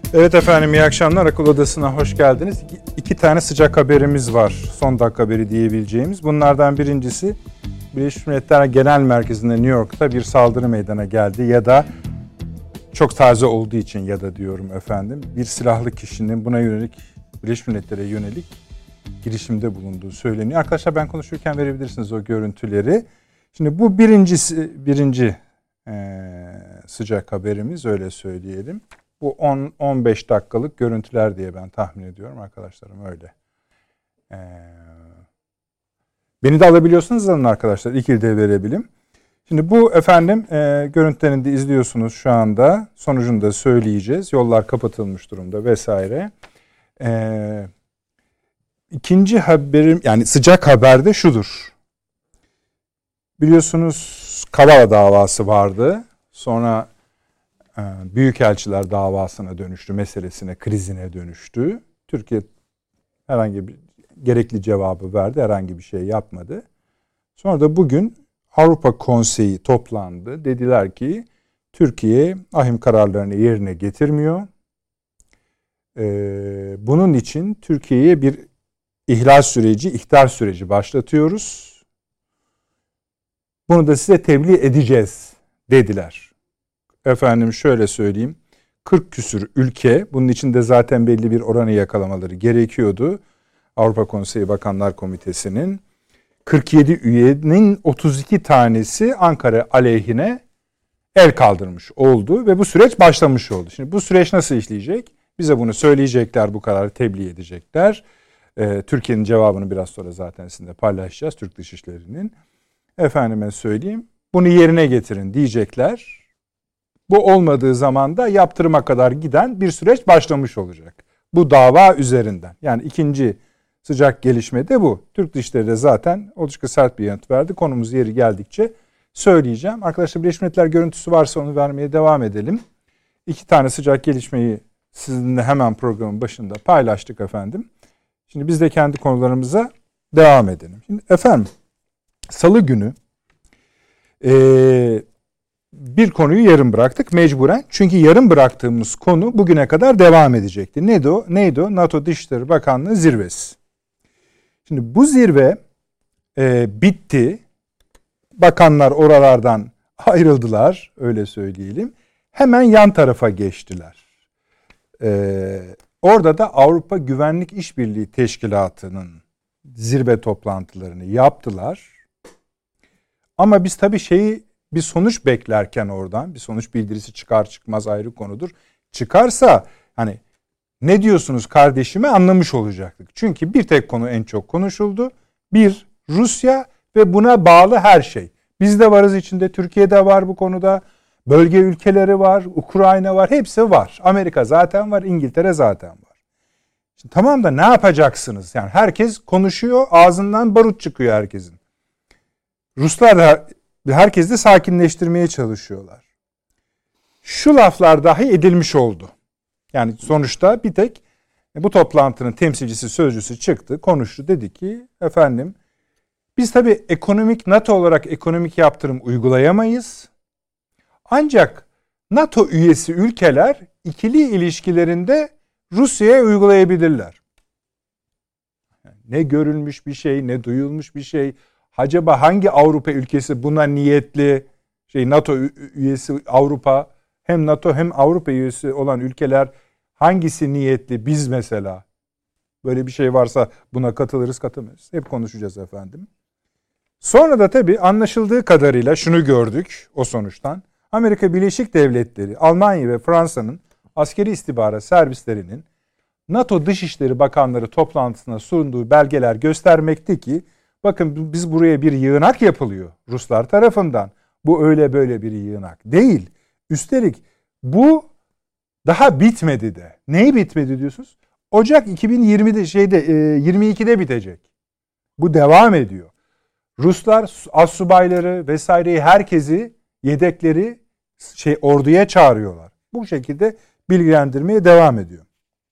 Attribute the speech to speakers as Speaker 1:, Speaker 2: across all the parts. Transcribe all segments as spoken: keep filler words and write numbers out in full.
Speaker 1: Evet efendim, iyi akşamlar. Akıl Odası'na hoş geldiniz. İki tane sıcak haberimiz var. Son dakika haberi diyebileceğimiz. Bunlardan birincisi Birleşmiş Milletler Genel Merkezi'nde New York'ta bir saldırı meydana geldi. Ya da çok taze olduğu için ya da diyorum efendim, bir silahlı kişinin buna yönelik, Birleşmiş Milletler'e yönelik girişimde bulunduğu söyleniyor. Arkadaşlar ben konuşurken verebilirsiniz o görüntüleri. Şimdi bu birincisi, birinci ee, sıcak haberimiz, öyle söyleyelim. Bu on on beş dakikalık görüntüler diye ben tahmin ediyorum arkadaşlarım, öyle. Ee, beni de alabiliyorsunuz alın arkadaşlar. İkili de verebilirim. Şimdi bu efendim e, görüntülerini de izliyorsunuz şu anda. Sonucunu da söyleyeceğiz. Yollar kapatılmış durumda vesaire. Ee, ikinci haberim, yani sıcak haber de şudur. Biliyorsunuz Kavala davası vardı. Sonra Büyükelçiler davasına dönüştü, meselesine, krizine dönüştü. Türkiye herhangi bir gerekli cevabı verdi, herhangi bir şey yapmadı. Sonra da bugün Avrupa Konseyi toplandı. Dediler ki Türkiye ahim kararlarını yerine getirmiyor. Ee, bunun için Türkiye'ye bir ihlal süreci, ihtar süreci başlatıyoruz. Bunu da size tebliğ edeceğiz dediler. Efendim şöyle söyleyeyim, kırk küsür ülke, bunun içinde zaten belli bir oranı yakalamaları gerekiyordu. Avrupa Konseyi Bakanlar Komitesi'nin kırk yedi üyenin otuz iki tanesi Ankara aleyhine el kaldırmış oldu ve bu süreç başlamış oldu. Şimdi bu süreç nasıl işleyecek? Bize bunu söyleyecekler, bu kararı tebliğ edecekler. Ee, Türkiye'nin cevabını biraz sonra zaten sizinle paylaşacağız, Türk Dışişleri'nin. Efendime söyleyeyim, bunu yerine getirin diyecekler. Bu olmadığı zaman da yaptırıma kadar giden bir süreç başlamış olacak. Bu dava üzerinden. Yani ikinci sıcak gelişme de bu. Türk Dışişleri de zaten oldukça sert bir yanıt verdi. Konumuz yeri geldikçe söyleyeceğim. Arkadaşlar Birleşmiş Milletler görüntüsü varsa onu vermeye devam edelim. İki tane sıcak gelişmeyi sizinle hemen programın başında paylaştık efendim. Şimdi biz de kendi konularımıza devam edelim. Şimdi efendim Salı günü eee bir konuyu yarım bıraktık mecburen. Çünkü yarım bıraktığımız konu bugüne kadar devam edecekti. Neydi o? Neydi o? NATO Dışişleri Bakanlığı zirvesi. Şimdi bu zirve e, bitti. Bakanlar oralardan ayrıldılar, öyle söyleyelim. Hemen yan tarafa geçtiler. E, orada da Avrupa Güvenlik İşbirliği Teşkilatı'nın zirve toplantılarını yaptılar. Ama biz tabii şeyi bir sonuç beklerken oradan, bir sonuç bildirisi çıkar çıkmaz ayrı konudur. Çıkarsa hani ne diyorsunuz kardeşime anlamış olacaktık. Çünkü bir tek konu en çok konuşuldu. Bir, Rusya ve buna bağlı her şey. Biz de varız içinde, Türkiye'de var bu konuda. Bölge ülkeleri var, Ukrayna var, hepsi var. Amerika zaten var, İngiltere zaten var. Şimdi tamam da ne yapacaksınız? Yani herkes konuşuyor, ağzından barut çıkıyor herkesin. Ruslar da herkes de sakinleştirmeye çalışıyorlar. Şu laflar dahi edilmiş oldu. Yani sonuçta bir tek bu toplantının temsilcisi, sözcüsü çıktı, konuştu. Dedi ki efendim biz tabii ekonomik, NATO olarak ekonomik yaptırım uygulayamayız. Ancak NATO üyesi ülkeler ikili ilişkilerinde Rusya'ya uygulayabilirler. Ne görülmüş bir şey, ne duyulmuş bir şey. Acaba hangi Avrupa ülkesi buna niyetli? Şey NATO üyesi Avrupa, hem NATO hem Avrupa üyesi olan ülkeler hangisi niyetli? Biz mesela böyle bir şey varsa buna katılırız, katılmayız. Hep konuşacağız efendim. Sonra da tabii anlaşıldığı kadarıyla şunu gördük o sonuçtan. Amerika Birleşik Devletleri, Almanya ve Fransa'nın askeri istihbarat servislerinin NATO Dışişleri Bakanları toplantısına sunduğu belgeler göstermekte ki bakın biz buraya bir yığınak yapılıyor Ruslar tarafından. Bu öyle böyle bir yığınak değil. Üstelik bu daha bitmedi de. Neyi bitmedi diyorsunuz? Ocak iki bin yirmide şeyde yirmi ikide bitecek. Bu devam ediyor. Ruslar astsubayları vesaireyi, herkesi, yedekleri şey orduya çağırıyorlar. Bu şekilde bilgilendirmeye devam ediyor.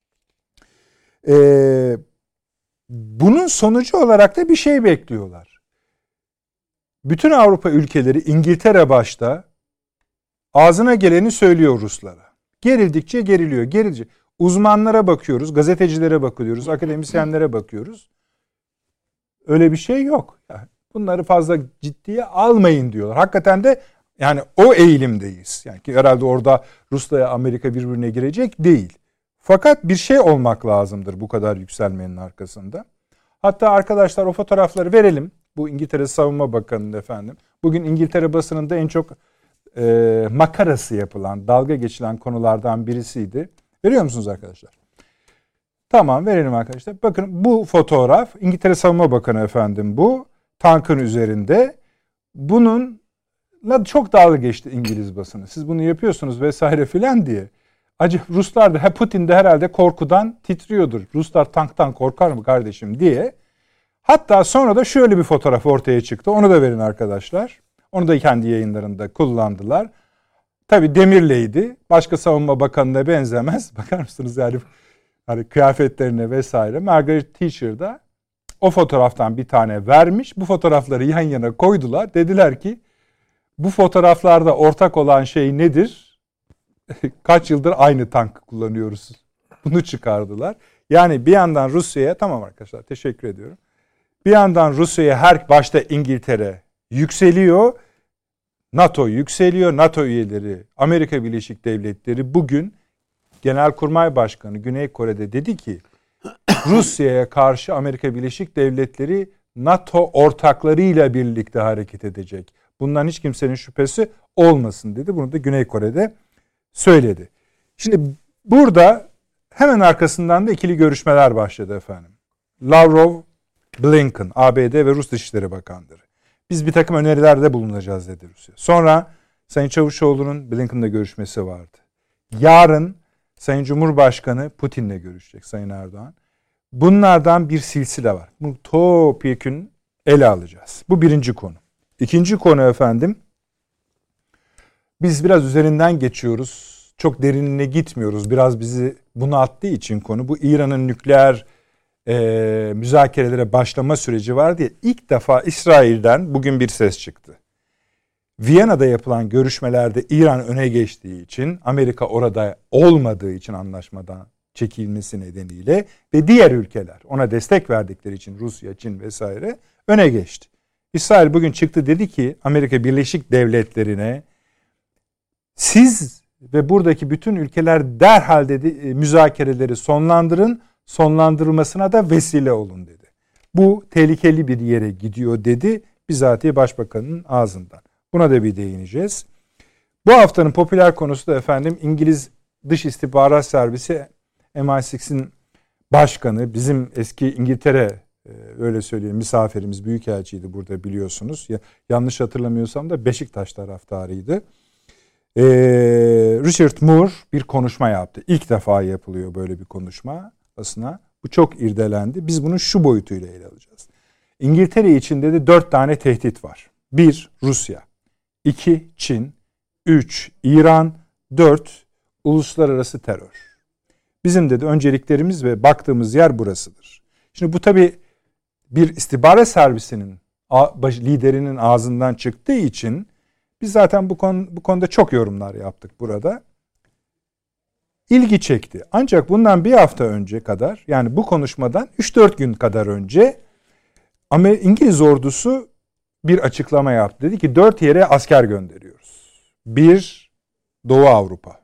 Speaker 1: Ee, bunun sonucu olarak da bir şey bekliyorlar. Bütün Avrupa ülkeleri, İngiltere başta, ağzına geleni söylüyor Ruslara. Gerildikçe geriliyor, gerildikçe. Uzmanlara bakıyoruz, gazetecilere bakıyoruz, akademisyenlere bakıyoruz. Öyle bir şey yok. Yani bunları fazla ciddiye almayın diyorlar. Hakikaten de yani o eğilimdeyiz. Yani ki herhalde orada Rusya Amerika birbirine girecek değil. Fakat bir şey olmak lazımdır bu kadar yükselmenin arkasında. Hatta arkadaşlar o fotoğrafları verelim. Bu İngiltere Savunma Bakanı'nın efendim. Bugün İngiltere basınında en çok e, makarası yapılan, dalga geçilen konulardan birisiydi. Veriyor musunuz arkadaşlar? Tamam, verelim arkadaşlar. Bakın bu fotoğraf İngiltere Savunma Bakanı efendim bu. Tankın üzerinde. Bununla çok dalga geçti İngiliz basını. Siz bunu yapıyorsunuz vesaire filan diye. Acı Ruslar da, Putin de herhalde korkudan titriyordur. Ruslar tanktan korkar mı kardeşim diye. Hatta sonra da şöyle bir fotoğraf ortaya çıktı. Onu da verin arkadaşlar. Onu da kendi yayınlarında kullandılar. Tabii demirleydi. Başka savunma bakanına benzemez. Bakar mısınız yani, hani kıyafetlerine vesaire. Margaret Thatcher da o fotoğraftan bir tane vermiş. Bu fotoğrafları yan yana koydular. Dediler ki bu fotoğraflarda ortak olan şey nedir? Kaç yıldır aynı tankı kullanıyoruz. Bunu çıkardılar. Yani bir yandan Rusya'ya, tamam arkadaşlar teşekkür ediyorum. Bir yandan Rusya'ya her başta İngiltere yükseliyor. NATO yükseliyor. NATO üyeleri, Amerika Birleşik Devletleri bugün Genelkurmay Başkanı Güney Kore'de dedi ki Rusya'ya karşı Amerika Birleşik Devletleri NATO ortaklarıyla birlikte hareket edecek. Bundan hiç kimsenin şüphesi olmasın dedi. Bunu da Güney Kore'de söyledi. Şimdi burada hemen arkasından da ikili görüşmeler başladı efendim. Lavrov, Blinken, A B D ve Rus Dışişleri Bakanları. Biz bir takım önerilerde bulunacağız dedi Rusya. Sonra Sayın Çavuşoğlu'nun Blinken'la görüşmesi vardı. Yarın Sayın Cumhurbaşkanı Putin'le görüşecek Sayın Erdoğan. Bunlardan bir silsile var. Bu topyekün ele alacağız. Bu birinci konu. İkinci konu efendim. Biz biraz üzerinden geçiyoruz. Çok derinine gitmiyoruz. Biraz bizi bunalttığı için konu. Bu İran'ın nükleer e, müzakerelere başlama süreci var diye ilk defa İsrail'den bugün bir ses çıktı. Viyana'da yapılan görüşmelerde İran öne geçtiği için, Amerika orada olmadığı için anlaşmadan çekilmesi nedeniyle ve diğer ülkeler ona destek verdikleri için Rusya, Çin vesaire öne geçti. İsrail bugün çıktı dedi ki Amerika Birleşik Devletleri'ne siz ve buradaki bütün ülkeler derhal dedi müzakereleri sonlandırın, sonlandırılmasına da vesile olun dedi. Bu tehlikeli bir yere gidiyor dedi bizatihi Başbakanın ağzından. Buna da bir değineceğiz. Bu haftanın popüler konusu da efendim İngiliz Dış İstihbarat Servisi M I altı'ın başkanı, bizim eski İngiltere öyle söyleyeyim misafirimiz, büyükelçiydi burada biliyorsunuz. Ya, yanlış hatırlamıyorsam da Beşiktaş taraftarıydı. Ee, Richard Moore bir konuşma yaptı. İlk defa yapılıyor böyle bir konuşma aslında. Bu çok irdelendi. Biz bunu şu boyutuyla ele alacağız. İngiltere için dedi dört tane tehdit var. Bir, Rusya. İki, Çin. Üç, İran. Dört, uluslararası terör. Bizim dedi önceliklerimiz ve baktığımız yer burasıdır. Şimdi bu tabii bir istihbarat servisinin liderinin ağzından çıktığı için biz zaten bu, konu, bu konuda çok yorumlar yaptık burada. İlgi çekti. Ancak bundan bir hafta önce kadar, yani bu konuşmadan üç dört gün kadar önce İngiliz ordusu bir açıklama yaptı. Dedi ki dört yere asker gönderiyoruz. Bir, Doğu Avrupa.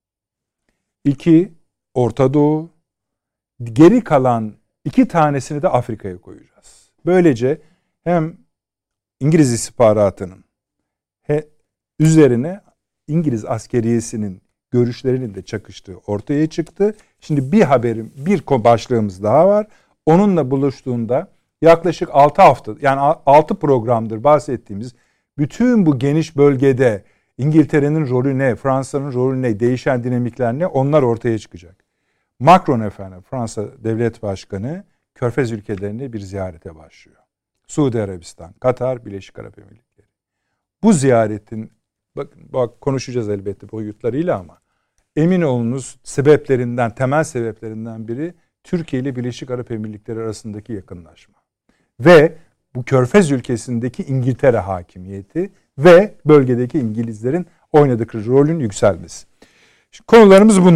Speaker 1: İki, Orta Doğu. Geri kalan iki tanesini de Afrika'ya koyacağız. Böylece hem İngiliz istihbaratının he, üzerine İngiliz askeriyesinin görüşlerinin de çakıştığı ortaya çıktı. Şimdi bir haberim, bir başlığımız daha var. Onunla buluştuğunda yaklaşık altı hafta, yani altı programdır bahsettiğimiz bütün bu geniş bölgede İngiltere'nin rolü ne, Fransa'nın rolü ne, değişen dinamikler ne, onlar ortaya çıkacak. Macron efendim, Fransa Devlet Başkanı Körfez ülkelerine bir ziyarete başlıyor. Suudi Arabistan, Katar, Birleşik Arap Emirlikleri. Bu ziyaretin, bakın bak konuşacağız elbette boyutlarıyla ama emin olunuz sebeplerinden, temel sebeplerinden biri Türkiye ile Birleşik Arap Emirlikleri arasındaki yakınlaşma. Ve bu Körfez ülkesindeki İngiltere hakimiyeti ve bölgedeki İngilizlerin oynadıkları rolün yükselmesi. Şimdi konularımız bunlar.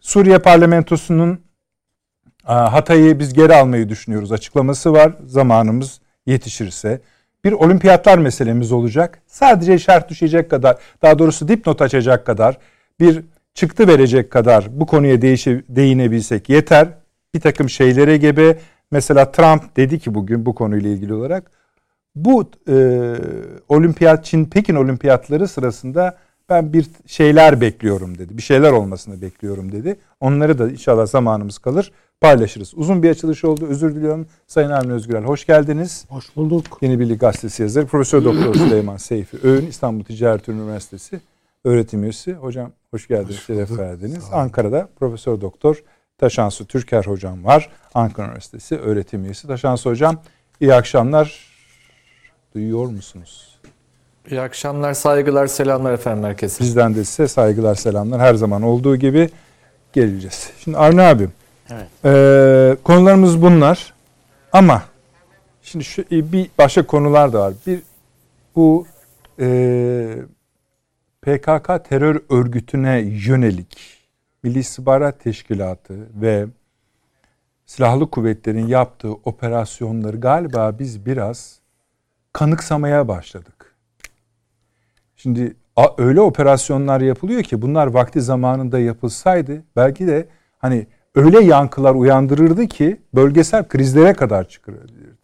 Speaker 1: Suriye parlamentosunun Hatay'ı biz geri almayı düşünüyoruz açıklaması var. Zamanımız yetişirse. Bir olimpiyatlar meselemiz olacak. Sadece şart düşecek kadar, daha doğrusu dipnot açacak kadar, bir çıktı verecek kadar bu konuya değişe, değinebilsek yeter. Bir takım şeylere gebe. Mesela Trump dedi ki bugün bu konuyla ilgili olarak, bu e, olimpiyat, Çin Pekin olimpiyatları sırasında ben bir şeyler bekliyorum dedi. Bir şeyler olmasını bekliyorum dedi. Onları da inşallah zamanımız kalır paylaşırız. Uzun bir açılış oldu. Özür diliyorum. Sayın Avni Özgürel hoş geldiniz.
Speaker 2: Hoş bulduk.
Speaker 1: Yeni Birlik Gazetesi yazarı Profesör Doktor Süleyman Seyfi Öğün, İstanbul Ticaret Üniversitesi öğretim üyesi. Hocam hoş geldiniz, hoş şeref verdiniz. Ankara'da Profesör Doktor Taşansu Türker hocam var. Ankara Üniversitesi öğretim üyesi. Taşansu hocam iyi akşamlar. Duyuyor musunuz?
Speaker 3: İyi akşamlar, saygılar, selamlar efendim herkese.
Speaker 1: Bizden de size saygılar, selamlar. Her zaman olduğu gibi geleceğiz. Şimdi Avni abi,
Speaker 2: evet.
Speaker 1: e, konularımız bunlar. Ama şimdi şu, bir başka konular da var. Bir bu e, P K K terör örgütüne yönelik Milli İstihbarat Teşkilatı ve silahlı kuvvetlerin yaptığı operasyonları galiba biz biraz kanıksamaya başladık. Şimdi öyle operasyonlar yapılıyor ki bunlar vakti zamanında yapılsaydı belki de hani öyle yankılar uyandırırdı ki bölgesel krizlere kadar çıkarabilirdi.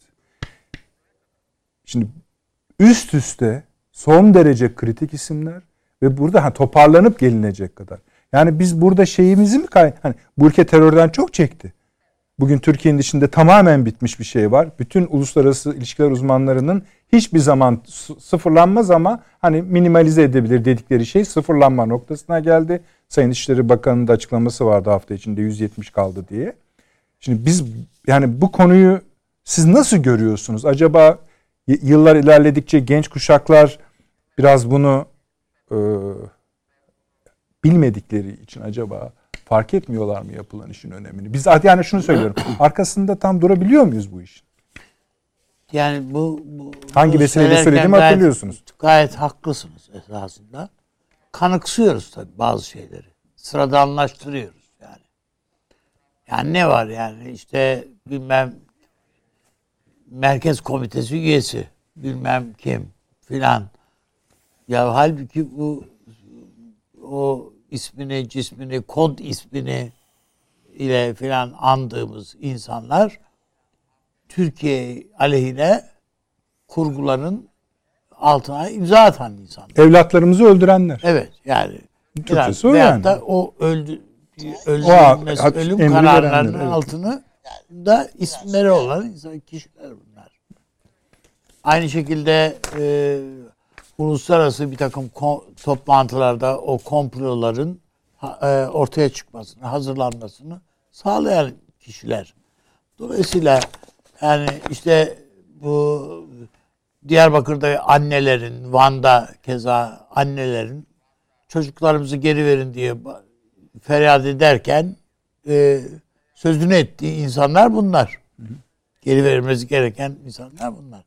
Speaker 1: Şimdi üst üste son derece kritik isimler ve burada ha, toparlanıp gelinecek kadar. Yani biz burada şeyimizi mi kay hani bu ülke terörden çok çekti. Bugün Türkiye'nin dışında tamamen bitmiş bir şey var. Bütün uluslararası ilişkiler uzmanlarının hiçbir zaman sıfırlanmaz ama hani minimalize edebilir dedikleri şey sıfırlanma noktasına geldi. Sayın İçişleri Bakanı'nın da açıklaması vardı hafta içinde yüz yetmiş kaldı diye. Şimdi biz yani bu konuyu siz nasıl görüyorsunuz? Acaba yıllar ilerledikçe genç kuşaklar biraz bunu e, bilmedikleri için acaba fark etmiyorlar mı yapılan işin önemini? Biz yani şunu söylüyorum. Arkasında tam durabiliyor muyuz bu işin?
Speaker 2: Yani bu, bu
Speaker 1: hangi
Speaker 2: bu
Speaker 1: vesileyle söylediğimi
Speaker 2: gayet,
Speaker 1: hatırlıyorsunuz.
Speaker 2: Gayet haklısınız esasında. Kanıksıyoruz tabii bazı şeyleri. Sıradanlaştırıyoruz yani. Yani ne var yani işte bilmem Merkez Komitesi üyesi bilmem kim filan. Ya halbuki bu o ismini, cismini, kod ismini ile filan andığımız insanlar Türkiye aleyhine kurguların altına imza atan insanlar.
Speaker 1: Evlatlarımızı öldürenler.
Speaker 2: Evet yani.
Speaker 1: Türkçesi o
Speaker 2: veyahut
Speaker 1: yani.
Speaker 2: da o öldü, öldürülmesi,
Speaker 1: o,
Speaker 2: ölüm
Speaker 1: emri
Speaker 2: kararlarının
Speaker 1: verenler, evet.
Speaker 2: altını da isimleri olan insan kişiler bunlar. Aynı şekilde e, uluslararası bir takım ko- toplantılarda o komploların e, ortaya çıkmasını, hazırlanmasını sağlayan kişiler. Dolayısıyla yani işte bu Diyarbakır'da annelerin, Van'da keza annelerin çocuklarımızı geri verin diye feryat ederken e, sözünü ettiği insanlar bunlar. Hı hı. Geri verilmesi gereken insanlar bunlar.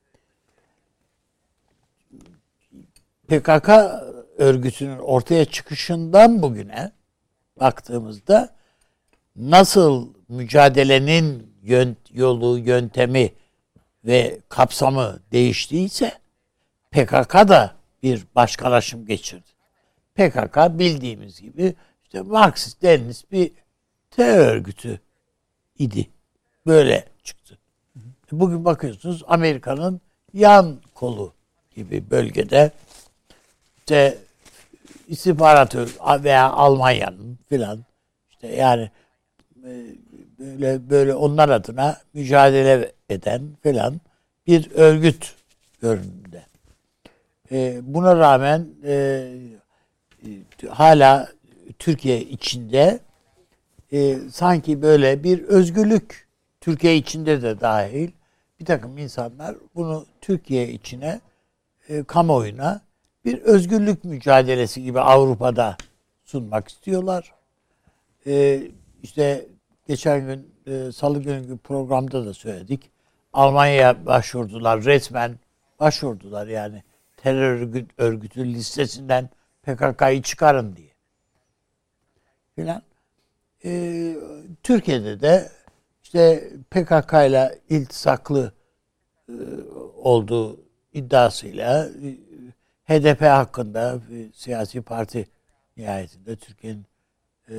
Speaker 2: P K K örgütünün ortaya çıkışından bugüne baktığımızda nasıl mücadelenin yön, yolu, yöntemi ve kapsamı değiştiyse P K K da bir başkalaşım geçirdi. P K K bildiğimiz gibi işte Marksist Leninist bir terör örgütü idi. Böyle çıktı. Bugün bakıyorsunuz Amerika'nın yan kolu gibi bölgede işte istihbarat veya Almanya'nın filan işte yani böyle böyle onlar adına mücadele eden filan bir örgüt görünümde. E, buna rağmen e, hala Türkiye içinde e, sanki böyle bir özgürlük, Türkiye içinde de dahil bir takım insanlar bunu Türkiye içine, e, kamuoyuna bir özgürlük mücadelesi gibi Avrupa'da sunmak istiyorlar. E, işte geçen gün e, Salı günü programda da söyledik. Almanya'ya başvurdular, resmen başvurdular yani terör örgüt, örgütü listesinden P K K'yı çıkarın diye. Filan. e, Türkiye'de de işte P K K ile iltisaklı e, olduğu iddiasıyla e, H D P hakkında bir siyasi parti nihayetinde Türkiye'nin e,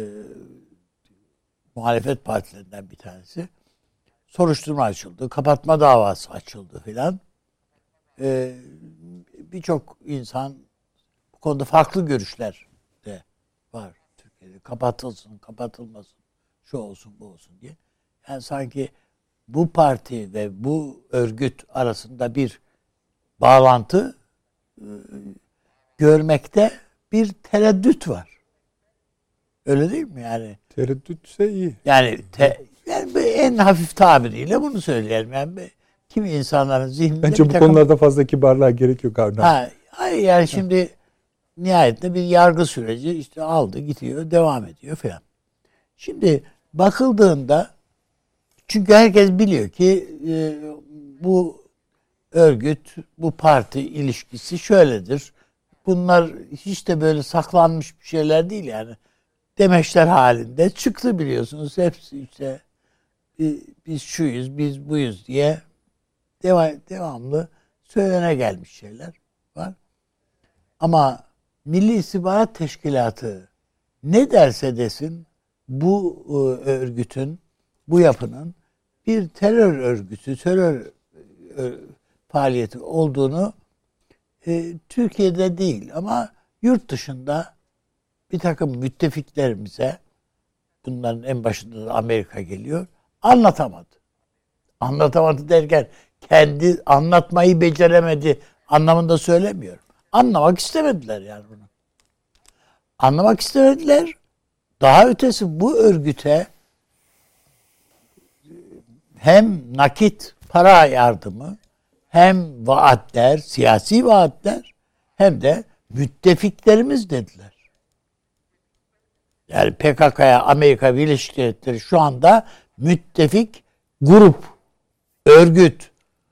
Speaker 2: muhalefet partilerinden bir tanesi soruşturma açıldı, kapatma davası açıldı filan. E, Birçok insan bu konuda farklı görüşler de var Türkiye'de. Kapatılsın, kapatılmasın, şu olsun, bu olsun diye. Yani sanki bu parti ve bu örgüt arasında bir bağlantı e, görmekte bir tereddüt var. Öyle değil mi yani?
Speaker 1: Tereddütse iyi.
Speaker 2: Yani, te, yani en hafif tabiriyle bunu söyleyelim. Yani kimi insanların zihninde
Speaker 1: bence bu takım, konularda fazla kibarlığa gerek yok abi.
Speaker 2: Ha, hayır yani şimdi ha. Nihayetinde bir yargı süreci işte aldı, gidiyor, devam ediyor falan. Şimdi bakıldığında çünkü herkes biliyor ki e, bu örgüt, bu parti ilişkisi şöyledir. Bunlar hiç de böyle saklanmış bir şeyler değil yani. Demeçler halinde çıktı biliyorsunuz. Hepsi işte biz şuyuz, biz buyuz diye devam, devamlı söylene gelmiş şeyler var. Ama Milli İstihbarat Teşkilatı ne derse desin bu e, örgütün, bu yapının bir terör örgütü, terör e, faaliyeti olduğunu e, Türkiye'de değil ama yurt dışında bir takım müttefiklerimize, bunların en başında da Amerika geliyor, anlatamadı. Anlatamadı derken kendi anlatmayı beceremedi anlamında söylemiyorum. Anlamak istemediler yani bunu. Anlamak istemediler. Daha ötesi bu örgüte hem nakit para yardımı, hem vaatler, siyasi vaatler, hem de müttefiklerimiz dediler. Yani P K K'ya Amerika Birleşik Devletleri şu anda müttefik grup, örgüt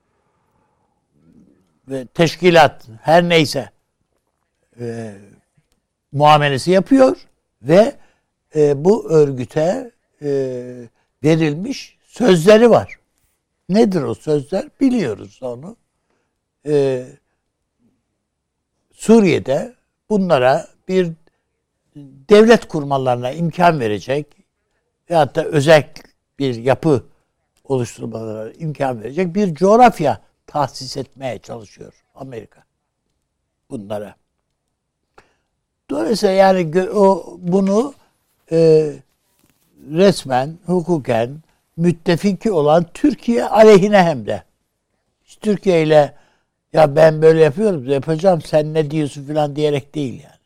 Speaker 2: ve teşkilat her neyse e, muamelesi yapıyor ve e, bu örgüte e, verilmiş sözleri var. Nedir o sözler? Biliyoruz onu. E, Suriye'de bunlara bir devlet kurmalarına imkan verecek veyahut da özel bir yapı oluşturmalarına imkan verecek bir coğrafya tahsis etmeye çalışıyor Amerika bunlara. Dolayısıyla yani o bunu e, resmen, hukuken müttefiki olan Türkiye aleyhine hem de. İşte Türkiye ile ya ben böyle yapıyorum, yapacağım, sen ne diyorsun falan diyerek değil yani.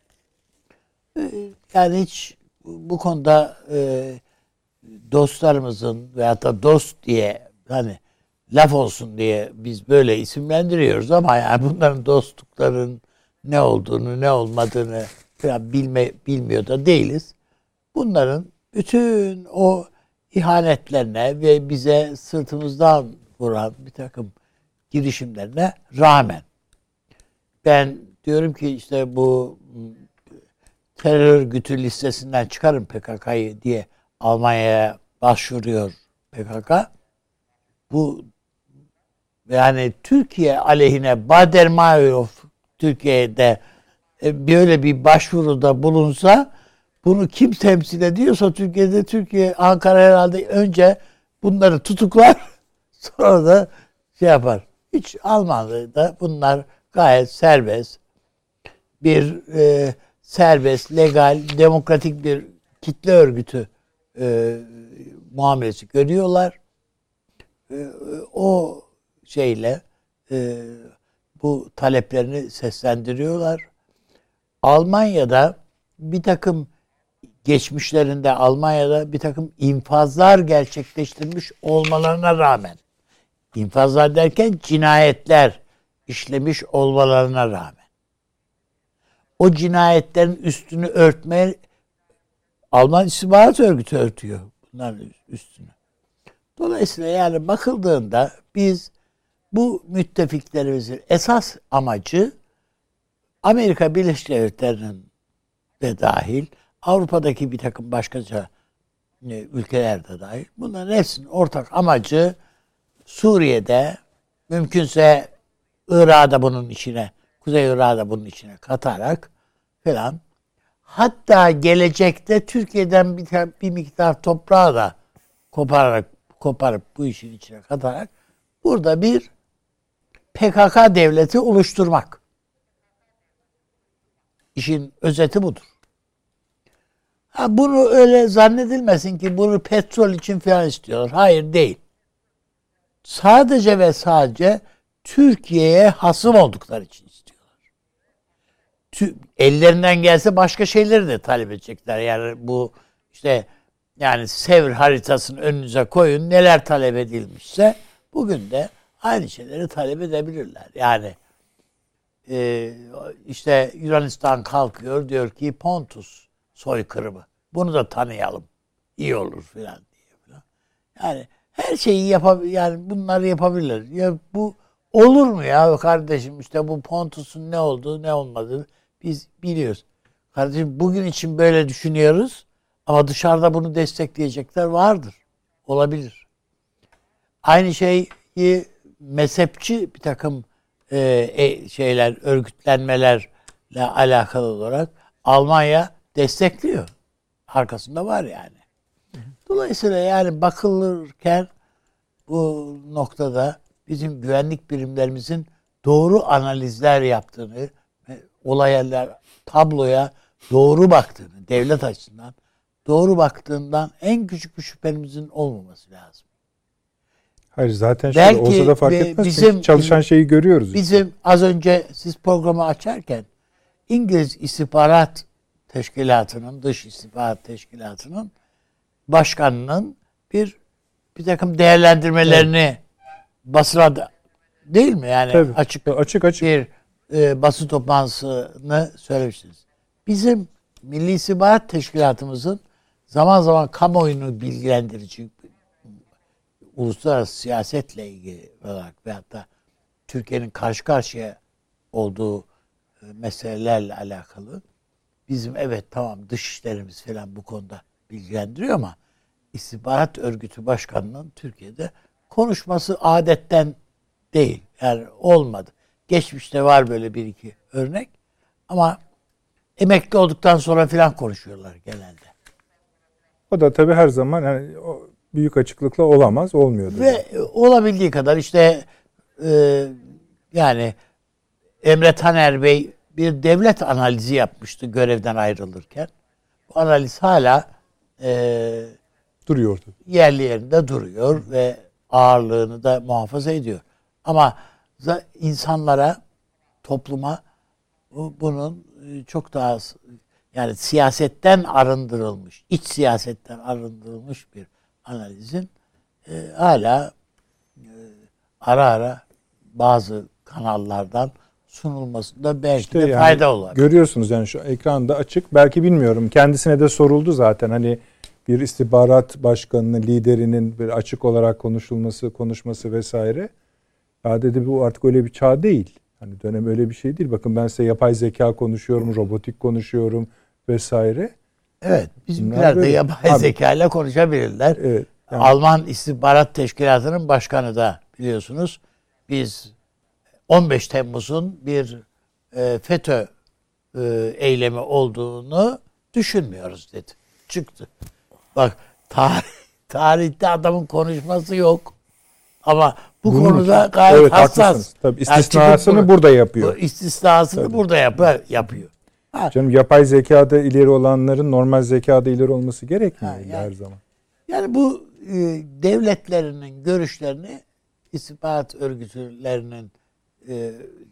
Speaker 2: Yani hiç bu konuda e, dostlarımızın veyahut da dost diye hani laf olsun diye biz böyle isimlendiriyoruz ama yani bunların dostlukların ne olduğunu, ne olmadığını falan bilme, bilmiyor da değiliz. Bunların bütün o ihanetlerine ve bize sırtımızdan vuran bir takım girişimlerine rağmen ben diyorum ki işte bu terör örgütü listesinden çıkarın P K K'yı diye Almanya'ya başvuruyor P K K. Bu yani Türkiye aleyhine Baader-Meinhof Türkiye'de böyle bir başvuruda bulunsa bunu kim temsil ediyorsa Türkiye'de Türkiye Ankara herhalde önce bunları tutuklar sonra da şey yapar. Hiç Almanya'da bunlar gayet serbest bir e, serbest, legal, demokratik bir kitle örgütü e, muamelesi görüyorlar. E, o şeyle e, bu taleplerini seslendiriyorlar. Almanya'da bir takım geçmişlerinde Almanya'da bir takım infazlar gerçekleştirmiş olmalarına rağmen infazlar derken cinayetler işlemiş olmalarına rağmen o cinayetlerin üstünü örtmeye Alman İstihbarat Örgütü örtüyor bunların üstünü. Dolayısıyla yani bakıldığında biz bu müttefiklerimizin esas amacı Amerika Birleşik Devletleri'nin de dahil Avrupa'daki bir takım başkaca ülkeler de dahil. Bunların hepsinin ortak amacı Suriye'de mümkünse Irak'ı da bunun içine, Kuzey Irak'ı da bunun içine katarak falan, hatta gelecekte Türkiye'den bir, bir miktar toprağı da kopararak koparıp bu işin içine katarak burada bir P K K devleti oluşturmak. İşin özeti budur. Ha, bunu öyle zannedilmesin ki bunu petrol için falan istiyorlar. Hayır, değil. Sadece ve sadece Türkiye'ye hasım oldukları için istiyorlar. Tü- ellerinden gelse başka şeyleri de talep edecekler. Yani bu işte yani Sevr haritasını önünüze koyun, neler talep edilmişse bugün de aynı şeyleri talep edebilirler. Yani e, işte Yunanistan kalkıyor, diyor ki Pontus soykırımı. Bunu da tanıyalım. İyi olur filan diye filan. Yani her şeyi yapab yani bunları yapabilirler. Ya bu olur mu ya kardeşim, işte bu Pontus'un ne olduğu ne olmadığını biz biliyoruz. Kardeşim bugün için böyle düşünüyoruz ama dışarıda bunu destekleyecekler vardır. Olabilir. Aynı şeyi mezhepçi bir takım e, e, şeyler, örgütlenmelerle alakalı olarak Almanya destekliyor. Arkasında var yani. Dolayısıyla yani bakılırken bu noktada bizim güvenlik birimlerimizin doğru analizler yaptığını, olaylar, tabloya doğru baktığını, devlet açısından doğru baktığından en küçük bir şüphemizin olmaması lazım.
Speaker 1: Hayır zaten
Speaker 2: Belki
Speaker 1: şöyle olsa da fark etmez.
Speaker 2: bizim,
Speaker 1: Çünkü çalışan şeyi görüyoruz.
Speaker 2: Bizim işte. Az önce siz programı açarken İngiliz İstihbarat Teşkilatı'nın, Dış İstihbarat Teşkilatı'nın başkanının bir bir takım değerlendirmelerini evet. basına da, değil mi? Yani
Speaker 1: Tabii.
Speaker 2: açık
Speaker 1: açık açık
Speaker 2: bir e, basın toplantısını söylemiştiniz. Bizim Milli İstihbarat Teşkilatımızın zaman zaman kamuoyunu bilgilendirici, uluslararası siyasetle ilgili olarak veyahut da Türkiye'nin karşı karşıya olduğu e, meselelerle alakalı bizim evet tamam dışişlerimiz falan bu konuda bilgilendiriyor ama İstihbarat Örgütü Başkanı'nın Türkiye'de konuşması adetten değil. Yani olmadı. Geçmişte var böyle bir iki örnek ama emekli olduktan sonra falan konuşuyorlar genelde.
Speaker 1: O da tabii her zaman yani o büyük açıklıkla olamaz, olmuyordu.
Speaker 2: Ve da. Olabildiği kadar işte e, yani Emre Taner Bey bir devlet analizi yapmıştı görevden ayrılırken. Bu analiz hala e,
Speaker 1: duruyordu.
Speaker 2: Yerli yerinde duruyor ve ağırlığını da muhafaza ediyor. Ama insanlara, topluma bunun çok daha yani siyasetten arındırılmış, iç siyasetten arındırılmış bir analizin e, hala e, ara ara bazı kanallardan sunulmasında belki işte de yani fayda olabilir.
Speaker 1: Görüyorsunuz yani şu ekranda açık. Belki bilmiyorum. Kendisine de soruldu zaten. Hani bir istihbarat başkanının, liderinin bir açık olarak konuşulması, konuşması vesaire. Ya dedi bu artık öyle bir çağ değil. Hani dönem öyle bir şey değil. Bakın ben size yapay zeka konuşuyorum, robotik konuşuyorum vesaire.
Speaker 2: Evet, bizimkiler de yapay zeka ile konuşabilirler.
Speaker 1: Evet, yani.
Speaker 2: Alman İstihbarat Teşkilatı'nın başkanı da biliyorsunuz. Biz on beş Temmuz'un bir e, FETÖ e, eylemi olduğunu düşünmüyoruz dedi. Çıktı. Bak tarih, tarihte adamın konuşması yok. Ama bu Bunun konuda gayet evet, hassas.
Speaker 1: Tabii istisnasını yani burada yapıyor.
Speaker 2: Bu istisnasını Tabii. burada yapıyor. yapıyor.
Speaker 1: Ha. Canım yapay zekada ileri olanların normal zekada ileri olması gerekmiyor ha, yani, her zaman.
Speaker 2: Yani bu e, devletlerinin görüşlerini istihbarat örgütlerinin e,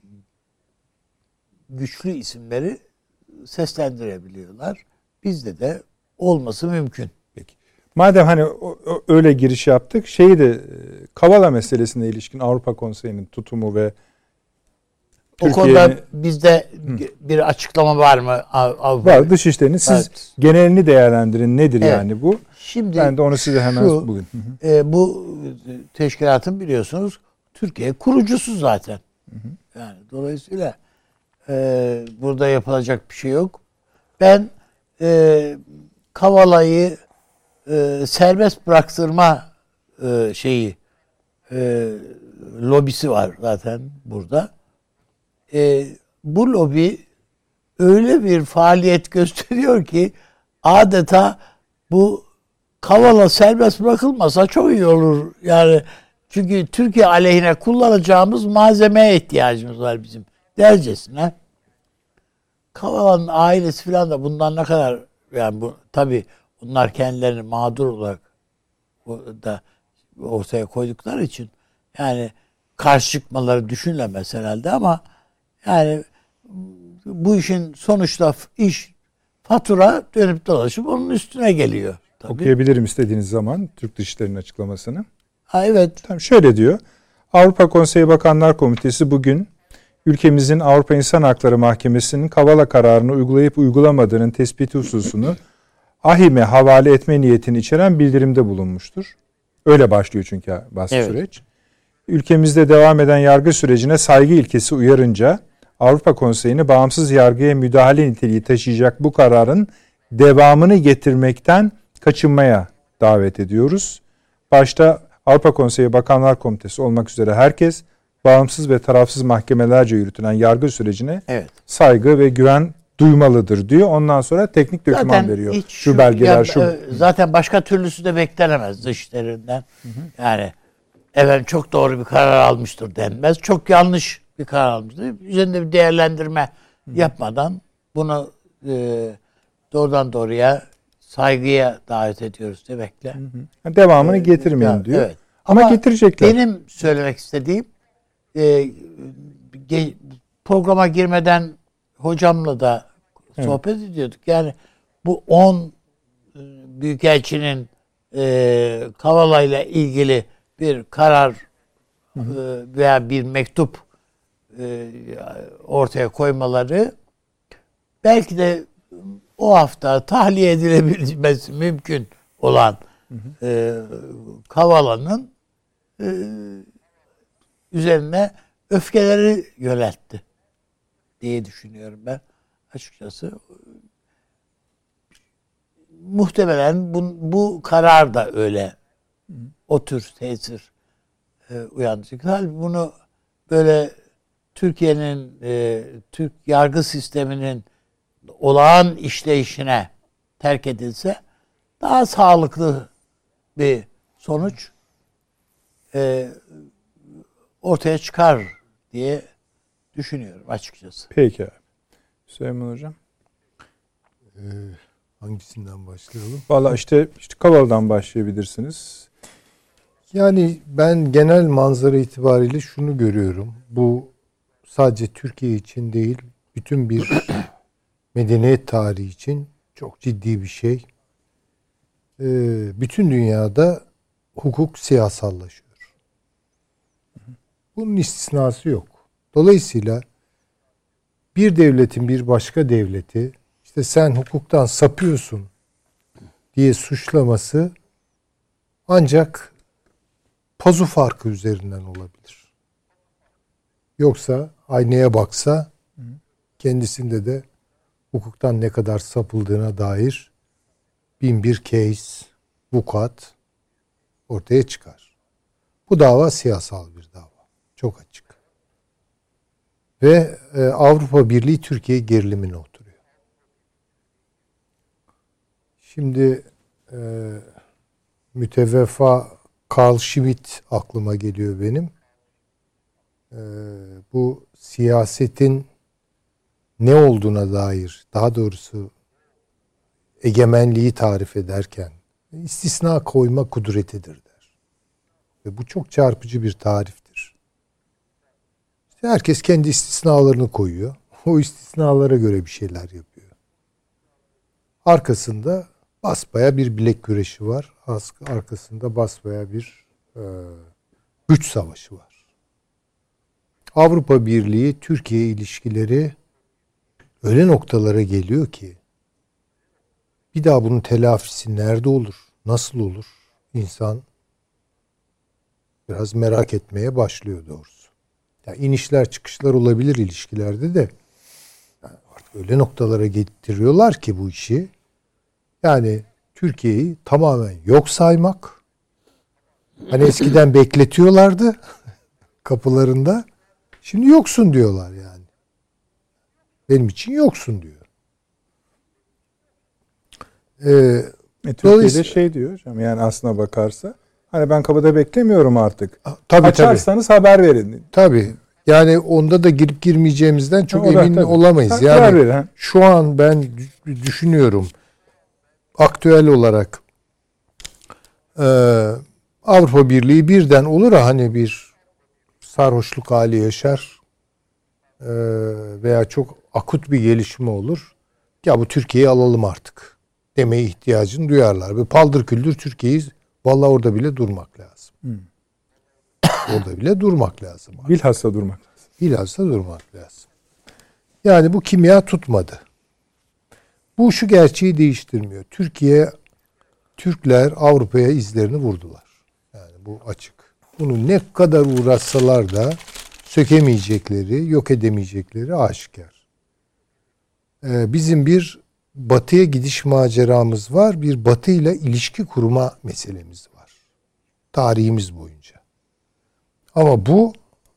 Speaker 2: güçlü isimleri seslendirebiliyorlar. Bizde de olması mümkün.
Speaker 1: Peki. Madem hani o, o, öyle giriş yaptık, şeyi de Kavala meselesine ilişkin Avrupa Konseyi'nin tutumu ve
Speaker 2: o konuda bizde Hı. bir açıklama var mı? Avrupa?
Speaker 1: Var, dışişlerini siz evet. genelini değerlendirin. Nedir evet. yani bu?
Speaker 2: Şimdi
Speaker 1: ben de onu size hemen şu, bugün.
Speaker 2: E, bu teşkilatın biliyorsunuz Türkiye kurucusu zaten. Hı hı. Yani dolayısıyla e, burada yapılacak bir şey yok. Ben e, Kavala'yı e, serbest bıraktırma e, şeyi e, lobisi var zaten burada. E, bu lobi öyle bir faaliyet gösteriyor ki adeta bu Kavala serbest bırakılmasa çok iyi olur. Yani çünkü Türkiye aleyhine kullanacağımız malzemeye ihtiyacımız var bizim dercesine. Kavala'nın ailesi falan da bundan ne kadar, yani bu tabii bunlar kendilerini mağdur olarak da ortaya koydukları için yani karşı çıkmaları düşünülemez herhalde, ama yani bu işin sonuçta iş fatura dönüp dolaşıp onun üstüne geliyor. Tabii.
Speaker 1: Okuyabilirim istediğiniz zaman Türk Dışişleri'nin açıklamasını.
Speaker 2: Ha, evet.
Speaker 1: Tam şöyle diyor. Avrupa Konseyi Bakanlar Komitesi bugün ülkemizin Avrupa İnsan Hakları Mahkemesi'nin Kavala kararını uygulayıp uygulamadığının tespiti hususunu A H İM'e havale etme niyetini içeren bildirimde bulunmuştur. Öyle başlıyor çünkü bahsi evet. süreç. Ülkemizde devam eden yargı sürecine saygı ilkesi uyarınca Avrupa Konseyi'ni bağımsız yargıya müdahale niteliği taşıyacak bu kararın devamını getirmekten kaçınmaya davet ediyoruz. Başta Avrupa Konseyi Bakanlar Komitesi olmak üzere herkes bağımsız ve tarafsız mahkemelerce yürütülen yargı sürecine evet. saygı ve güven duymalıdır diyor. Ondan sonra teknik doküman zaten veriyor. Şu, şu belgeler ya, şu.
Speaker 2: Zaten başka türlüsü de beklenemez dışişlerinden. Hı hı. Yani efendim çok doğru bir karar almıştır denmez. Çok yanlış bir karar almıştır. Üzerinde bir değerlendirme hı. yapmadan bunu e, doğrudan doğruya saygıya davet ediyoruz demekle. Hı
Speaker 1: hı. Devamını getirmeyin ya, diyor. Evet. Ama, Ama getirecekler.
Speaker 2: Benim söylemek istediğim e, ge, programa girmeden hocamla da evet. sohbet ediyorduk. Yani bu on büyükelçinin e, Kavala ile ilgili bir karar hı hı. E, veya bir mektup e, ortaya koymaları belki de o hafta tahliye edilebilmesi mümkün olan hı hı. E, Kavala'nın e, üzerine öfkeleri yöneltti diye düşünüyorum ben açıkçası. Muhtemelen bu, bu karar da öyle hı. o tür tesir e, uyandıracak. Halbuki bunu böyle Türkiye'nin e, Türk yargı sisteminin olağan işleyişine terk edilse daha sağlıklı bir sonuç e, ortaya çıkar diye düşünüyorum açıkçası.
Speaker 1: Peki abi. Süleyman Hocam.
Speaker 4: Ee, hangisinden başlayalım?
Speaker 1: Valla işte, işte Kavala'dan başlayabilirsiniz.
Speaker 4: Yani ben genel manzara itibariyle şunu görüyorum. Bu sadece Türkiye için değil, bütün bir medeniyet tarihi için çok ciddi bir şey. Ee, bütün dünyada hukuk siyasallaşıyor. Bunun istisnası yok. Dolayısıyla bir devletin bir başka devleti işte sen hukuktan sapıyorsun diye suçlaması ancak pazu farkı üzerinden olabilir. Yoksa aynaya baksa kendisinde de hukuktan ne kadar sapıldığına dair bin bir case, vukuat ortaya çıkar. Bu dava siyasal bir dava. Çok açık. Ve e, Avrupa Birliği Türkiye gerilimine oturuyor. Şimdi e, müteveffa Carl Schmitt aklıma geliyor benim. E, bu siyasetin ne olduğuna dair, daha doğrusu egemenliği tarif ederken istisna koyma kudretidir der. Ve bu çok çarpıcı bir tariftir. İşte herkes kendi istisnalarını koyuyor. O istisnalara göre bir şeyler yapıyor. Arkasında basbaya bir bilek güreşi var. Arkasında basbaya bir e, güç savaşı var. Avrupa Birliği Türkiye ilişkileri öyle noktalara geliyor ki bir daha bunun telafisi nerede olur? Nasıl olur? İnsan biraz merak etmeye başlıyor doğrusu. Yani inişler çıkışlar olabilir ilişkilerde de yani artık öyle noktalara getiriyorlar ki bu işi. Yani Türkiye'yi tamamen yok saymak. Hani eskiden bekletiyorlardı kapılarında. Şimdi yoksun diyorlar yani. Benim için yoksun diyor. Ee,
Speaker 1: E, Türkiye'de şey diyor hocam, yani aslına bakarsa hani ben kapıda beklemiyorum artık.
Speaker 4: Tabii,
Speaker 1: Açarsanız
Speaker 4: tabii.
Speaker 1: haber verin.
Speaker 4: Tabii. Yani onda da girip girmeyeceğimizden çok
Speaker 1: Ha,
Speaker 4: emin
Speaker 1: tabii.
Speaker 4: olamayız.
Speaker 1: Ha,
Speaker 4: Yani
Speaker 1: verin.
Speaker 4: şu an ben düşünüyorum, aktüel olarak e, Avrupa Birliği birden olur ha, hani bir sarhoşluk hali yaşar e, veya çok akut bir gelişme olur. Ya bu Türkiye'yi alalım artık demeye ihtiyacını duyarlar. Ve paldır küldür Türkiye'yi, vallahi orada bile durmak lazım.
Speaker 1: Hmm.
Speaker 4: Orada bile durmak lazım. Artık.
Speaker 1: Bilhassa durmak lazım.
Speaker 4: Bilhassa durmak lazım. Yani bu kimya tutmadı. Bu şu gerçeği değiştirmiyor. Türkiye, Türkler Avrupa'ya izlerini vurdular. Yani bu açık. Bunu ne kadar uğraşsalar da sökemeyecekleri, yok edemeyecekleri aşikar. Ee, bizim bir batıya gidiş maceramız var. Bir batıyla ilişki kurma meselemiz var. Tarihimiz boyunca. Ama bu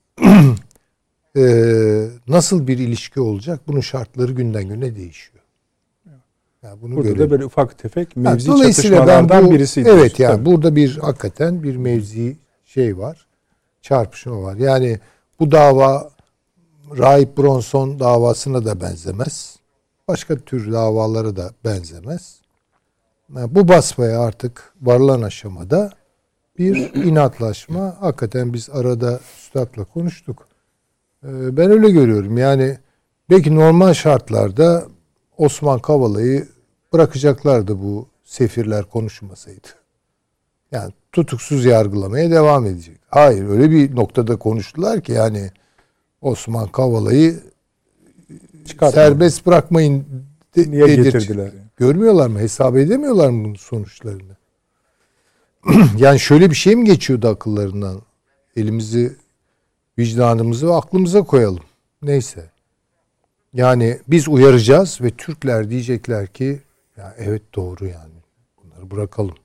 Speaker 4: Ee, nasıl bir ilişki olacak? Bunun şartları günden güne değişiyor. Yani bunu
Speaker 1: Burada
Speaker 4: görelim.
Speaker 1: da böyle ufak tefek mevzi
Speaker 4: Yani
Speaker 1: çatışmalardan
Speaker 4: bu,
Speaker 1: birisiydi.
Speaker 4: Evet yani
Speaker 1: Tabii.
Speaker 4: burada bir hakikaten bir mevzi şey var. Çarpışma var. Yani bu dava Rahip Bronson davasına da benzemez. Başka tür davalara da benzemez. Yani bu basmaya artık varılan aşamada bir inatlaşma. Hakikaten biz arada üstadla konuştuk. Ben öyle görüyorum. Yani belki normal şartlarda Osman Kavala'yı bırakacaklardı bu sefirler konuşmasaydı. Yani tutuksuz yargılamaya devam edecek. Hayır, öyle bir noktada konuştular ki yani Osman Kavala'yı serbest bırakmayın de,
Speaker 1: Niye
Speaker 4: dedir.
Speaker 1: getirdiler? Yani?
Speaker 4: Görmüyorlar mı? Hesap edemiyorlar mı bunun sonuçlarını? Yani şöyle bir şey mi geçiyordu akıllarından? Elimizi, vicdanımızı ve aklımıza koyalım. Neyse. Yani biz uyaracağız ve Türkler diyecekler ki ya evet doğru yani. Bunları bırakalım.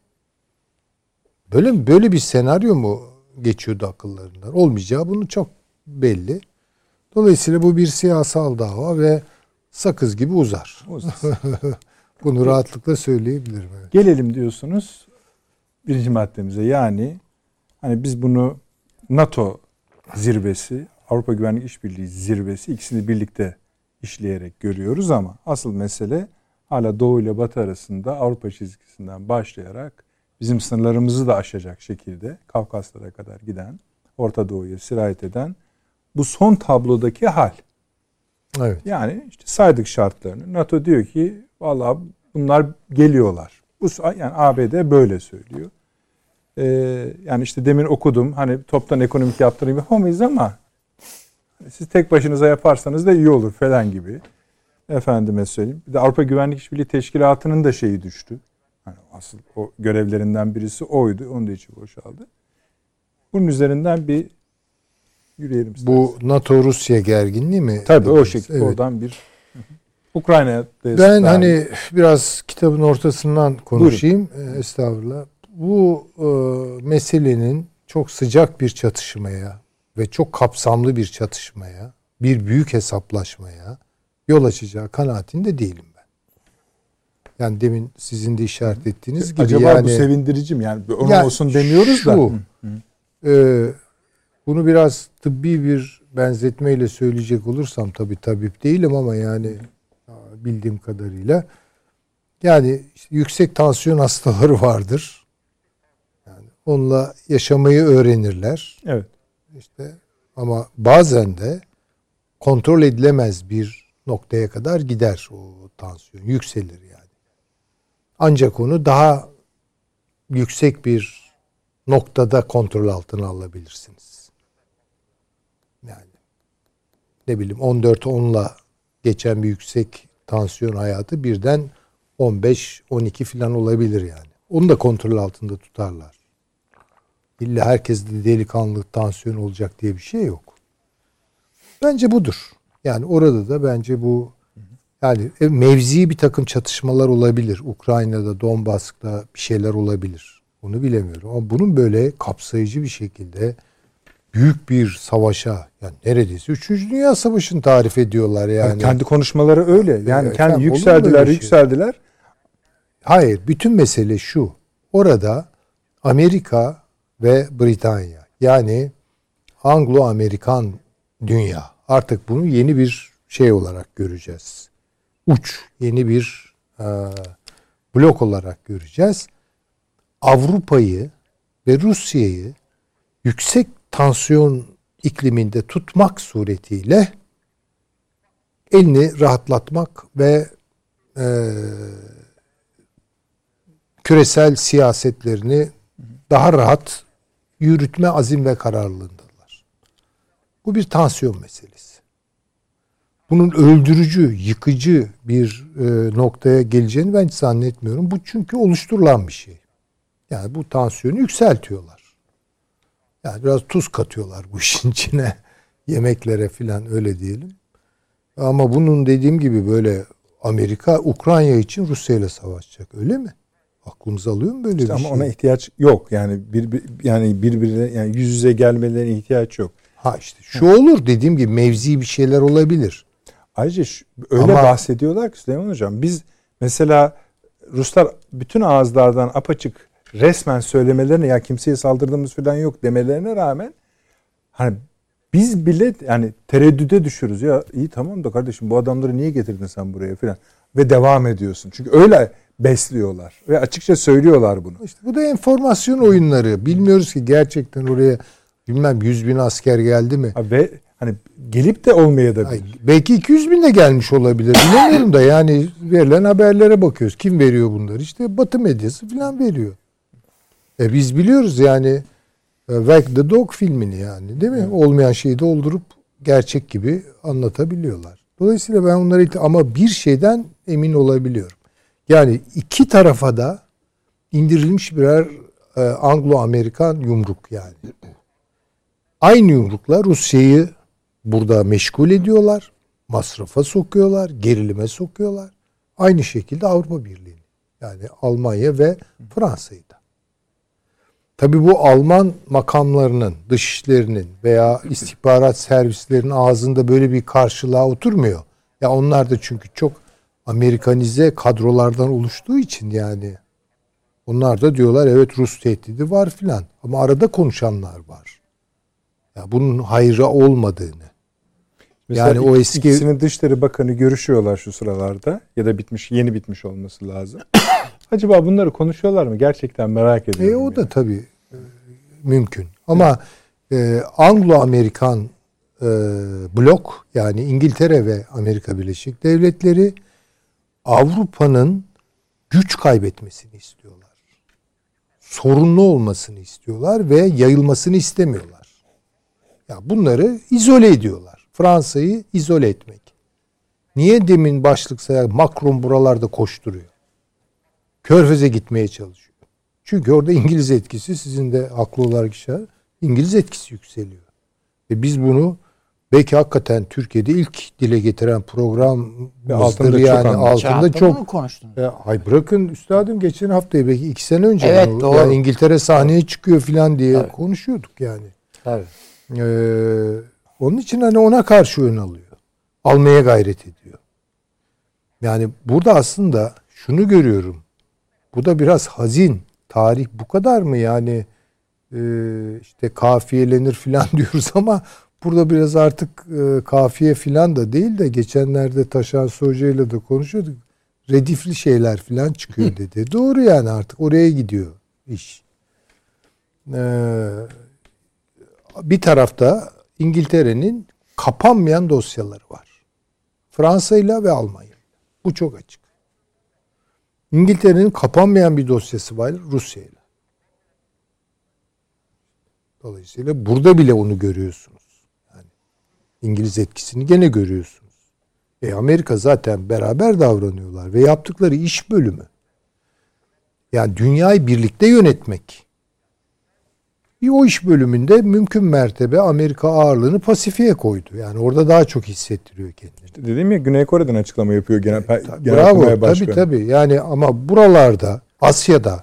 Speaker 4: Böyle mi? Böyle bir senaryo mu geçiyordu akıllarından? Olmayacağı bunu çok belli. Dolayısıyla bu bir siyasal dava ve sakız gibi uzar.
Speaker 1: Uzar.
Speaker 4: Bunu rahatlıkla söyleyebilirim. Evet.
Speaker 1: Gelelim diyorsunuz birinci maddemize, yani hani biz bunu NATO zirvesi, Avrupa Güvenlik İşbirliği zirvesi, ikisini birlikte işleyerek görüyoruz ama asıl mesele hala Doğu ile Batı arasında Avrupa çizgisinden başlayarak bizim sınırlarımızı da aşacak şekilde Kafkaslara kadar giden, Orta Doğu'ya sirayet eden bu son tablodaki hal.
Speaker 4: Evet.
Speaker 1: Yani işte saydık şartlarını. NATO diyor ki vallahi bunlar geliyorlar. Bu yani A B D böyle söylüyor. Ee, yani işte demin okudum, hani toptan ekonomik yaptırım yapamayız ama siz tek başınıza yaparsanız da iyi olur falan gibi. Efendime söyleyeyim. Bir de Avrupa Güvenlik İşbirliği Teşkilatı'nın da şeyi düştü. Yani asıl o görevlerinden birisi oydu. Onun da içi boşaldı. Bunun üzerinden bir yürüyelim isterseniz.
Speaker 4: Bu NATO-Rusya gerginliği mi?
Speaker 1: Tabii o şekilde
Speaker 4: evet.
Speaker 1: Oradan bir Ukrayna'ya
Speaker 4: ben hani biraz kitabın ortasından konuşayım. Buyurun. Estağfurullah. Bu e, meselenin çok sıcak bir çatışmaya ve çok kapsamlı bir çatışmaya, bir büyük hesaplaşmaya yol açacağı kanaatinde değilim ben. Yani demin sizin de işaret ettiğiniz gibi.
Speaker 1: Acaba
Speaker 4: yani,
Speaker 1: bu sevindirici mi? Yani onun
Speaker 4: ya
Speaker 1: olsun demiyoruz
Speaker 4: şu,
Speaker 1: da. Hı, hı.
Speaker 4: E, bunu biraz tıbbi bir benzetmeyle söyleyecek olursam, tabii tabip değilim ama yani bildiğim kadarıyla yani işte yüksek tansiyon hastaları vardır. Yani onunla yaşamayı öğrenirler.
Speaker 1: Evet.
Speaker 4: İşte ama bazen de kontrol edilemez bir noktaya kadar gider o tansiyon, yükselir yani. Ancak onu daha yüksek bir noktada kontrol altına alabilirsiniz. Yani ne bileyim on dört onla geçen bir yüksek tansiyon hayatı birden on beş on iki falan olabilir yani. Onu da kontrol altında tutarlar. İlla herkeste delikanlı tansiyon olacak diye bir şey yok. Bence budur. Yani orada da bence bu Yani e, mevzi bir takım çatışmalar olabilir. Ukrayna'da, Donbas'ta bir şeyler olabilir. Onu bilemiyorum. Ama bunun böyle kapsayıcı bir şekilde büyük bir savaşa, yani neredeyse üçüncü. Dünya Savaşı'nı tarif ediyorlar yani.
Speaker 1: Yani kendi konuşmaları öyle. Yani
Speaker 4: Evet,
Speaker 1: kendi
Speaker 4: efendim,
Speaker 1: yükseldiler,
Speaker 4: şey.
Speaker 1: yükseldiler.
Speaker 4: Hayır, bütün mesele şu. Orada Amerika ve Britanya, yani Anglo-Amerikan dünya, artık bunu yeni bir şey olarak göreceğiz. Uç, yeni bir e, blok olarak göreceğiz. Avrupa'yı ve Rusya'yı yüksek tansiyon ikliminde tutmak suretiyle elini rahatlatmak ve e, küresel siyasetlerini daha rahat yürütme azim ve kararlılığındalar. Bu bir tansiyon meselesi. Bunun öldürücü, yıkıcı bir e, noktaya geleceğini ben hiç zannetmiyorum. Bu çünkü oluşturulan bir şey. Yani bu tansiyonu yükseltiyorlar. Yani biraz tuz katıyorlar bu işin içine. Yemeklere falan, öyle diyelim. Ama bunun dediğim gibi böyle Amerika Ukrayna için Rusya ile savaşacak, öyle mi? Aklımız alıyor mu böyle
Speaker 1: İşte
Speaker 4: bir
Speaker 1: ama
Speaker 4: şey?
Speaker 1: ona ihtiyaç yok. Yani bir, bir yani birbirine, yani yüz yüze gelmelerine ihtiyaç yok.
Speaker 4: Ha işte şu olur, dediğim gibi mevzi bir şeyler olabilir.
Speaker 1: Ayrıca şu, öyle
Speaker 4: Ama,
Speaker 1: bahsediyorlar ki Süleyman Hocam, biz mesela Ruslar bütün ağızlardan apaçık resmen söylemelerine, ya kimseye saldırdığımız falan yok demelerine rağmen hani biz bile yani tereddüde düşürüz. Ya iyi tamam da kardeşim, bu adamları niye getirdin sen buraya falan ve devam ediyorsun. Çünkü öyle besliyorlar ve açıkça söylüyorlar bunu.
Speaker 4: İşte bu da enformasyon oyunları. Bilmiyoruz ki gerçekten oraya bilmem yüz bin asker geldi mi?
Speaker 1: Ve hani gelip de olmaya da bilir.
Speaker 4: Belki iki yüz bin de gelmiş olabilir. Bilemiyorum da yani verilen haberlere bakıyoruz. Kim veriyor bunları? İşte Batı medyası falan veriyor. E biz biliyoruz yani Wag the Dog filmini, yani değil mi? Evet. Olmayan şeyi doldurup gerçek gibi anlatabiliyorlar. Dolayısıyla ben onları, ama bir şeyden emin olabiliyorum. Yani iki tarafa da indirilmiş birer e, Anglo-Amerikan yumruk yani. Aynı yumrukla Rusya'yı burada meşgul ediyorlar. Masrafa sokuyorlar, gerilime sokuyorlar. Aynı şekilde Avrupa Birliği'ni, yani Almanya ve Fransa'yı da. Tabii bu Alman makamlarının, dışişlerinin veya istihbarat servislerinin ağzında böyle bir karşılığa oturmuyor. Ya onlar da çünkü çok Amerikanize kadrolardan oluştuğu için, yani onlar da diyorlar evet Rus tehdidi var filan. Ama arada konuşanlar var. Ya bunun hayrı olmadığını.
Speaker 1: Mesela
Speaker 4: yani o eski
Speaker 1: ikisinin Dışişleri Bakanı görüşüyorlar şu sıralarda, ya da bitmiş, yeni bitmiş olması lazım. Acaba bunları konuşuyorlar mı? Gerçekten merak ediyorum.
Speaker 4: E o
Speaker 1: yani.
Speaker 4: da tabii e, mümkün. Ama e, Anglo-Amerikan e, blok, yani İngiltere ve Amerika Birleşik Devletleri Avrupa'nın güç kaybetmesini istiyorlar. Sorunlu olmasını istiyorlar ve yayılmasını istemiyorlar. Ya bunları izole ediyorlar. Fransa'yı izole etmek. Niye demin başlık sayarak Macron buralarda koşturuyor? Körfez'e gitmeye çalışıyor. Çünkü orada İngiliz etkisi, sizin de haklı olarak işaret, İngiliz etkisi yükseliyor. Ve biz bunu belki hakikaten Türkiye'de ilk dile getiren programımızdır, yani altında çok.
Speaker 2: Mı konuştunuz?
Speaker 4: Ya, hay bırakın üstadım, geçen haftayı belki iki sene önce
Speaker 2: evet,
Speaker 4: bunu,
Speaker 2: doğru.
Speaker 4: yani İngiltere sahneye çıkıyor falan diye
Speaker 2: Tabii.
Speaker 4: konuşuyorduk yani.
Speaker 2: Tabii.
Speaker 4: Ee, onun için hani ona karşı ön alıyor. Almaya gayret ediyor. Yani burada aslında şunu görüyorum. Bu da biraz hazin. Tarih bu kadar mı yani, e, işte kafiyelenir falan diyoruz ama burada biraz artık e, kafiye falan da değil de, geçenlerde Taşan Hoca ile de konuşuyorduk. Redifli şeyler falan çıkıyor dedi. Doğru, yani artık oraya gidiyor iş. Ee, bir tarafta İngiltere'nin kapanmayan dosyaları var. Fransa'yla ve Almanya. Bu çok açık. İngiltere'nin kapanmayan bir dosyası var Rusya'yla. Dolayısıyla burada bile onu görüyorsunuz. Yani İngiliz etkisini gene görüyorsunuz. E Amerika zaten beraber davranıyorlar ve yaptıkları iş bölümü. Yani dünyayı birlikte yönetmek. Bir o iş bölümünde mümkün mertebe Amerika ağırlığını Pasifik'e koydu. Yani orada daha çok hissettiriyor kendini.
Speaker 1: İşte dediğim ya, Güney Kore'den açıklama yapıyor genel,
Speaker 4: Evet,
Speaker 1: Genelkurmay
Speaker 4: bravo
Speaker 1: Başkanı.
Speaker 4: tabii tabii. Yani ama buralarda, Asya'da,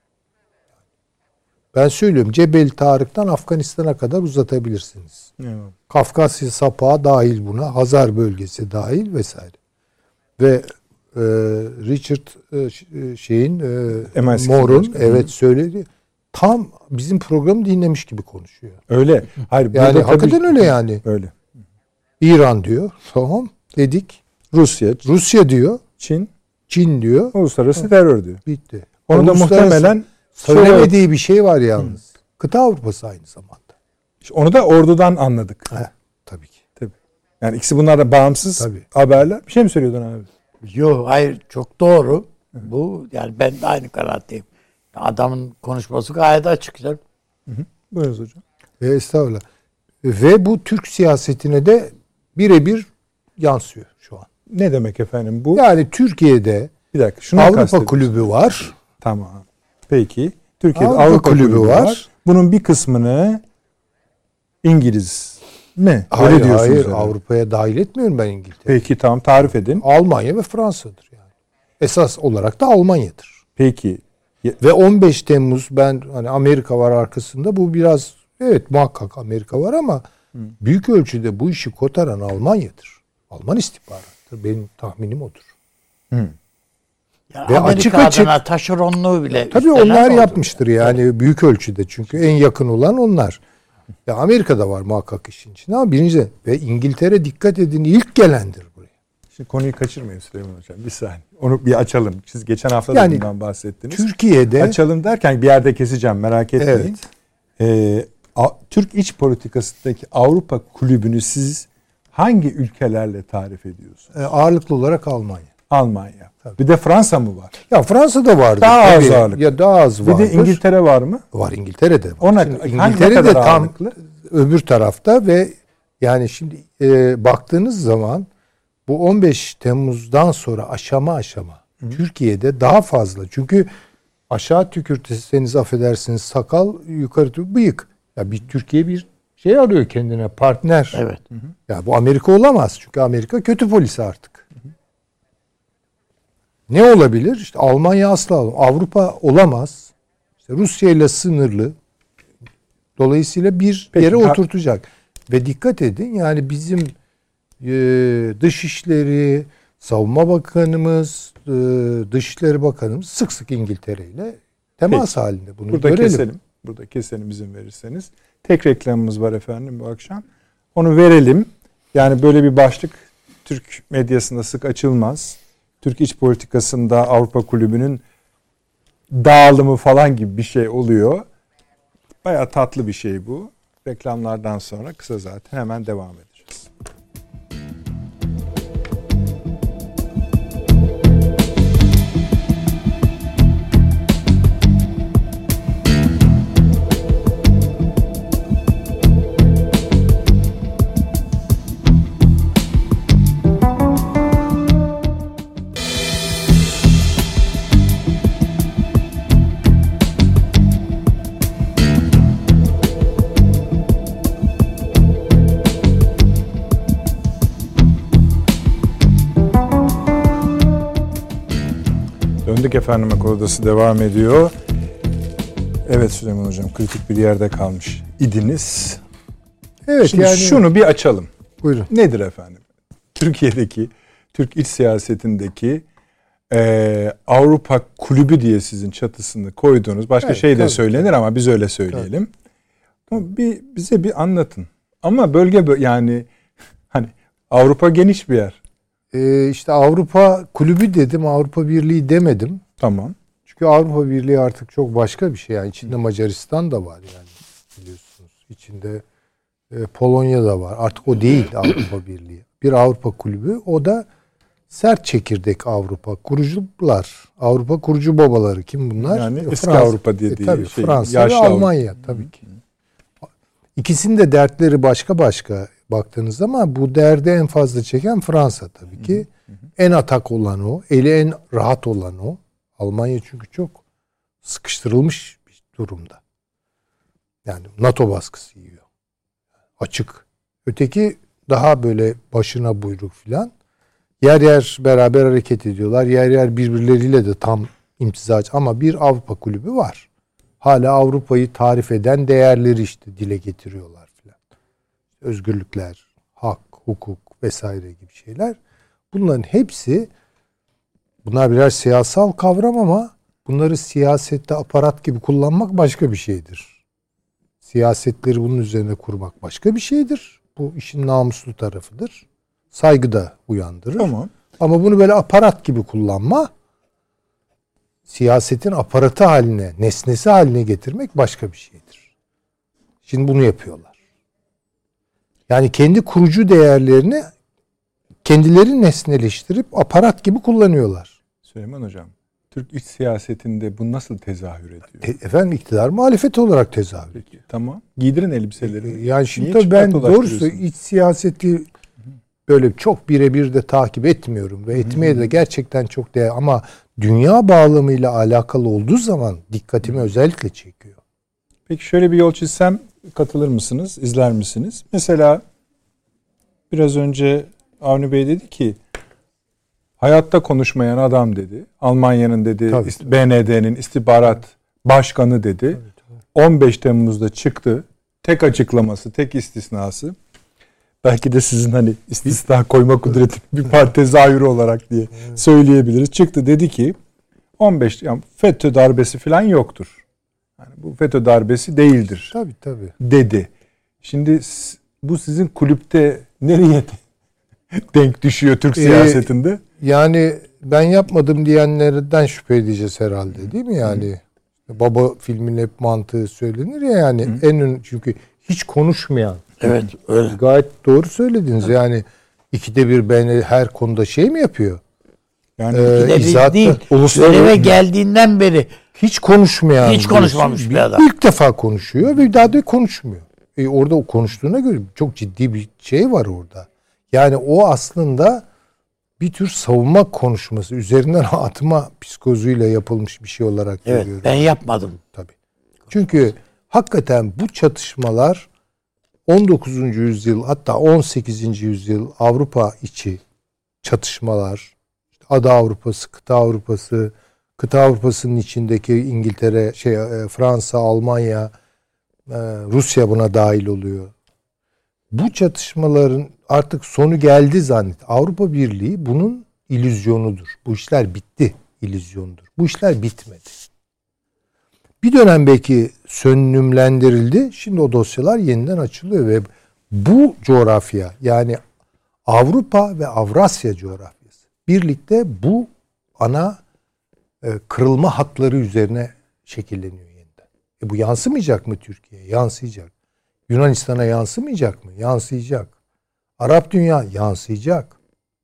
Speaker 4: ben söylüyorum, Cebel Tarık'tan Afganistan'a kadar uzatabilirsiniz.
Speaker 1: Evet.
Speaker 4: Kafkasya Sapağı dahil buna, Hazar bölgesi dahil vesaire. Ve e, Richard e, şeyin e,
Speaker 1: M I six
Speaker 4: Moore'un
Speaker 1: başkanı.
Speaker 4: evet söyledi. Tam bizim programı dinlemiş gibi konuşuyor.
Speaker 1: Öyle. Hayır,
Speaker 4: Yani
Speaker 1: burada
Speaker 4: hakikaten
Speaker 1: tabii-
Speaker 4: öyle yani.
Speaker 1: Öyle.
Speaker 4: İran diyor. Tamam dedik.
Speaker 1: Rusya,
Speaker 4: Rusya diyor.
Speaker 1: Çin,
Speaker 4: Çin diyor.
Speaker 1: uluslararası terör diyor.
Speaker 4: Bitti.
Speaker 1: Onu da
Speaker 4: Uluslararası
Speaker 1: muhtemelen
Speaker 4: söylemediği bir şey var yalnız. Kıta Avrupası aynı zamanda.
Speaker 1: İşte onu da ordudan anladık.
Speaker 4: Heh, tabii ki.
Speaker 1: Tabii. Yani ikisi bunlar da bağımsız
Speaker 4: Tabii.
Speaker 1: haberler. Bir şey mi söylüyordun abi?
Speaker 2: Yok, hayır, çok doğru. Bu yani ben de aynı kanaatteyim. Adamın konuşması gayet açık. canım.
Speaker 1: Buyurunuz hocam.
Speaker 4: E, estağfurullah. Ve bu Türk siyasetine de birebir yansıyor şu an.
Speaker 1: Ne demek efendim bu?
Speaker 4: Yani Türkiye'de
Speaker 1: Bir dakika. Şunu
Speaker 4: Avrupa
Speaker 1: kastediyorsun.
Speaker 4: Kulübü var.
Speaker 1: Tamam. Peki. Türkiye'de
Speaker 4: Avrupa
Speaker 1: Avrupa,
Speaker 4: Kulübü
Speaker 1: Kulübü,
Speaker 4: var.
Speaker 1: var. Bunun bir kısmını İngiliz mi?
Speaker 4: Hayır
Speaker 1: Öyle diyorsunuz
Speaker 4: hayır
Speaker 1: herhalde.
Speaker 4: Avrupa'ya dahil etmiyorum ben İngiltere.
Speaker 1: Peki tamam, tarif edin.
Speaker 4: Almanya ve Fransa'dır yani. Esas olarak da Almanya'dır.
Speaker 1: Peki.
Speaker 4: Ve on beş Temmuz, ben hani Amerika var arkasında, bu biraz evet muhakkak Amerika var ama büyük ölçüde bu işi kotaran Almanya'dır. Alman istihbaratıdır. Benim tahminim odur.
Speaker 1: Hı.
Speaker 2: Ya
Speaker 4: Ve
Speaker 2: Amerika
Speaker 4: açık açık-
Speaker 2: adına taşeronluğu bile
Speaker 4: Tabii
Speaker 2: üstlenen
Speaker 4: onlar
Speaker 2: oldu.
Speaker 4: yapmıştır yani büyük ölçüde, çünkü en yakın olan onlar. Ya Amerika'da var muhakkak işin içinde ama birinci ve İngiltere, dikkat edin, ilk gelendir buraya.
Speaker 1: Şimdi konuyu kaçırmayın Süleyman Hocam. Bir saniye. Onu bir açalım. Siz geçen hafta da
Speaker 4: Yani
Speaker 1: bundan bahsettiniz.
Speaker 4: Türkiye'de
Speaker 1: Açalım derken bir yerde keseceğim, merak etmeyin.
Speaker 4: Evet.
Speaker 1: Ee, A- Türk iç politikasındaki Avrupa Kulübü'nü siz hangi ülkelerle tarif ediyorsunuz?
Speaker 4: e, ağırlıklı olarak Almanya.
Speaker 1: Almanya. Bir de Fransa mı var?
Speaker 4: Ya Fransa'da vardı.
Speaker 1: Daha az
Speaker 4: tabii.
Speaker 1: ağırlık.
Speaker 4: Ya daha az
Speaker 1: Bir
Speaker 4: vardır.
Speaker 1: de İngiltere var mı?
Speaker 4: Var, İngiltere'de var.
Speaker 1: Ona
Speaker 4: Şimdi
Speaker 1: hangi
Speaker 4: İngiltere
Speaker 1: kadar
Speaker 4: de tam
Speaker 1: ağırlıklı?
Speaker 4: öbür tarafta ve yani şimdi e, baktığınız zaman bu on beş Temmuz'dan sonra aşama aşama Hı. Türkiye'de daha fazla. Çünkü aşağı tükürtürseniz affedersiniz sakal, yukarı tük bıyık. Ya bir Türkiye bir şey arıyor kendine, partner.
Speaker 2: Evet.
Speaker 4: Ya bu Amerika olamaz. Çünkü Amerika kötü polisi artık. Ne olabilir? İşte Almanya asla olamaz. Avrupa olamaz. İşte Rusya ile sınırlı. Dolayısıyla bir
Speaker 1: Peki,
Speaker 4: yere
Speaker 1: ha-
Speaker 4: oturtacak. Ve dikkat edin, yani bizim e, Dışişleri, Savunma Bakanımız, e, Dışişleri Bakanımız sık sık İngiltere ile temas
Speaker 1: Peki.
Speaker 4: halinde. Bunu
Speaker 1: Burada
Speaker 4: görelim.
Speaker 1: keselim. Burada keselim izin verirseniz. Tek reklamımız var efendim bu akşam. Onu verelim. Yani böyle bir başlık Türk medyasında sık açılmaz. Türk iç politikasında Avrupa Kulübü'nün dağılımı falan gibi bir şey oluyor. Bayağı tatlı bir şey bu. Reklamlardan sonra kısa zaten hemen devam edeceğiz. Döndük efendim, akıl odası devam ediyor. Evet Süleyman Hocam, kritik bir yerde kalmış idiniz.
Speaker 4: Evet,
Speaker 1: Şimdi
Speaker 4: yani
Speaker 1: şunu bir açalım.
Speaker 4: buyurun.
Speaker 1: Nedir efendim? Türkiye'deki, Türk iç siyasetindeki e, Avrupa Kulübü diye sizin çatısını koyduğunuz, başka
Speaker 4: Evet,
Speaker 1: şey de
Speaker 4: tabii,
Speaker 1: söylenir
Speaker 4: tabii.
Speaker 1: ama biz öyle söyleyelim. Ama bir bize bir anlatın. Ama bölge bö- yani hani Avrupa geniş bir yer.
Speaker 4: Ee, işte Avrupa Kulübü dedim, Avrupa Birliği demedim.
Speaker 1: Tamam.
Speaker 4: Çünkü Avrupa Birliği artık çok başka bir şey. Yani içinde Macaristan da var yani, biliyorsunuz. İçinde e, Polonya da var. Artık o değil Avrupa Birliği. Bir Avrupa Kulübü, o da sert çekirdek Avrupa. Kurucular, Avrupa kurucu babaları kim bunlar?
Speaker 1: Yani
Speaker 4: E,
Speaker 1: eski
Speaker 4: Fransa-
Speaker 1: Avrupa dediği
Speaker 4: e, tabii,
Speaker 1: şey,
Speaker 4: Fransa
Speaker 1: yaşlı
Speaker 4: ve
Speaker 1: Avrupa.
Speaker 4: Almanya tabii ki. İkisinin de dertleri başka başka baktığınız zaman bu derdi en fazla çeken Fransa tabii ki. Hı hı. En atak olan o, eli en rahat olan o. Almanya çünkü çok sıkıştırılmış bir durumda. Yani NATO baskısı yiyor. Açık. Öteki daha böyle başına buyruk filan. Yer yer beraber hareket ediyorlar. Yer yer birbirleriyle de tam imtizaç. Ama bir Avrupa kulübü var. Hala Avrupa'yı tarif eden değerleri işte dile getiriyorlar filan. Özgürlükler, hak, hukuk vesaire gibi şeyler. Bunların hepsi, bunlar birer siyasal kavram ama bunları siyasette aparat gibi kullanmak başka bir şeydir. Siyasetleri bunun üzerine kurmak başka bir şeydir. Bu işin namuslu tarafıdır. Saygı da uyandırır.
Speaker 1: Tamam.
Speaker 4: Ama bunu böyle aparat gibi kullanma, siyasetin aparatı haline, nesnesi haline getirmek başka bir şeydir. Şimdi bunu yapıyorlar. Yani kendi kurucu değerlerini kendileri nesneleştirip aparat gibi kullanıyorlar.
Speaker 1: Süleyman Hocam, Türk iç siyasetinde bu nasıl tezahür ediyor?
Speaker 4: E, efendim iktidar muhalefet olarak tezahür ediyor.
Speaker 1: Peki, tamam. Giydirin elbiseleri.
Speaker 4: Yani şimdi
Speaker 1: Niye
Speaker 4: tabii ben
Speaker 1: çıplak
Speaker 4: doğrusu
Speaker 1: dolaştırıyorsun?
Speaker 4: iç siyaseti böyle çok birebir de takip etmiyorum ve etmeye de gerçekten çok değer, ama dünya bağlamıyla alakalı olduğu zaman dikkatimi özellikle çekiyor.
Speaker 1: Peki şöyle bir yol çizsem katılır mısınız, izler misiniz? Mesela biraz önce Avni Bey dedi ki hayatta konuşmayan adam dedi. Almanya'nın dedi,
Speaker 4: Tabii,
Speaker 1: ist- B N D'nin istihbarat başkanı dedi.
Speaker 4: Tabii, tabii.
Speaker 1: on beş Temmuz'da çıktı. Tek açıklaması, tek istisnası. Belki de sizin hani istisna koyma kudretinin bir parti tezahürü olarak diye söyleyebiliriz. Çıktı dedi ki on beş yani FETÖ darbesi falan yoktur. Yani bu FETÖ darbesi değildir
Speaker 4: Tabii tabii.
Speaker 1: dedi. Şimdi s- bu sizin kulüpte nereye denk düşüyor Türk
Speaker 4: Ee,
Speaker 1: siyasetinde?
Speaker 4: Yani ben yapmadım diyenlerden şüphe edeceğiz herhalde, değil mi yani? Hı. Baba filmin hep mantığı söylenir ya yani. Hı. En ön, çünkü hiç konuşmayan.
Speaker 2: Evet öyle.
Speaker 4: Gayet doğru söylediniz. Evet. Yani ikide bir beni her konuda şey mi yapıyor?
Speaker 1: Yani
Speaker 4: Ee,
Speaker 2: Bir
Speaker 4: izahatta,
Speaker 2: değil.
Speaker 4: uluslararası-
Speaker 2: Göreve geldiğinden beri
Speaker 4: hiç konuşmayan.
Speaker 2: Hiç konuşmamış bir adam.
Speaker 4: İlk defa konuşuyor ve bir daha da konuşmuyor. E orada o konuştuğuna göre çok ciddi bir şey var orada. Yani o aslında bir tür savunma konuşması, üzerinden atma psikozuyla yapılmış bir şey olarak
Speaker 2: evet,
Speaker 4: görüyorum.
Speaker 2: ben yapmadım.
Speaker 4: Tabii. Çünkü hakikaten bu çatışmalar on dokuzuncu yüzyıl hatta on sekizinci yüzyıl Avrupa içi çatışmalar, Ada Avrupası, kıta Avrupası, kıta Avrupası'nın içindeki İngiltere, şey Fransa, Almanya, Rusya buna dahil oluyor. Bu çatışmaların artık sonu geldi zannet. Avrupa Birliği bunun illüzyonudur. Bu işler bitti illüzyonudur. Bu işler bitmedi. Bir dönem belki sönümlendirildi. Şimdi o dosyalar yeniden açılıyor ve bu coğrafya, yani Avrupa ve Avrasya coğrafyası birlikte bu ana e, kırılma hatları üzerine şekilleniyor yeniden. E bu yansımayacak mı Türkiye'ye? Yansıyacak. Yunanistan'a yansımayacak mı? Yansıyacak. Arap dünya yansıyacak.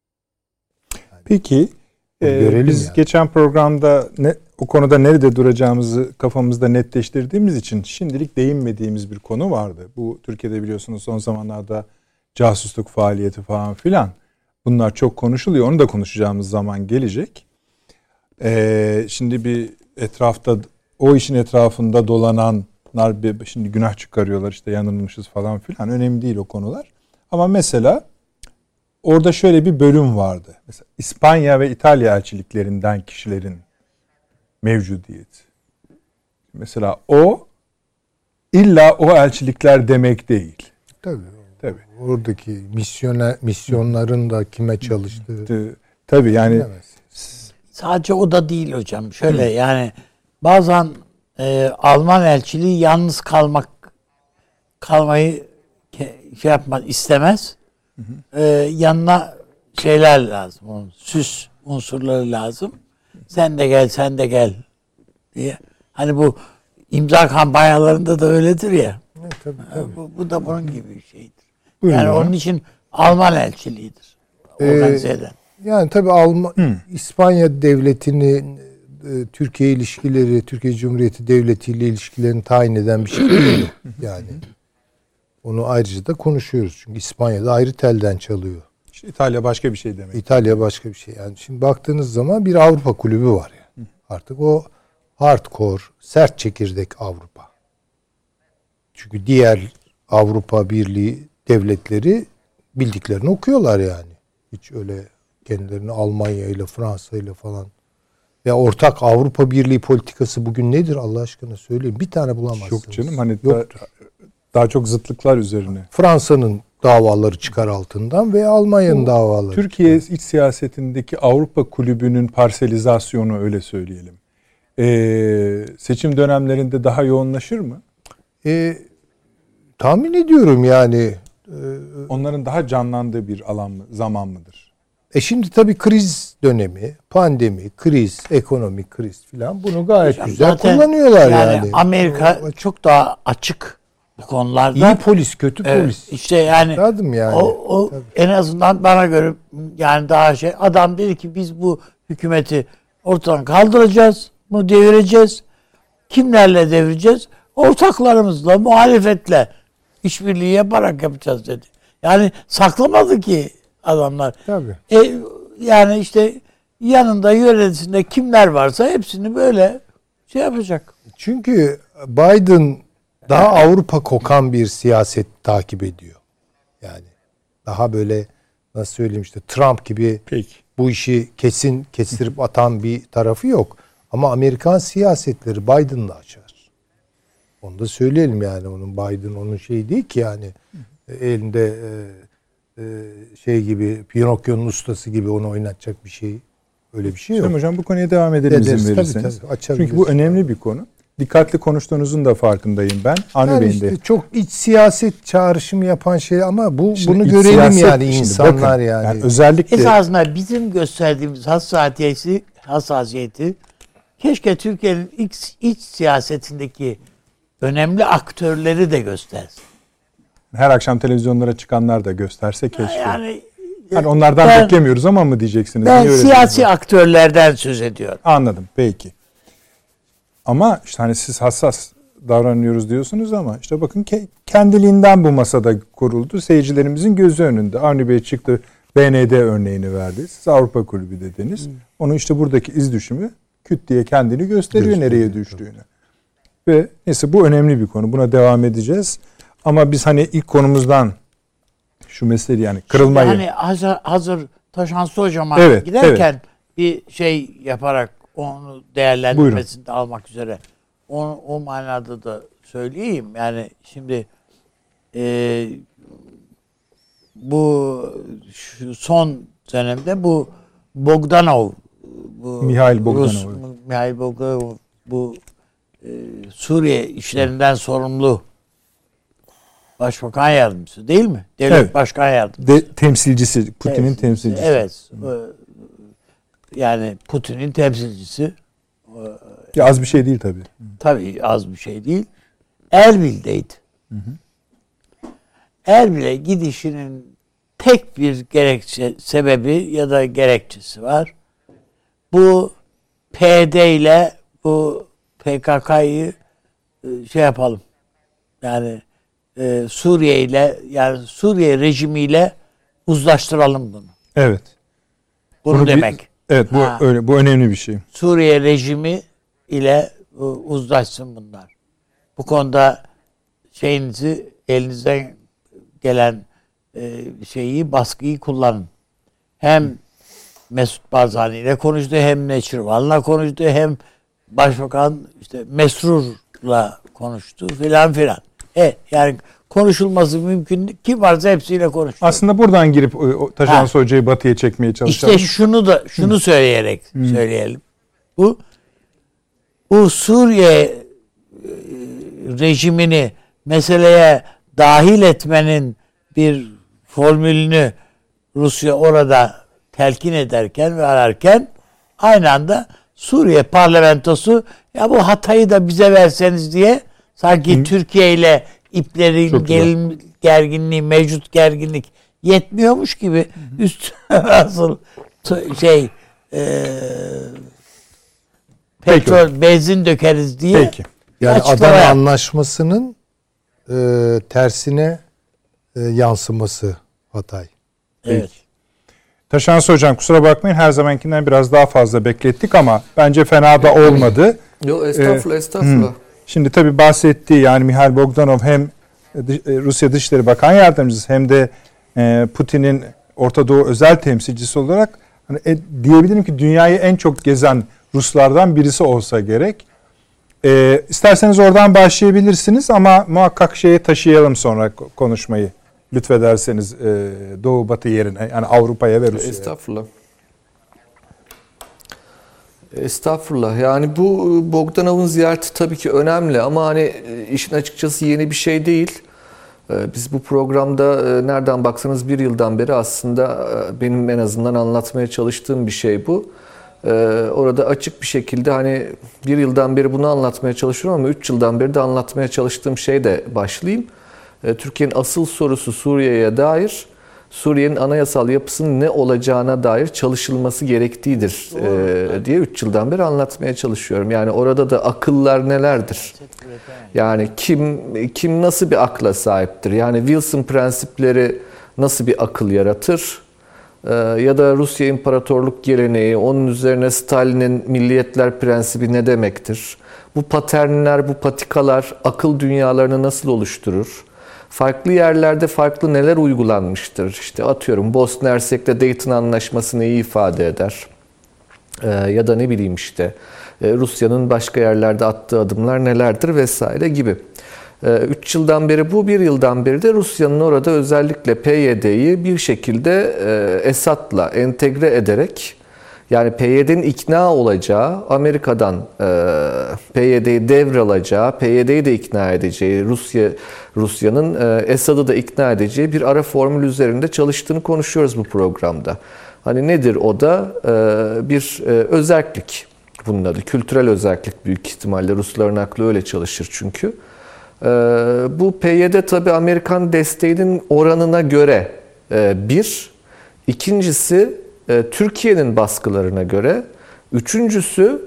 Speaker 4: Yani
Speaker 1: peki e, biz
Speaker 4: yani.
Speaker 1: geçen programda ne, o konuda nerede duracağımızı kafamızda netleştirdiğimiz için şimdilik değinmediğimiz bir konu vardı. Bu Türkiye'de biliyorsunuz son zamanlarda casusluk faaliyeti falan filan. Bunlar çok konuşuluyor. Onu da konuşacağımız zaman gelecek. E, şimdi bir etrafta o işin etrafında dolananlar bir, şimdi günah çıkarıyorlar, işte yanılmışız falan filan. Önemli değil o konular. Ama mesela orada şöyle bir bölüm vardı. Mesela İspanya ve İtalya elçiliklerinden kişilerin mevcudiyeti. Mesela o illa o elçilikler demek değil.
Speaker 4: Tabii.
Speaker 1: Tabii.
Speaker 4: Oradaki misyoner, misyonların da kime çalıştığı.
Speaker 1: Tabii yani
Speaker 4: bilemez.
Speaker 2: Sadece o da değil hocam. Şöyle yani bazen e, Alman elçiliği yalnız kalmak kalmayı şey yapmak istemez. Hı hı. E, yanına şeyler lazım. Onun, süs unsurları lazım. Sen de gel, sen de gel diye. Hani bu imza kampanyalarında da öyledir ya.
Speaker 4: Evet, tabii, tabii.
Speaker 2: Bu, bu da bunun gibi bir şeydir.
Speaker 4: Buyurun
Speaker 2: yani
Speaker 4: ya.
Speaker 2: onun için Alman elçiliğidir. Organize eden.
Speaker 4: Ee, yani tabii Alman, İspanya devletini, e, Türkiye ilişkileri, Türkiye Cumhuriyeti Devleti ile ilişkilerini tayin eden bir şey değil. Yani onu ayrıca da konuşuyoruz. Çünkü İspanya'da ayrı telden çalıyor.
Speaker 1: işte İtalya başka bir şey demek.
Speaker 4: İtalya başka bir şey. Yani şimdi baktığınız zaman bir Avrupa kulübü var yani. Artık o hardcore, sert çekirdek Avrupa. Çünkü diğer Avrupa Birliği devletleri bildiklerini okuyorlar yani. Hiç öyle kendilerini Almanya ile Fransa ile falan. Ya ortak Avrupa Birliği politikası bugün nedir Allah aşkına söyleyin. Bir tane bulamazsınız.
Speaker 1: Yok canım hani daha, daha çok zıtlıklar üzerine.
Speaker 4: Fransa'nın davaları çıkar altından ve Almanya'nın davaları.
Speaker 1: Türkiye
Speaker 4: çıkar.
Speaker 1: iç siyasetindeki Avrupa Kulübü'nün parselizasyonu öyle söyleyelim. Ee, seçim dönemlerinde daha yoğunlaşır mı?
Speaker 4: E, tahmin ediyorum yani. E,
Speaker 1: Onların daha canlandığı bir alan mı, zaman mıdır?
Speaker 4: E şimdi tabii kriz dönemi, pandemi, kriz, ekonomik kriz filan bunu gayet
Speaker 2: Hocam
Speaker 4: güzel
Speaker 2: zaten
Speaker 4: kullanıyorlar yani.
Speaker 2: yani. Amerika çok daha açık bu konularda.
Speaker 4: İyi polis, kötü
Speaker 2: Evet,
Speaker 4: polis.
Speaker 2: işte yani,
Speaker 4: Anladım yani.
Speaker 2: o, o en azından bana göre yani daha şey, adam dedi ki biz bu hükümeti ortadan kaldıracağız, bunu devireceğiz. Kimlerle devireceğiz? Ortaklarımızla, muhalefetle işbirliği yaparak yapacağız dedi. Yani saklamadı ki adamlar.
Speaker 4: Tabii.
Speaker 2: E, yani işte yanında yönetiminde kimler varsa hepsini böyle şey yapacak.
Speaker 4: Çünkü Biden daha Avrupa kokan bir siyaset takip ediyor. Yani daha böyle nasıl söyleyeyim işte Trump gibi
Speaker 1: Peki.
Speaker 4: bu işi kesin kestirip atan bir tarafı yok. Ama Amerikan siyasetleri Biden'la açar. Onu da söyleyelim yani onun Biden onun şeyi değil ki yani elinde e, e, şey gibi Pinokyo'nun ustası gibi onu oynatacak bir şey öyle bir şey yok.
Speaker 1: Hocam, hocam bu konuya devam edelim
Speaker 4: Ederiz,
Speaker 1: izin
Speaker 4: tabii,
Speaker 1: verirseniz.
Speaker 4: tabii, açabiliriz.
Speaker 1: Çünkü bu önemli bir konu. Dikkatli konuştuğunuzun da farkındayım ben. Avni
Speaker 4: Yani
Speaker 1: Bey'in
Speaker 4: işte
Speaker 1: de.
Speaker 4: çok iç siyaset çağrışımı yapan şey ama bu
Speaker 1: Şimdi
Speaker 4: bunu
Speaker 1: iç
Speaker 4: görelim
Speaker 1: siyaset-
Speaker 4: yani
Speaker 1: şimdi
Speaker 4: insanlar
Speaker 1: bakın,
Speaker 4: yani.
Speaker 1: özellikle
Speaker 2: Esasında bizim gösterdiğimiz hassasiyeti, hassasiyeti keşke Türkiye'nin iç, iç siyasetindeki önemli aktörleri de göstersin.
Speaker 1: her akşam televizyonlara çıkanlar da gösterse keşke. Yani,
Speaker 2: Yani
Speaker 1: onlardan
Speaker 2: ben,
Speaker 1: beklemiyoruz ama mı diyeceksiniz?
Speaker 2: ben
Speaker 1: Niye öyle
Speaker 2: siyasi
Speaker 1: diyorsunuz?
Speaker 2: aktörlerden söz ediyorum.
Speaker 1: Anladım peki. Ama işte hani siz hassas davranıyoruz diyorsunuz ama işte bakın ke- kendiliğinden bu masada kuruldu. Seyircilerimizin gözü önünde. Avni Bey çıktı B N D örneğini verdi. Siz Avrupa Kulübü dediniz. Hmm. Onun işte buradaki iz düşümü küt diye kendini gösteriyor, gösteriyor nereye düştüğünü. Ve neyse bu önemli bir konu. Buna devam edeceğiz. Ama biz hani ilk konumuzdan şu mesele yani kırılmayı.
Speaker 2: Şimdi hani hazır, hazır Taşansı Hocam'a
Speaker 1: evet,
Speaker 2: giderken
Speaker 1: evet.
Speaker 2: bir şey yaparak onu değerlendirmesini de almak üzere. Onu, o manada da söyleyeyim. Yani şimdi e, bu şu son dönemde bu Bogdanov bu
Speaker 1: Mihail Bogdanov.
Speaker 2: Rus, Mihail Bogdanov bu e, Suriye işlerinden sorumlu Başbakan yardımcısı değil mi? Devlet
Speaker 1: evet.
Speaker 2: Başkan yardımcısı.
Speaker 1: De, temsilcisi, Putin'in evet. temsilcisi.
Speaker 2: Evet. Yani Putin'in temsilcisi.
Speaker 1: Ya az bir şey değil tabii.
Speaker 2: Tabii az bir şey değil. Erbil'deydi. Hı hı. Erbil'e gidişinin tek bir gerekçe, sebebi ya da gerekçesi var. Bu P D ile bu P K K'yı şey yapalım. Yani e, Suriye ile yani Suriye rejimiyle uzlaştıralım bunu.
Speaker 1: Evet.
Speaker 2: Bunu, bunu demek.
Speaker 1: Bir, evet bu ha. öyle bu önemli bir şey.
Speaker 2: Suriye rejimi ile uzlaşsın bunlar. Bu konuda şeyinizi elinizden gelen e, şeyi baskıyı kullanın. Hem Mesut Barzani ile konuştu, hem Neçirvan'la konuştu, hem Başbakan işte Mesrur'la konuştu filan filan. E yani konuşulması mümkün. Kim varsa hepsiyle konuştu.
Speaker 1: Aslında buradan girip Taşansı Hoca'yı batıya çekmeye çalışalım.
Speaker 2: İşte şunu da şunu Hı. söyleyerek Hı. söyleyelim. Bu bu Suriye rejimini meseleye dahil etmenin bir formülünü Rusya orada telkin ederken ve ararken aynı anda Suriye parlamentosu ya bu Hatay'ı da bize verseniz diye sanki Hı. Türkiye ile iplerin gelin, gerginliği, mevcut gerginlik yetmiyormuş gibi Hı. üstüne nasıl şey e, petrol, Peki. benzin dökeriz diye.
Speaker 1: Peki.
Speaker 4: Yani Adana Anlaşması'nın e, tersine e, yansıması Hatay.
Speaker 2: Evet.
Speaker 1: Peki. Taşansı Hocam kusura bakmayın her zamankinden biraz daha fazla beklettik ama bence fena da olmadı.
Speaker 3: Yok estağfurullah
Speaker 1: ee,
Speaker 3: estağfurullah.
Speaker 1: Şimdi tabii bahsettiği yani Mikhail Bogdanov hem Rusya Dışişleri Bakan Yardımcısı hem de Putin'in Orta Doğu özel temsilcisi olarak hani e, diyebilirim ki dünyayı en çok gezen Ruslardan birisi olsa gerek. E, isterseniz oradan başlayabilirsiniz ama muhakkak şeye taşıyalım sonra konuşmayı. Lütfederseniz e, Doğu Batı yerine yani Avrupa'ya ve Rusya'ya.
Speaker 3: Estağfurullah. Estağfurullah. Yani bu Bogdanov'un ziyareti tabii ki önemli ama hani işin açıkçası yeni bir şey değil. Biz bu programda nereden baksanız bir yıldan beri aslında benim en azından anlatmaya çalıştığım bir şey bu. Orada açık bir şekilde hani bir yıldan beri bunu anlatmaya çalışıyorum ama üç yıldan beri de anlatmaya çalıştığım şey de başlayayım. Türkiye'nin asıl sorusu Suriye'ye dair, Suriye'nin anayasal yapısının ne olacağına dair çalışılması gerektiğidir e, diye üç yıldan beri anlatmaya çalışıyorum. Yani orada da akıllar nelerdir? Yani kim kim nasıl bir akla sahiptir? Yani Wilson prensipleri nasıl bir akıl yaratır? E, ya da Rusya İmparatorluk geleneği, onun üzerine Stalin'in milliyetler prensibi ne demektir? Bu paternler, bu patikalar akıl dünyalarını nasıl oluşturur? Farklı yerlerde farklı neler uygulanmıştır? İşte atıyorum Bosna Hersek'te Dayton Anlaşması neyi ifade eder? Ee, ya da ne bileyim işte e, Rusya'nın başka yerlerde attığı adımlar nelerdir vesaire gibi. Üç ee, yıldan beri bu, bir yıldan beri de Rusya'nın orada özellikle P Y D'yi bir şekilde e, Esad'la entegre ederek yani P Y D'nin ikna olacağı, Amerika'dan e, P Y D'yi devralacağı, P Y D'yi de ikna edeceği, Rusya Rusya'nın e, Esad'ı da ikna edeceği bir ara formül üzerinde çalıştığını konuşuyoruz bu programda. Hani nedir o da? E, bir e, özerklik bunun adı. Kültürel özerklik büyük ihtimalle. Rusların aklı öyle çalışır çünkü. E, bu P Y D tabii Amerikan desteğinin oranına göre e, bir. İkincisi Türkiye'nin baskılarına göre, üçüncüsü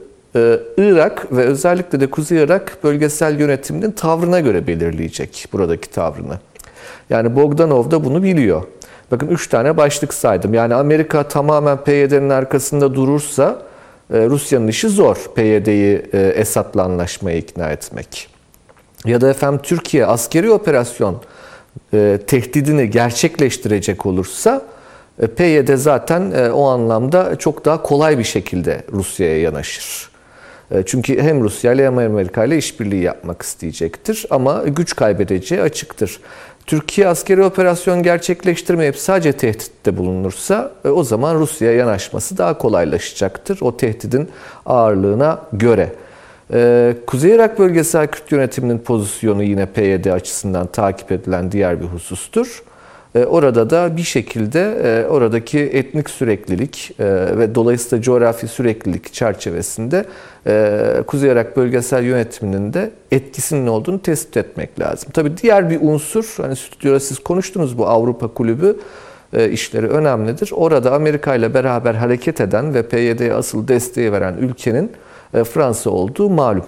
Speaker 3: Irak ve özellikle de Kuzey Irak bölgesel yönetiminin tavrına göre belirleyecek buradaki tavrını. Yani Bogdanov da bunu biliyor. Bakın üç tane başlık saydım. Yani Amerika tamamen P Y D'nin arkasında durursa Rusya'nın işi zor P Y D'yi Esad'la anlaşmaya ikna etmek. Ya da efendim Türkiye askeri operasyon tehdidini gerçekleştirecek olursa P Y D zaten o anlamda çok daha kolay bir şekilde Rusya'ya yanaşır. Çünkü hem Rusya ile hem Amerika ile işbirliği yapmak isteyecektir ama güç kaybedeceği açıktır. Türkiye askeri operasyon gerçekleştirmeyip sadece tehditte bulunursa o zaman Rusya'ya yanaşması daha kolaylaşacaktır o tehdidin ağırlığına göre. Kuzey Irak Bölgesel Kürt Yönetimi'nin pozisyonu yine P Y D açısından takip edilen diğer bir husustur. Orada da bir şekilde oradaki etnik süreklilik ve dolayısıyla coğrafi süreklilik çerçevesinde Kuzey Irak Bölgesel Yönetimi'nin de etkisinin olduğunu tespit etmek lazım. Tabii diğer bir unsur, hani stüdyoda siz konuştunuz bu Avrupa Kulübü işleri önemlidir. Orada Amerika ile beraber hareket eden ve P Y D'ye asıl desteği veren ülkenin Fransa olduğu malum.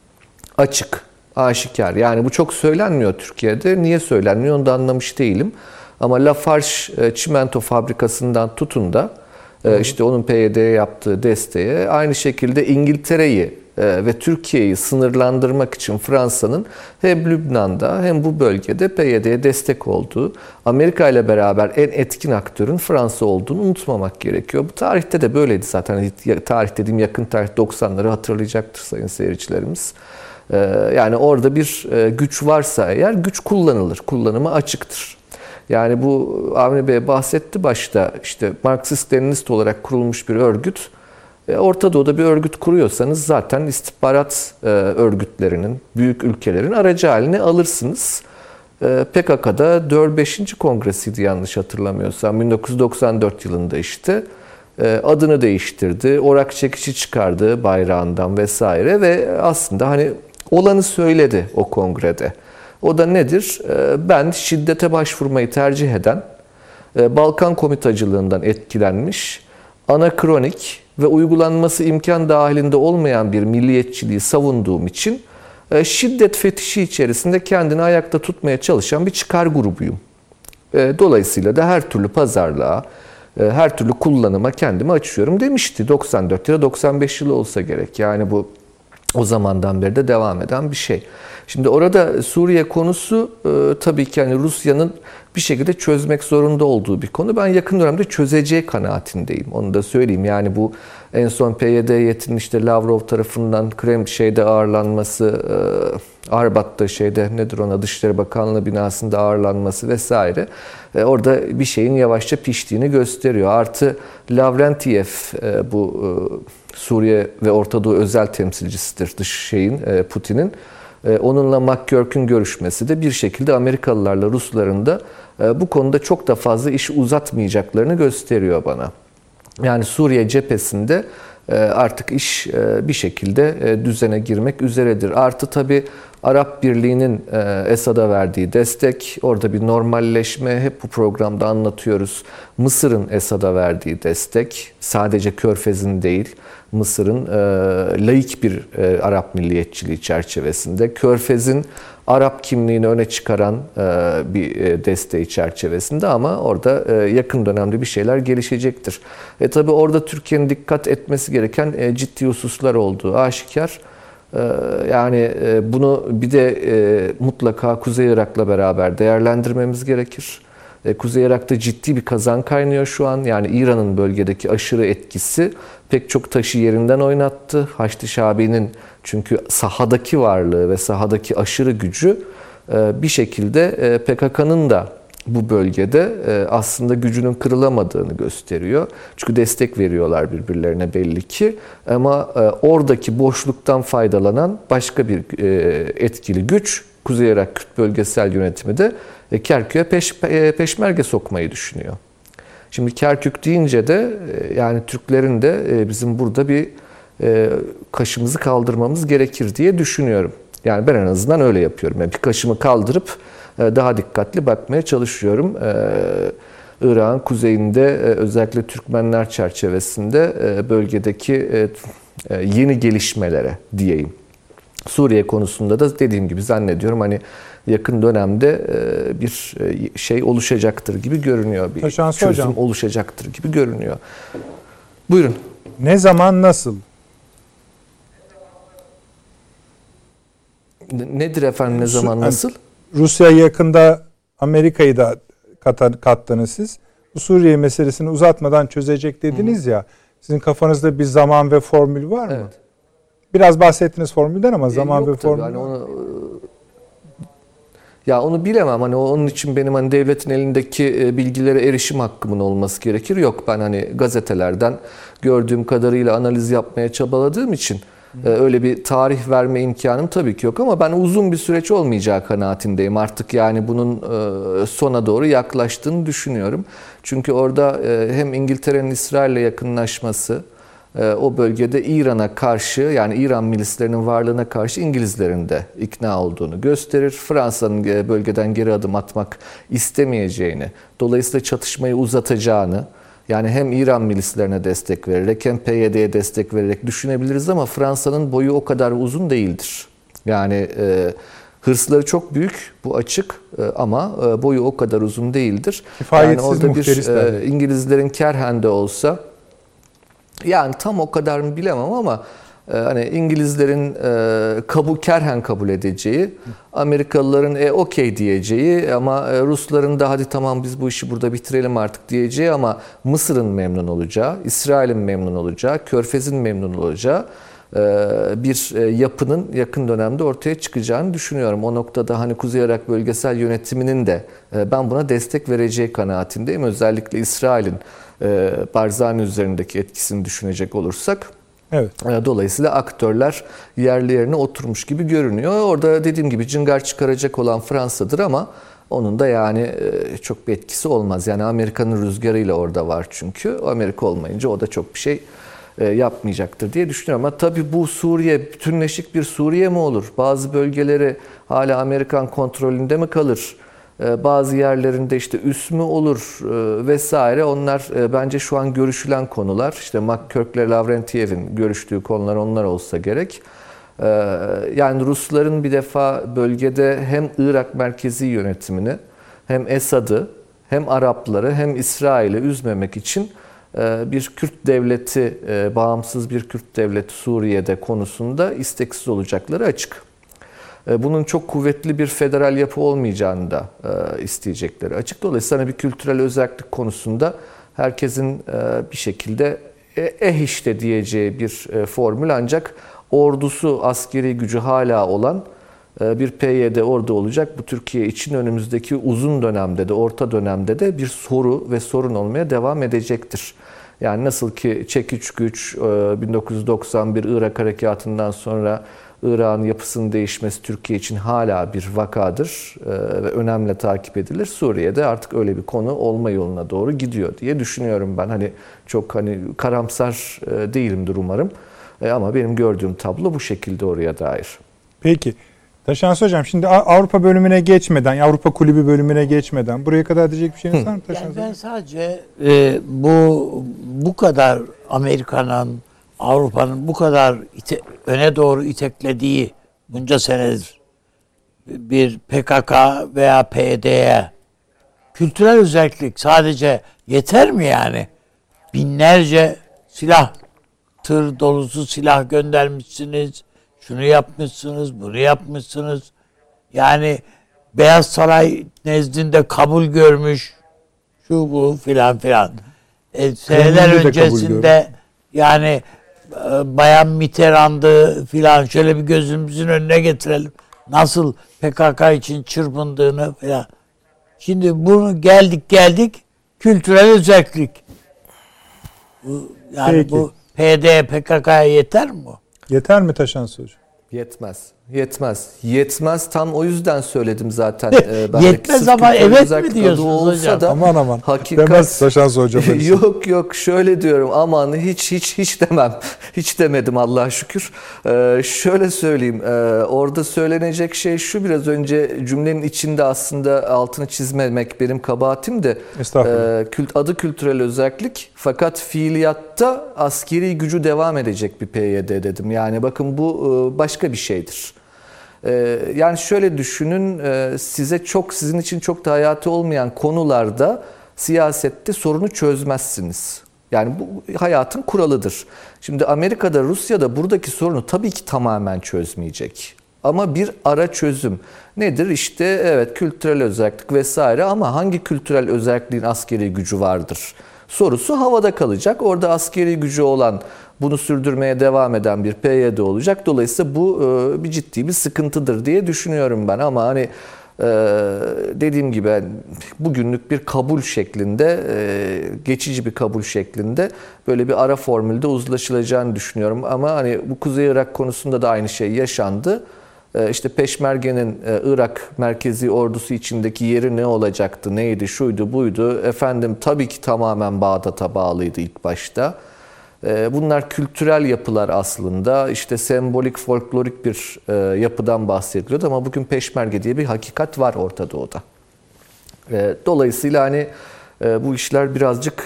Speaker 3: Açık, aşikar. Yani bu çok söylenmiyor Türkiye'de. Niye söylenmiyor onu da anlamış değilim. Ama Lafarge çimento fabrikasından tutun da işte onun P Y D'ye yaptığı desteğe, aynı şekilde İngiltere'yi ve Türkiye'yi sınırlandırmak için Fransa'nın hem Lübnan'da hem bu bölgede P Y D'ye destek olduğu, Amerika ile beraber en etkin aktörün Fransa olduğunu unutmamak gerekiyor. Bu tarihte de böyleydi zaten. Tarih dediğim yakın tarih doksanları hatırlayacaktır sayın seyircilerimiz. Yani orada bir güç varsa eğer güç kullanılır, kullanıma açıktır. Yani bu Avni Bey bahsetti başta, işte Marksist-Leninist olarak kurulmuş bir örgüt. Orta Doğu'da bir örgüt kuruyorsanız zaten istihbarat örgütlerinin, büyük ülkelerin aracı haline alırsınız. P K K'da dört beşinci kongresiydi yanlış hatırlamıyorsam. bin dokuz yüz doksan dört yılında işte adını değiştirdi, orak çekici çıkardı bayrağından vesaire ve aslında hani olanı söyledi o kongrede. O da nedir? Ben şiddete başvurmayı tercih eden, Balkan komitacılığından etkilenmiş, anakronik ve uygulanması imkan dahilinde olmayan bir milliyetçiliği savunduğum için şiddet fetişi içerisinde kendini ayakta tutmaya çalışan bir çıkar grubuyum. Dolayısıyla da her türlü pazarlığa, her türlü kullanıma kendimi açıyorum demişti. doksan dört ya da doksan beş yılı olsa gerek. Yani bu O zamandan beri de devam eden bir şey. Şimdi orada Suriye konusu e, tabii ki yani Rusya'nın bir şekilde çözmek zorunda olduğu bir konu. Ben yakın dönemde çözeceği kanaatindeyim. Onu da söyleyeyim. Yani bu en son P Y D heyetinin işte Lavrov tarafından Kreml şeyde ağırlanması, e, Arbat'ta şeyde nedir ona Dışişleri Bakanlığı binasında ağırlanması vesaire. E, orada bir şeyin yavaşça piştiğini gösteriyor. Artı Lavrentiyev e, bu e, Suriye ve Orta Doğu özel temsilcisidir dış şeyin e, Putin'in. E, onunla McGurk'ün görüşmesi de bir şekilde Amerikalılarla Rusların da e, bu konuda çok da fazla iş uzatmayacaklarını gösteriyor bana. Yani Suriye cephesinde e, artık iş e, bir şekilde e, düzene girmek üzeredir. Artı tabii Arap Birliği'nin e, Esad'a verdiği destek, orada bir normalleşme, hep bu programda anlatıyoruz. Mısır'ın Esad'a verdiği destek, sadece Körfez'in değil, Mısır'ın e, laik bir e, Arap milliyetçiliği çerçevesinde, Körfez'in Arap kimliğini öne çıkaran e, bir e, desteği çerçevesinde ama orada e, yakın dönemde bir şeyler gelişecektir. E tabi orada Türkiye'nin dikkat etmesi gereken e, ciddi hususlar olduğu aşikar. E, yani e, bunu bir de e, mutlaka Kuzey Irak'la beraber değerlendirmemiz gerekir. E, Kuzey Irak'ta ciddi bir kazan kaynıyor şu an. Yani İran'ın bölgedeki aşırı etkisi pek çok taşı yerinden oynattı. Haçlı Şabi'nin çünkü sahadaki varlığı ve sahadaki aşırı gücü bir şekilde P K K'nın da bu bölgede aslında gücünün kırılamadığını gösteriyor. Çünkü destek veriyorlar birbirlerine belli ki. Ama oradaki boşluktan faydalanan başka bir etkili güç, Kuzey Irak Kürt Bölgesel Yönetimi de Kerkük'e peş, peşmerge sokmayı düşünüyor. Şimdi Kerkük deyince de yani Türklerin de bizim burada bir kaşımızı kaldırmamız gerekir diye düşünüyorum. Yani ben en azından öyle yapıyorum. Yani bir kaşımı kaldırıp daha dikkatli bakmaya çalışıyorum. Irak'ın kuzeyinde özellikle Türkmenler çerçevesinde bölgedeki yeni gelişmelere diyeyim. Suriye konusunda da dediğim gibi zannediyorum hani yakın dönemde bir şey oluşacaktır gibi görünüyor. Bir
Speaker 1: Taşansı
Speaker 3: çözüm
Speaker 1: hocam
Speaker 3: oluşacaktır gibi görünüyor. Buyurun.
Speaker 1: Ne zaman nasıl?
Speaker 3: Nedir efendim ne zaman nasıl?
Speaker 1: Rusya yakında Amerika'yı da kattınız siz. Bu Suriye meselesini uzatmadan çözecek dediniz Hı. ya. Sizin kafanızda bir zaman ve formül var mı? Evet. Biraz bahsettiniz formülden ama zaman e, ve formül. Hani onu,
Speaker 3: ya onu bilemem. Hani onun için benim hani devletin elindeki bilgilere erişim hakkımın olması gerekir. Yok ben hani gazetelerden gördüğüm kadarıyla analiz yapmaya çabaladığım için öyle bir tarih verme imkanım tabii ki yok ama ben uzun bir süreç olmayacağı kanaatindeyim. Artık yani bunun sona doğru yaklaştığını düşünüyorum. Çünkü orada hem İngiltere'nin İsrail'le yakınlaşması, o bölgede İran'a karşı yani İran milislerinin varlığına karşı İngilizlerin de ikna olduğunu gösterir. Fransa'nın bölgeden geri adım atmak istemeyeceğini, dolayısıyla çatışmayı uzatacağını, yani hem İran milislerine destek vererek hem P Y D'ye destek vererek düşünebiliriz ama Fransa'nın boyu o kadar uzun değildir. Yani e, hırsları çok büyük, bu açık e, ama e, boyu o kadar uzun değildir.
Speaker 1: Kifayetsiz
Speaker 3: yani orada bir
Speaker 1: e,
Speaker 3: İngilizlerin kerhende olsa, yani tam o kadar mı bilemem ama e, hani İngilizlerin e, kabul kerhen kabul edeceği, Amerikalıların e okey diyeceği ama e, Rusların da hadi tamam biz bu işi burada bitirelim artık diyeceği ama Mısır'ın memnun olacağı, İsrail'in memnun olacağı, Körfez'in memnun olacağı e, bir e, yapının yakın dönemde ortaya çıkacağını düşünüyorum. O noktada hani Kuzey Irak Bölgesel Yönetimi'nin de e, ben buna destek vereceği kanaatindeyim. Özellikle İsrail'in e, Barzani üzerindeki etkisini düşünecek olursak.
Speaker 1: Evet.
Speaker 3: Dolayısıyla aktörler yerli yerine oturmuş gibi görünüyor. Orada dediğim gibi cıngar çıkaracak olan Fransa'dır ama onun da yani çok bir etkisi olmaz. Yani Amerika'nın rüzgarıyla orada var çünkü. Amerika olmayınca o da çok bir şey yapmayacaktır diye düşünüyorum. Ama tabii bu Suriye, bütünleşik bir Suriye mi olur? Bazı bölgeleri hala Amerikan kontrolünde mi kalır? Bazı yerlerinde işte üs mü olur vesaire, onlar bence şu an görüşülen konular. İşte McGurk'le Lavrentiyev'in görüştüğü konular onlar olsa gerek. Yani Rusların bir defa bölgede hem Irak merkezi yönetimini hem Esad'ı hem Arapları hem İsrail'i üzmemek için bir Kürt devleti, bağımsız bir Kürt devleti Suriye'de konusunda isteksiz olacakları açık. Bunun çok kuvvetli bir federal yapı olmayacağını da isteyecekleri açık. Dolayısıyla bir kültürel özellik konusunda herkesin bir şekilde eh işte diyeceği bir formül, ancak ordusu, askeri gücü hala olan bir P Y D ordu olacak. Bu Türkiye için önümüzdeki uzun dönemde de, orta dönemde de bir soru ve sorun olmaya devam edecektir. Yani nasıl ki çekiç güç bin dokuz yüz doksan bir Irak harekatından sonra Irak'ın yapısının değişmesi Türkiye için hala bir vakadır ve önemli takip edilir. Suriye'de artık öyle bir konu olma yoluna doğru gidiyor diye düşünüyorum ben. Hani çok hani karamsar değilimdir umarım. Ama benim gördüğüm tablo bu şekilde oraya dair.
Speaker 1: Peki. Taşansı Hocam, şimdi Avrupa bölümüne geçmeden, Avrupa Kulübü bölümüne geçmeden buraya kadar diyecek bir şeyiniz var mı Taşansı Hocam?
Speaker 2: Yani ben sadece e, bu bu kadar Amerika'nın, Avrupa'nın bu kadar ite, öne doğru iteklediği bunca senedir bir P K K veya P Y D'ye kültürel özellik sadece yeter mi yani? Binlerce silah, tır dolusu silah göndermişsiniz. Şunu yapmışsınız, bunu yapmışsınız. Yani Beyaz Saray nezdinde kabul görmüş. Şu bu filan filan. E, seneler öncesinde yani e, Bayan Mitterrand'ı filan şöyle bir gözümüzün önüne getirelim. Nasıl P K K için çırpındığını filan. Şimdi bunu geldik geldik kültürel özellik. Bu, yani
Speaker 1: Peki.
Speaker 2: bu P Y D, P K K'ya yeter mi bu?
Speaker 1: Yeter mi Taşansı Hocam?
Speaker 3: Yetmez. Yetmez. Yetmez. Tam o yüzden söyledim zaten.
Speaker 2: Yetmez ama evet mi diyorsunuz hocam?
Speaker 3: Da,
Speaker 1: aman aman.
Speaker 3: hakikat...
Speaker 1: Demez Taşansı Hocam.
Speaker 3: yok yok şöyle diyorum, aman hiç hiç hiç demem. Hiç demedim Allah'a şükür. Ee, şöyle söyleyeyim. E, orada söylenecek şey şu, biraz önce cümlenin içinde aslında altını çizmemek benim kabahatim de.
Speaker 1: Estağfurullah.
Speaker 3: E, kült, adı kültürel özellik, fakat fiiliyatta askeri gücü devam edecek bir P Y D dedim. Yani bakın bu başka bir şeydir. Yani şöyle düşünün, size çok, sizin için çok da hayati olmayan konularda siyasette sorunu çözmezsiniz. Yani bu hayatın kuralıdır. Şimdi Amerika'da, Rusya'da buradaki sorunu tabii ki tamamen çözmeyecek. Ama bir ara çözüm nedir? İşte evet, kültürel özellik vesaire, ama hangi kültürel özelliğin askeri gücü vardır sorusu havada kalacak. Orada askeri gücü olan, bunu sürdürmeye devam eden bir P Y D olacak. Dolayısıyla bu e, bir ciddi bir sıkıntıdır diye düşünüyorum ben. Ama hani e, dediğim gibi bugünlük bir kabul şeklinde, e, geçici bir kabul şeklinde böyle bir ara formülde uzlaşılacağını düşünüyorum. Ama hani bu Kuzey Irak konusunda da aynı şey yaşandı. E, işte Peşmerge'nin e, Irak merkezi ordusu içindeki yeri ne olacaktı, neydi, şuydu, buydu. Efendim tabii ki tamamen Bağdat'a bağlıydı ilk başta. Bunlar kültürel yapılar aslında, işte sembolik, folklorik bir yapıdan bahsediliyordu, ama bugün Peşmerge diye bir hakikat var Orta Doğu'da. Dolayısıyla hani bu işler birazcık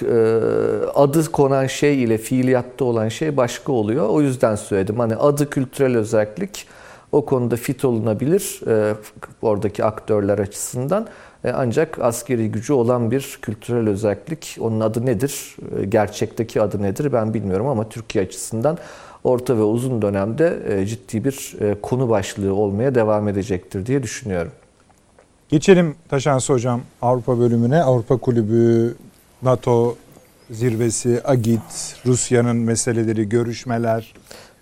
Speaker 3: adı konan şey ile fiiliyatta olan şey başka oluyor. O yüzden söyledim, hani adı kültürel özellik o konuda fit olunabilir oradaki aktörler açısından. Ancak askeri gücü olan bir kültürel özellik, onun adı nedir, gerçekteki adı nedir ben bilmiyorum, ama Türkiye açısından orta ve uzun dönemde ciddi bir konu başlığı olmaya devam edecektir diye düşünüyorum.
Speaker 1: Geçelim Taşansı Hocam Avrupa bölümüne. Avrupa Kulübü, NATO zirvesi, AGİT, Rusya'nın meseleleri, görüşmeler.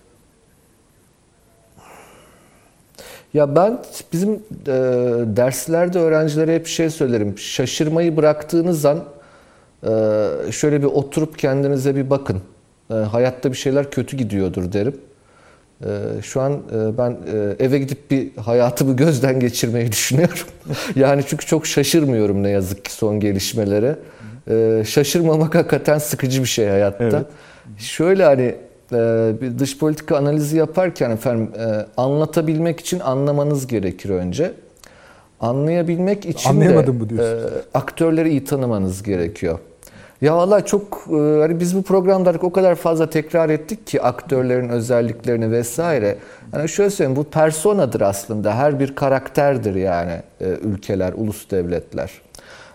Speaker 3: Ya ben bizim e, derslerde öğrencilere hep şey söylerim. Şaşırmayı bıraktığınız an e, şöyle bir oturup kendinize bir bakın. E, hayatta bir şeyler kötü gidiyordur derim. E, şu an e, ben e, eve gidip bir hayatımı gözden geçirmeyi düşünüyorum. Yani çünkü çok şaşırmıyorum ne yazık ki son gelişmelere. E, şaşırmamak hakikaten sıkıcı bir şey hayatta. Evet. Şöyle hani bir dış politika analizi yaparken efendim anlatabilmek için anlamanız gerekir önce. Anlayabilmek için de
Speaker 1: bu
Speaker 3: e, aktörleri iyi tanımanız gerekiyor. Ya vallahi çok hani biz bu programda o kadar fazla tekrar ettik ki aktörlerin özelliklerini vesaire. Yani şöyle söyleyeyim, bu personadır aslında. Her bir karakterdir yani ülkeler, ulus devletler.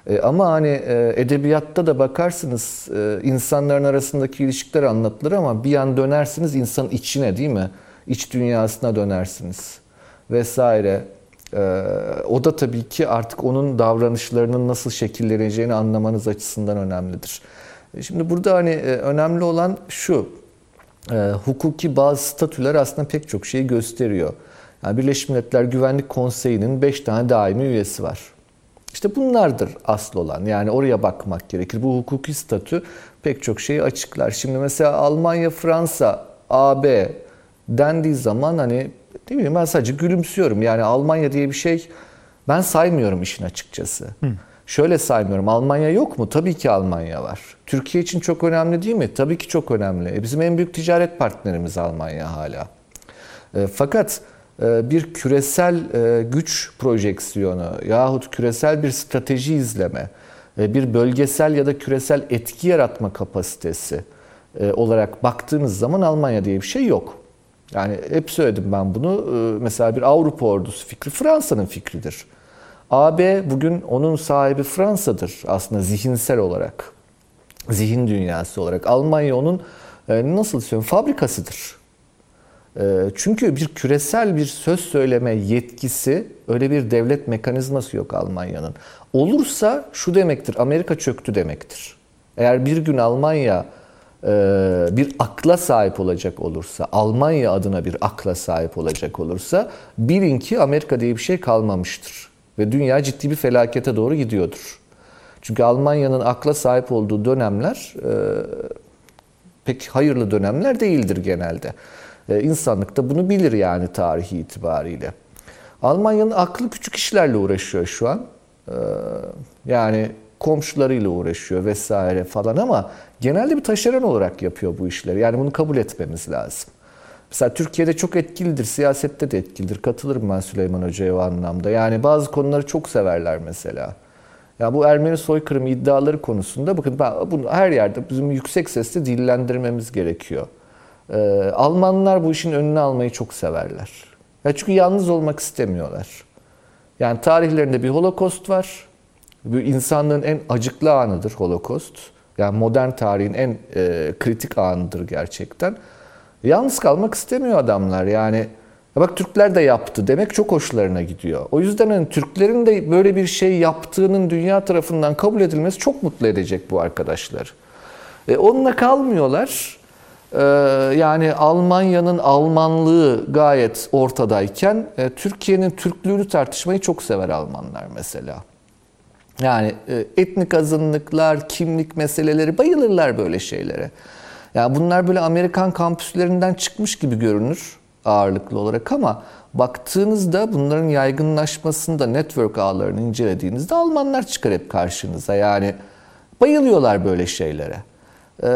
Speaker 3: E, ama hani e, edebiyatta da bakarsınız e, insanların arasındaki ilişkiler anlatılır ama bir an dönersiniz insanın içine, değil mi? İç dünyasına dönersiniz vesaire. E, o da tabii ki artık onun davranışlarının nasıl şekilleneceğini anlamanız açısından önemlidir. E, şimdi burada hani e, önemli olan şu, e, hukuki bazı statüler aslında pek çok şeyi gösteriyor. Yani Birleşmiş Milletler Güvenlik Konseyi'nin beş tane daimi üyesi var. İşte bunlardır asıl olan. Yani oraya bakmak gerekir. Bu hukuki statü pek çok şeyi açıklar. Şimdi mesela Almanya, Fransa, A B dendiği zaman hani değil mi? Ben sadece gülümsüyorum. Yani Almanya diye bir şey ben saymıyorum işin açıkçası. Hı. Şöyle saymıyorum. Almanya yok mu? Tabii ki Almanya var. Türkiye için çok önemli değil mi? Tabii ki çok önemli. E bizim en büyük ticaret partnerimiz Almanya hala. E, fakat bir küresel güç projeksiyonu yahut küresel bir strateji izleme, bir bölgesel ya da küresel etki yaratma kapasitesi olarak baktığınız zaman Almanya diye bir şey yok. Yani hep söyledim ben bunu. Mesela bir Avrupa ordusu fikri Fransa'nın fikridir. A B bugün onun sahibi Fransa'dır aslında zihinsel olarak, zihin dünyası olarak. Almanya onun nasıl söyleyeyim fabrikasıdır. Çünkü bir küresel bir söz söyleme yetkisi, öyle bir devlet mekanizması yok Almanya'nın. Olursa şu demektir, Amerika çöktü demektir. Eğer bir gün Almanya bir akla sahip olacak olursa, Almanya adına bir akla sahip olacak olursa, bilin ki Amerika diye bir şey kalmamıştır. Ve dünya ciddi bir felakete doğru gidiyordur. Çünkü Almanya'nın akla sahip olduğu dönemler pek hayırlı dönemler değildir genelde. İnsanlık da bunu bilir yani tarihi itibariyle. Almanya'nın aklı küçük işlerle uğraşıyor şu an. Yani komşularıyla uğraşıyor vesaire falan ama genelde bir taşeron olarak yapıyor bu işleri. Yani bunu kabul etmemiz lazım. Mesela Türkiye'de çok etkilidir, siyasette de etkilidir. Katılırım ben Süleyman Hoca'ya o anlamda. Yani bazı konuları çok severler mesela. Ya bu Ermeni soykırım iddiaları konusunda bakın bunu her yerde bizim yüksek sesle dillendirmemiz gerekiyor. Ee, Almanlar bu işin önüne almayı çok severler. Ya çünkü yalnız olmak istemiyorlar. Yani tarihlerinde bir Holocaust var. Bu insanlığın en acıklı anıdır Holocaust. Yani modern tarihin en e, kritik anıdır gerçekten. Yalnız kalmak istemiyor adamlar. Yani bak Türkler de yaptı demek çok hoşlarına gidiyor. O yüzden hani Türklerin de böyle bir şey yaptığının dünya tarafından kabul edilmesi çok mutlu edecek bu arkadaşlar. E, onunla kalmıyorlar. Yani Almanya'nın Almanlığı gayet ortadayken Türkiye'nin Türklüğünü tartışmayı çok sever Almanlar mesela. Yani etnik azınlıklar, kimlik meseleleri bayılırlar böyle şeylere. Yani bunlar böyle Amerikan kampüslerinden çıkmış gibi görünür ağırlıklı olarak ama baktığınızda bunların yaygınlaşmasında network ağlarını incelediğinizde Almanlar çıkar hep karşınıza. Yani bayılıyorlar böyle şeylere. Ee,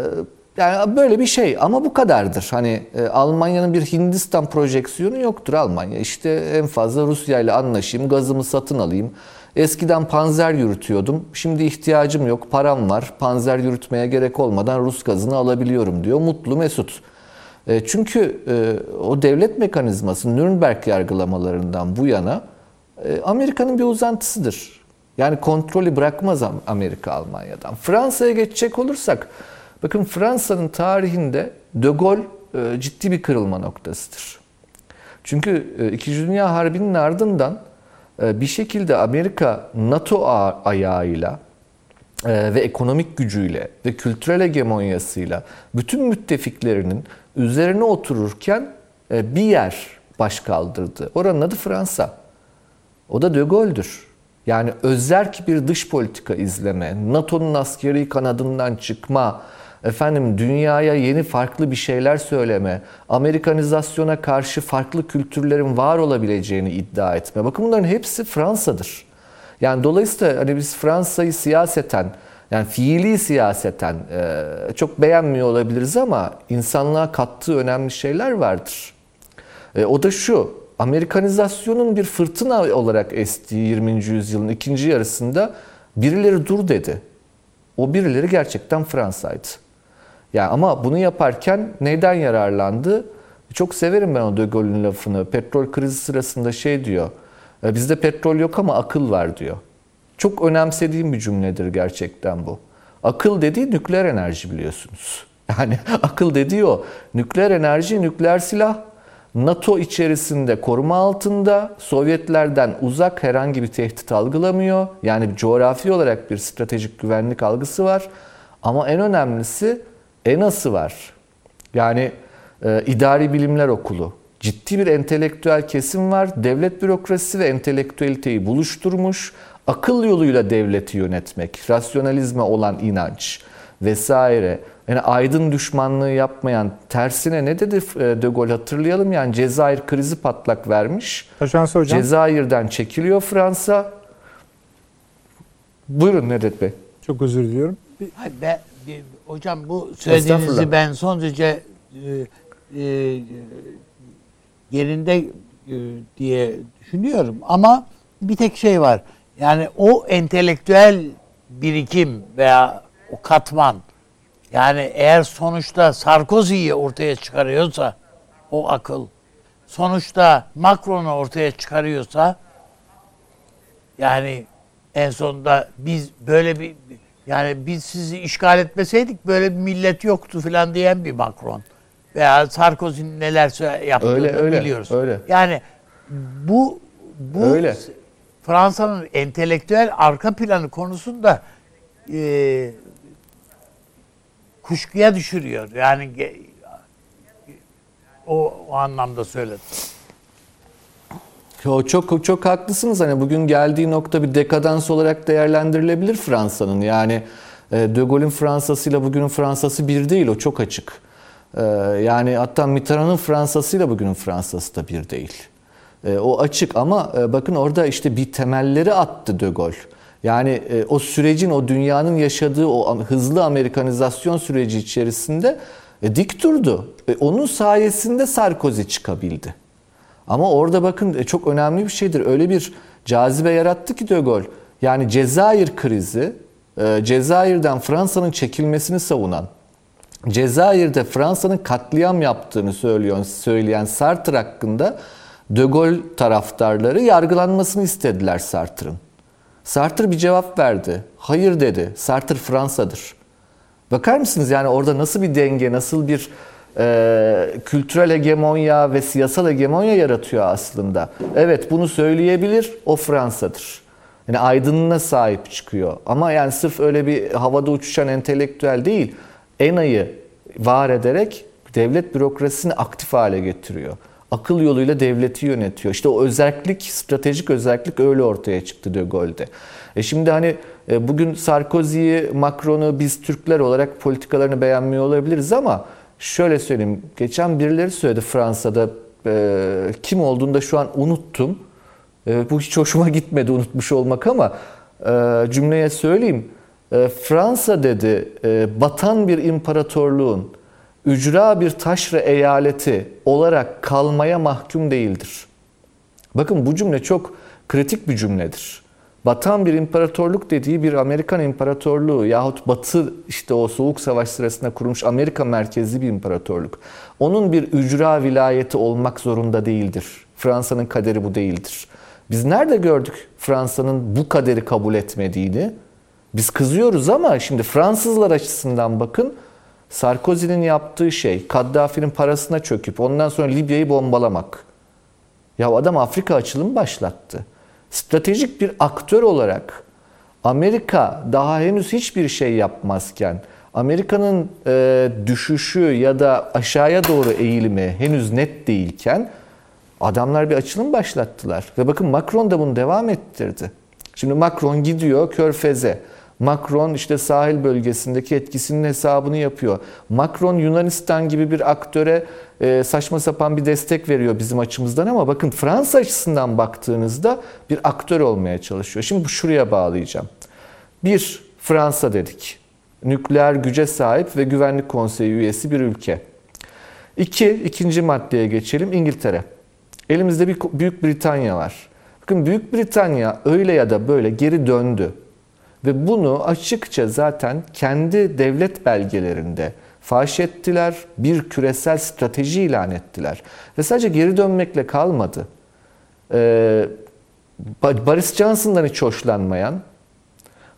Speaker 3: Yani böyle bir şey ama bu kadardır. Hani e, Almanya'nın bir Hindistan projeksiyonu yoktur Almanya. İşte en fazla Rusya ile anlaşayım, gazımı satın alayım. Eskiden panzer yürütüyordum. Şimdi ihtiyacım yok, param var. Panzer yürütmeye gerek olmadan Rus gazını alabiliyorum diyor. Mutlu mesut. E, çünkü e, o devlet mekanizması Nürnberg yargılamalarından bu yana e, Amerika'nın bir uzantısıdır. Yani kontrolü bırakmaz Amerika Almanya'dan. Fransa'ya geçecek olursak bakın Fransa'nın tarihinde De Gaulle e, ciddi bir kırılma noktasıdır. Çünkü e, İkinci Dünya Harbi'nin ardından e, bir şekilde Amerika NATO ayağıyla e, ve ekonomik gücüyle ve kültürel hegemonyasıyla bütün müttefiklerinin üzerine otururken e, bir yer baş kaldırdı. Oranın adı Fransa. O da De Gaulle'dür. Yani özerk bir dış politika izleme, NATO'nun askeri kanadından çıkma, efendim dünyaya yeni farklı bir şeyler söyleme, Amerikanizasyona karşı farklı kültürlerin var olabileceğini iddia etme. Bakın bunların hepsi Fransa'dır. Yani dolayısıyla hani biz Fransa'yı siyaseten, yani fiili siyaseten e, çok beğenmiyor olabiliriz ama insanlığa kattığı önemli şeyler vardır. E, o da şu, Amerikanizasyonun bir fırtına olarak estiği yirminci yüzyılın ikinci yarısında birileri dur dedi. O birileri gerçekten Fransa'ydı. Yani ama bunu yaparken neyden yararlandı? Çok severim ben o De Gaulle'ün lafını. Petrol krizi sırasında şey diyor. Bizde petrol yok ama akıl var diyor. Çok önemsediğim bir cümledir gerçekten bu. Akıl dediği nükleer enerji biliyorsunuz. Yani akıl dediği o. Nükleer enerji, nükleer silah. NATO içerisinde koruma altında, Sovyetlerden uzak, herhangi bir tehdit algılamıyor. Yani coğrafi olarak bir stratejik güvenlik algısı var. Ama en önemlisi E N A'sı var. Yani e, İdari Bilimler Okulu. Ciddi bir entelektüel kesim var. Devlet bürokrasisi ve entelektüeliteyi buluşturmuş. Akıl yoluyla devleti yönetmek, rasyonalizme olan inanç vesaire. Yani aydın düşmanlığı yapmayan, tersine ne dedi De Gaulle hatırlayalım, yani Cezayir krizi patlak vermiş.
Speaker 1: Taşansı hocam.
Speaker 3: Cezayir'den çekiliyor Fransa. Buyurun Nedret Bey.
Speaker 1: Çok özür diliyorum.
Speaker 2: Hayır, ben, bir, hocam bu söylediğinizi ben son derece e, e, yerinde e, diye düşünüyorum. Ama bir tek şey var. Yani o entelektüel birikim veya o katman, yani eğer sonuçta Sarkozy'yi ortaya çıkarıyorsa o akıl, sonuçta Macron'u ortaya çıkarıyorsa, yani en sonunda biz böyle bir, yani biz sizi işgal etmeseydik böyle bir millet yoktu falan diyen bir Macron veya Sarkozy'nin neler yaptığını
Speaker 3: öyle, öyle,
Speaker 2: biliyoruz.
Speaker 3: Öyle.
Speaker 2: Yani bu bu
Speaker 3: öyle.
Speaker 2: Fransa'nın entelektüel arka planı konusunda e, kuşkuya düşürüyor. Yani o, o anlamda söyledim.
Speaker 3: Yo, çok çok haklısınız. Hani bugün geldiği nokta bir dekadans olarak değerlendirilebilir Fransa'nın. Yani De Gaulle'in Fransa'sıyla bugünün Fransa'sı bir değil. O çok açık. Yani hatta Mitterrand'ın Fransa'sıyla bugünün Fransa'sı da bir değil. O açık ama bakın orada işte bir temelleri attı De Gaulle. Yani o sürecin, o dünyanın yaşadığı o hızlı Amerikanizasyon süreci içerisinde dik durdu. Onun sayesinde Sarkozy çıkabildi. Ama orada bakın çok önemli bir şeydir. Öyle bir cazibe yarattı ki De Gaulle. Yani Cezayir krizi, Cezayir'den Fransa'nın çekilmesini savunan, Cezayir'de Fransa'nın katliam yaptığını söylüyor, söyleyen Sartre hakkında De Gaulle taraftarları yargılanmasını istediler Sartre'ın. Sartre bir cevap verdi. Hayır dedi. Sartre Fransa'dır. Bakar mısınız yani orada nasıl bir denge, nasıl bir e, kültürel hegemonya ve siyasal hegemonya yaratıyor aslında. Evet, bunu söyleyebilir, o Fransa'dır. Yani aydınlığına sahip çıkıyor. Ama yani sırf öyle bir havada uçuşan entelektüel değil, E N A'yı var ederek devlet bürokrasisini aktif hale getiriyor. Akıl yoluyla devleti yönetiyor. İşte o özellik, stratejik özellik öyle ortaya çıktı De Gaulle'de. E şimdi hani e, bugün Sarkozy'yi, Macron'u biz Türkler olarak politikalarını beğenmiyor olabiliriz ama şöyle söyleyeyim. Geçen birileri söyledi Fransa'da, e, kim olduğunu da şu an unuttum. E, bu hiç hoşuma gitmedi unutmuş olmak ama e, cümleye söyleyeyim. E, Fransa dedi, e, batan bir imparatorluğun ücra bir taşra eyaleti olarak kalmaya mahkum değildir. Bakın bu cümle çok kritik bir cümledir. Batan bir imparatorluk dediği bir Amerikan imparatorluğu yahut Batı işte o Soğuk Savaş sırasında kurulmuş Amerika merkezli bir imparatorluk. Onun bir ücra vilayeti olmak zorunda değildir. Fransa'nın kaderi bu değildir. Biz nerede gördük Fransa'nın bu kaderi kabul etmediğini? Biz kızıyoruz ama şimdi Fransızlar açısından bakın, Sarkozy'nin yaptığı şey Kaddafi'nin parasına çöküp ondan sonra Libya'yı bombalamak. Ya adam Afrika açılımı başlattı. Stratejik bir aktör olarak Amerika daha henüz hiçbir şey yapmazken, Amerika'nın e, düşüşü ya da aşağıya doğru eğilimi henüz net değilken adamlar bir açılım başlattılar. Ve bakın Macron da bunu devam ettirdi. Şimdi Macron gidiyor Körfez'e. Macron işte sahil bölgesindeki etkisinin hesabını yapıyor. Macron Yunanistan gibi bir aktöre e, saçma sapan bir destek veriyor bizim açımızdan ama bakın Fransa açısından baktığınızda bir aktör olmaya çalışıyor. Şimdi şuraya bağlayacağım. Bir, Fransa dedik. Nükleer güce sahip ve Güvenlik Konseyi üyesi bir ülke. İki, ikinci maddeye geçelim. İngiltere. Elimizde bir Büyük Britanya var. Bakın Büyük Britanya öyle ya da böyle geri döndü. Ve bunu açıkça zaten kendi devlet belgelerinde faş ettiler, bir küresel strateji ilan ettiler. Ve sadece geri dönmekle kalmadı. Ee, Boris Johnson'dan hiç hoşlanmayan,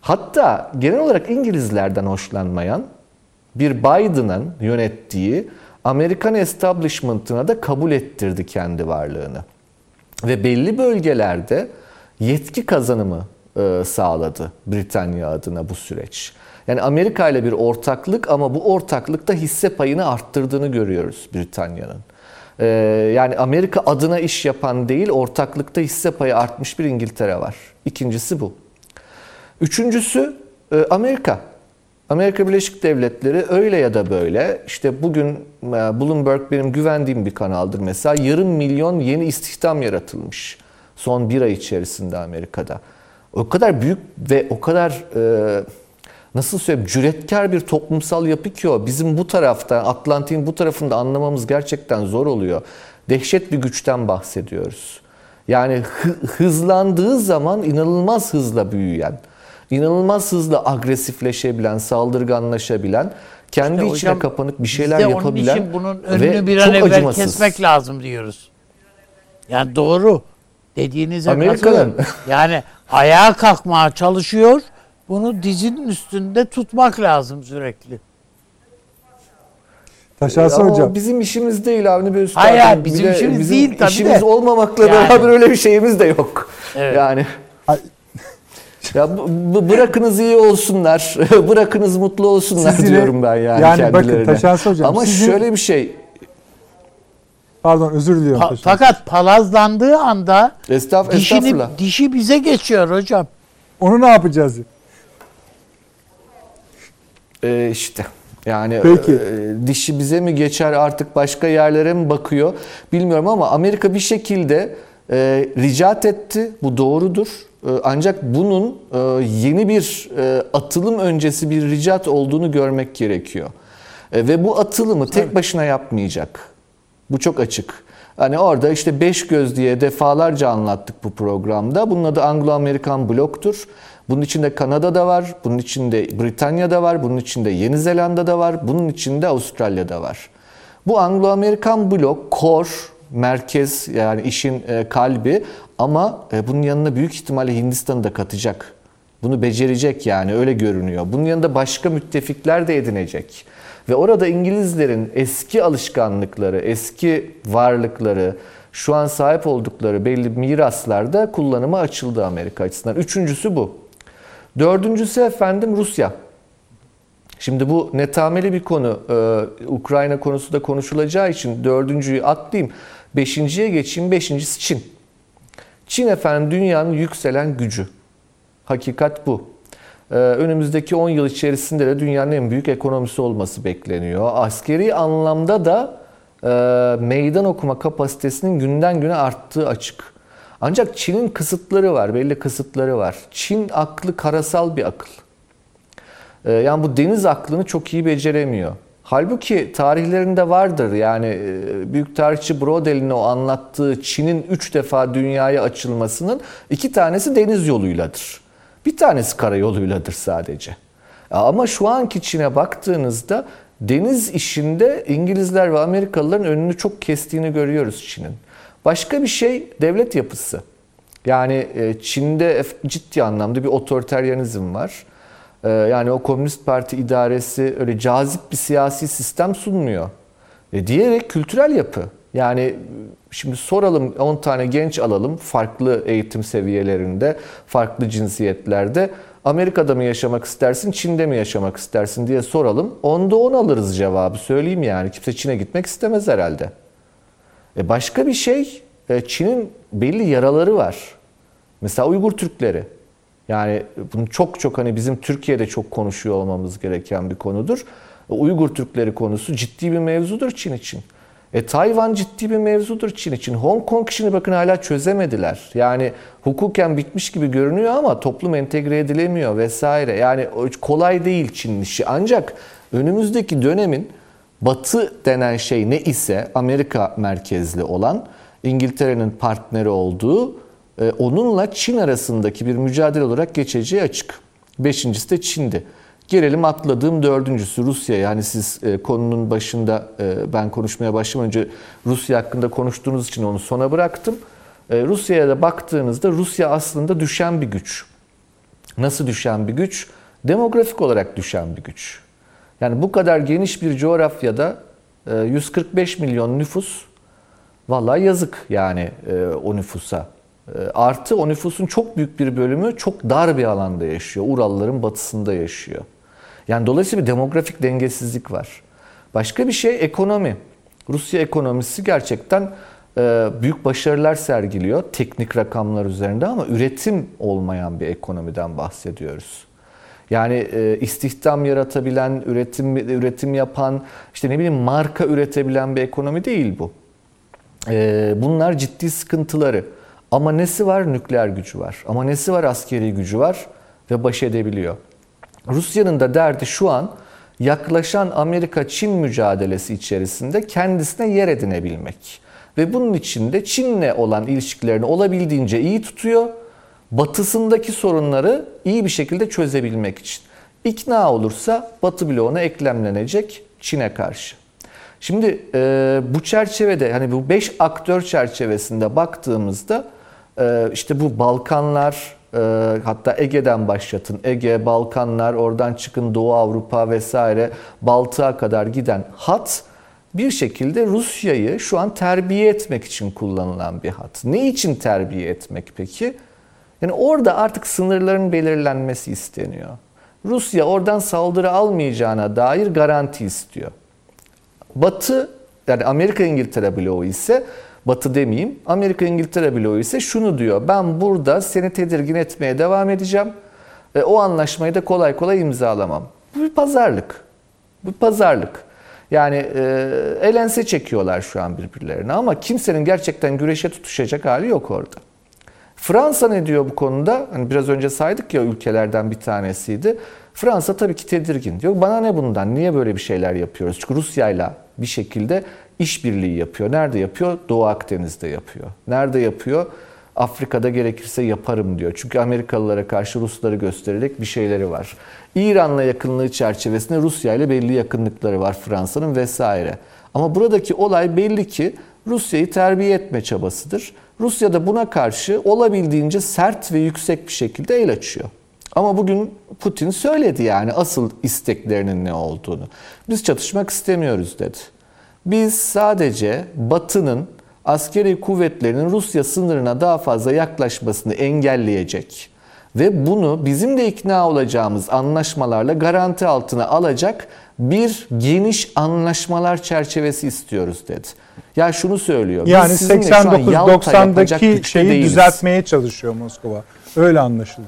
Speaker 3: Hatta genel olarak İngilizlerden hoşlanmayan bir Biden'ın yönettiği Amerikan establishment'ına da kabul ettirdi kendi varlığını. Ve belli bölgelerde yetki kazanımı e, sağladı Britanya adına bu süreç. Yani Amerika ile bir ortaklık ama bu ortaklıkta hisse payını arttırdığını görüyoruz Britanya'nın. E, yani Amerika adına iş yapan değil, ortaklıkta hisse payı artmış bir İngiltere var. İkincisi bu. Üçüncüsü e, Amerika. Amerika Birleşik Devletleri öyle ya da böyle, işte bugün Bloomberg benim güvendiğim bir kanaldır mesela, yarım milyon yeni istihdam yaratılmış son bir ay içerisinde Amerika'da. O kadar büyük ve o kadar e, nasıl söyleyeyim cüretkar bir toplumsal yapı ki o. Bizim bu tarafta, Atlantik'in bu tarafında anlamamız gerçekten zor oluyor. Dehşet bir güçten bahsediyoruz. Yani hızlandığı zaman inanılmaz hızla büyüyen, inanılmaz hızla agresifleşebilen, saldırganlaşabilen, kendi
Speaker 2: işte
Speaker 3: içine
Speaker 2: hocam,
Speaker 3: kapanık bir şeyler
Speaker 2: biz de
Speaker 3: yapabilen
Speaker 2: onun için bunun önünü
Speaker 3: ve
Speaker 2: bir an
Speaker 3: çok
Speaker 2: evvel
Speaker 3: acımasız.
Speaker 2: kesmek lazım diyoruz. Yani doğru. Dediğinize
Speaker 3: Amerika'nın
Speaker 2: katılıyorum. Yani ayağa kalkmaya çalışıyor. Bunu dizinin üstünde tutmak lazım sürekli.
Speaker 1: Taşansı
Speaker 3: Ama
Speaker 1: hocam.
Speaker 3: bizim işimiz değil Avni Bey Üstad.
Speaker 2: Hayır, hayır,
Speaker 3: Bir
Speaker 2: bizim
Speaker 3: de
Speaker 2: işimiz
Speaker 3: bizim
Speaker 2: değil tabii
Speaker 3: işimiz
Speaker 2: de.
Speaker 3: olmamakla
Speaker 2: Yani.
Speaker 3: beraber öyle bir şeyimiz de yok.
Speaker 2: Evet.
Speaker 3: Yani
Speaker 1: Ay-
Speaker 3: ya bu- bu- bırakınız iyi olsunlar, bırakınız mutlu olsunlar
Speaker 1: Siz yine-
Speaker 3: diyorum ben yani,
Speaker 1: yani
Speaker 3: kendilerine.
Speaker 1: bakın Taşansı hocam,
Speaker 3: Ama
Speaker 1: sizin-
Speaker 3: şöyle bir şey.
Speaker 1: Pardon, özür diliyorum.
Speaker 2: Pa-
Speaker 1: Taşansı.
Speaker 2: fakat palazlandığı anda
Speaker 3: Estağf,
Speaker 2: dişini,
Speaker 3: estağfurullah.
Speaker 2: dişi bize geçiyor hocam.
Speaker 1: Onu ne yapacağız?
Speaker 3: Ee, işte yani
Speaker 1: Peki.
Speaker 3: e, dişi bize mi geçer artık başka yerlere mi bakıyor bilmiyorum ama Amerika bir şekilde e, ricat etti. Bu doğrudur. E, ancak bunun e, yeni bir e, atılım öncesi bir ricat olduğunu görmek gerekiyor. E, ve bu atılımı tek başına yapmayacak. Bu çok açık. Hani orada işte beş göz diye defalarca anlattık bu programda. Bunun adı Anglo-Amerikan bloktur. Bunun içinde Kanada'da var, bunun içinde Britanya'da var, bunun içinde Yeni Zelanda'da var, bunun içinde Avustralya'da var. Bu Anglo-Amerikan blok, core, merkez yani işin kalbi ama bunun yanına büyük ihtimalle Hindistan'ı da katacak. Bunu becerecek yani öyle görünüyor. Bunun yanında başka müttefikler de edinecek. Ve orada İngilizlerin eski alışkanlıkları, eski varlıkları, şu an sahip oldukları belli miraslarda kullanıma açıldı Amerika açısından. Üçüncüsü bu. Dördüncüsü efendim Rusya. Şimdi bu netameli bir konu. Ee, Ukrayna konusu da konuşulacağı için dördüncüyü atlayayım. Beşinciye geçeyim. Beşincisi Çin. Çin efendim dünyanın yükselen gücü. Hakikat bu. Ee, önümüzdeki on yıl içerisinde de dünyanın en büyük ekonomisi olması bekleniyor. Askeri anlamda da e, meydan okuma kapasitesinin günden güne arttığı açık. Ancak Çin'in kısıtları var, belli kısıtları var. Çin aklı karasal bir akıl. Ee, yani bu deniz aklını çok iyi beceremiyor. Halbuki tarihlerinde vardır. Yani e, büyük tarihçi Brodel'in o anlattığı Çin'in üç defa dünyaya açılmasının iki tanesi deniz yoluyladır. Bir tanesi karayoluyladır sadece. Ama şu anki Çin'e baktığınızda deniz işinde İngilizler ve Amerikalıların önünü çok kestiğini görüyoruz Çin'in. Başka bir şey devlet yapısı. Yani Çin'de ciddi anlamda bir otoriteryenizm var. Yani o Komünist Parti idaresi öyle cazip bir siyasi sistem sunmuyor. E diyerek kültürel yapı. Yani şimdi soralım on tane genç alalım farklı eğitim seviyelerinde, farklı cinsiyetlerde. Amerika'da mı yaşamak istersin, Çin'de mi yaşamak istersin diye soralım. Onda on alırız cevabı söyleyeyim yani. Kimse Çin'e gitmek istemez herhalde. E başka bir şey, Çin'in belli yaraları var. Mesela Uygur Türkleri. Yani bunu çok çok hani bizim Türkiye'de çok konuşuyor olmamız gereken bir konudur. Uygur Türkleri konusu ciddi bir mevzudur Çin için. E Tayvan ciddi bir mevzudur Çin için. Hong Kong işini bakın hala çözemediler. Yani hukuken bitmiş gibi görünüyor ama toplum entegre edilemiyor vesaire. Yani kolay değil Çin'in işi. Ancak önümüzdeki dönemin Batı denen şey ne ise Amerika merkezli olan İngiltere'nin partneri olduğu onunla Çin arasındaki bir mücadele olarak geçeceği açık. Beşincisi de Çin'di. Gelelim atladığım dördüncüsü Rusya. Yani siz e, konunun başında e, ben konuşmaya başlamadan önce Rusya hakkında konuştuğunuz için onu sona bıraktım. E, Rusya'ya da baktığınızda Rusya aslında düşen bir güç. Nasıl düşen bir güç? Demografik olarak düşen bir güç. Yani bu kadar geniş bir coğrafyada yüz kırk beş milyon nüfus, vallahi yazık yani o nüfusa. Artı o nüfusun çok büyük bir bölümü çok dar bir alanda yaşıyor. Uralların batısında yaşıyor. Yani dolayısıyla bir demografik dengesizlik var. Başka bir şey ekonomi. Rusya ekonomisi gerçekten büyük başarılar sergiliyor teknik rakamlar üzerinde ama üretim olmayan bir ekonomiden bahsediyoruz. Yani istihdam yaratabilen, üretim üretim yapan, işte ne bileyim marka üretebilen bir ekonomi değil bu. Bunlar ciddi sıkıntıları. Ama nesi var? Nükleer gücü var. Ama nesi var? Askeri gücü var ve baş edebiliyor. Rusya'nın da derdi şu an yaklaşan Amerika-Çin mücadelesi içerisinde kendisine yer edinebilmek. Ve bunun için de Çin'le olan ilişkilerini olabildiğince iyi tutuyor. Batısındaki sorunları iyi bir şekilde çözebilmek için. İkna olursa Batı bloğuna eklemlenecek Çin'e karşı. Şimdi e, bu çerçevede hani bu beş aktör çerçevesinde baktığımızda e, işte bu Balkanlar, e, hatta Ege'den başlatın. Ege, Balkanlar, oradan çıkın Doğu Avrupa vesaire, Baltık'a kadar giden hat bir şekilde Rusya'yı şu an terbiye etmek için kullanılan bir hat. Ne için terbiye etmek peki? Yani orada artık sınırların belirlenmesi isteniyor. Rusya oradan saldırı almayacağına dair garanti istiyor. Batı, yani Amerika-İngiltere bloğu ise, Batı demeyeyim, Amerika-İngiltere bloğu ise şunu diyor: ben burada seni tedirgin etmeye devam edeceğim. E, o anlaşmayı da kolay kolay imzalamam. Bu bir pazarlık. Bu bir pazarlık. Yani e, elense çekiyorlar şu an birbirlerine ama kimsenin gerçekten güreşe tutuşacak hali yok orada. Fransa ne diyor bu konuda? Hani biraz önce saydık ya, ülkelerden bir tanesiydi. Fransa tabii ki tedirgin. Diyor bana ne bundan? Niye böyle bir şeyler yapıyoruz? Çünkü Rusya'yla bir şekilde işbirliği yapıyor. Nerede yapıyor? Doğu Akdeniz'de yapıyor. Nerede yapıyor? Afrika'da gerekirse yaparım diyor. Çünkü Amerikalılara karşı Rusları göstererek bir şeyleri var. İran'la yakınlığı çerçevesinde Rusya ile belli yakınlıkları var Fransa'nın vesaire. Ama buradaki olay belli ki Rusya'yı terbiye etme çabasıdır. Rusya da buna karşı olabildiğince sert ve yüksek bir şekilde el açıyor. Ama bugün Putin söyledi yani asıl isteklerinin ne olduğunu. Biz çatışmak istemiyoruz dedi. Biz sadece Batı'nın askeri kuvvetlerinin Rusya sınırına daha fazla yaklaşmasını engelleyecek ve bunu bizim de ikna olacağımız anlaşmalarla garanti altına alacak bir geniş anlaşmalar çerçevesi istiyoruz dedi. Ya şunu söylüyor.
Speaker 1: Yani seksen dokuz doksandaki şeyi değiliz. Düzeltmeye çalışıyor Moskova. Öyle anlaşılıyor.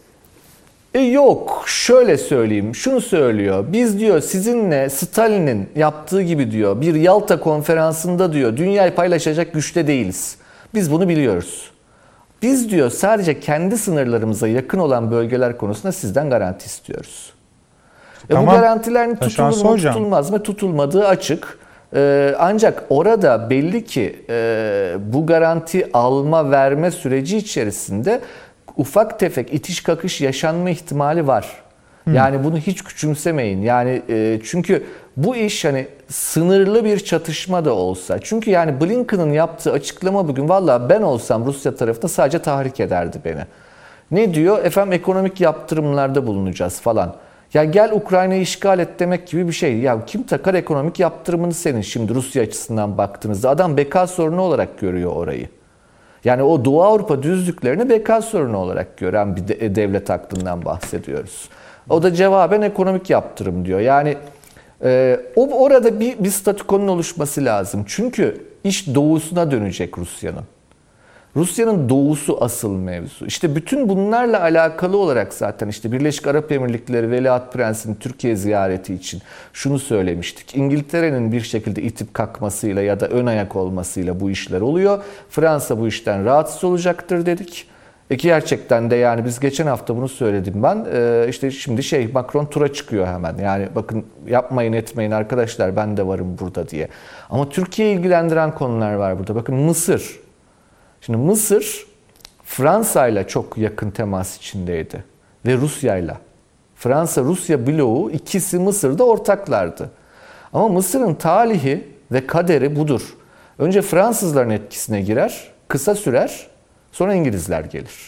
Speaker 3: E yok, şöyle söyleyeyim, şunu söylüyor. Biz diyor sizinle Stalin'in yaptığı gibi diyor bir Yalta konferansında diyor dünyayı paylaşacak güçte değiliz. Biz bunu biliyoruz. Biz diyor sadece kendi sınırlarımıza yakın olan bölgeler konusunda sizden garanti istiyoruz. E tamam. Bu garantiler tutulur mu tutulmaz mı? Tutulmadığı açık. Ee, ancak orada belli ki e, bu garanti alma verme süreci içerisinde ufak tefek itiş kakış yaşanma ihtimali var. Hmm. Yani bunu hiç küçümsemeyin. Yani e, çünkü bu iş hani sınırlı bir çatışma da olsa. Çünkü yani Blinken'ın yaptığı açıklama bugün vallahi ben olsam Rusya tarafında sadece tahrik ederdi beni. Ne diyor? Efendim ekonomik yaptırımlarda bulunacağız falan. Ya gel Ukrayna'yı işgal et demek gibi bir şey. Ya kim takar ekonomik yaptırımını senin şimdi Rusya açısından baktığınızda? Adam beka sorunu olarak görüyor orayı. Yani o Doğu Avrupa düzlüklerini beka sorunu olarak gören bir de, devlet aklından bahsediyoruz. O da cevaben ekonomik yaptırım diyor. Yani e, o orada bir, bir statükonun oluşması lazım. Çünkü iş doğusuna dönecek Rusya'nın. Rusya'nın doğusu asıl mevzu. İşte bütün bunlarla alakalı olarak zaten işte Birleşik Arap Emirlikleri Veliaht Prens'in Türkiye ziyareti için şunu söylemiştik. İngiltere'nin bir şekilde itip kalkmasıyla ya da ön ayak olmasıyla bu işler oluyor. Fransa bu işten rahatsız olacaktır dedik. E ki gerçekten de yani biz geçen hafta bunu söyledim ben. Ee, işte şimdi şey Macron tura çıkıyor hemen. Yani bakın yapmayın etmeyin arkadaşlar ben de varım burada diye. Ama Türkiye'yi ilgilendiren konular var burada. Bakın Mısır. Şimdi Mısır Fransa'yla çok yakın temas içindeydi ve Rusya'yla. Fransa-Rusya bloğu ikisi Mısır'da ortaklardı. Ama Mısır'ın talihi ve kaderi budur. Önce Fransızların etkisine girer, kısa sürer, sonra İngilizler gelir.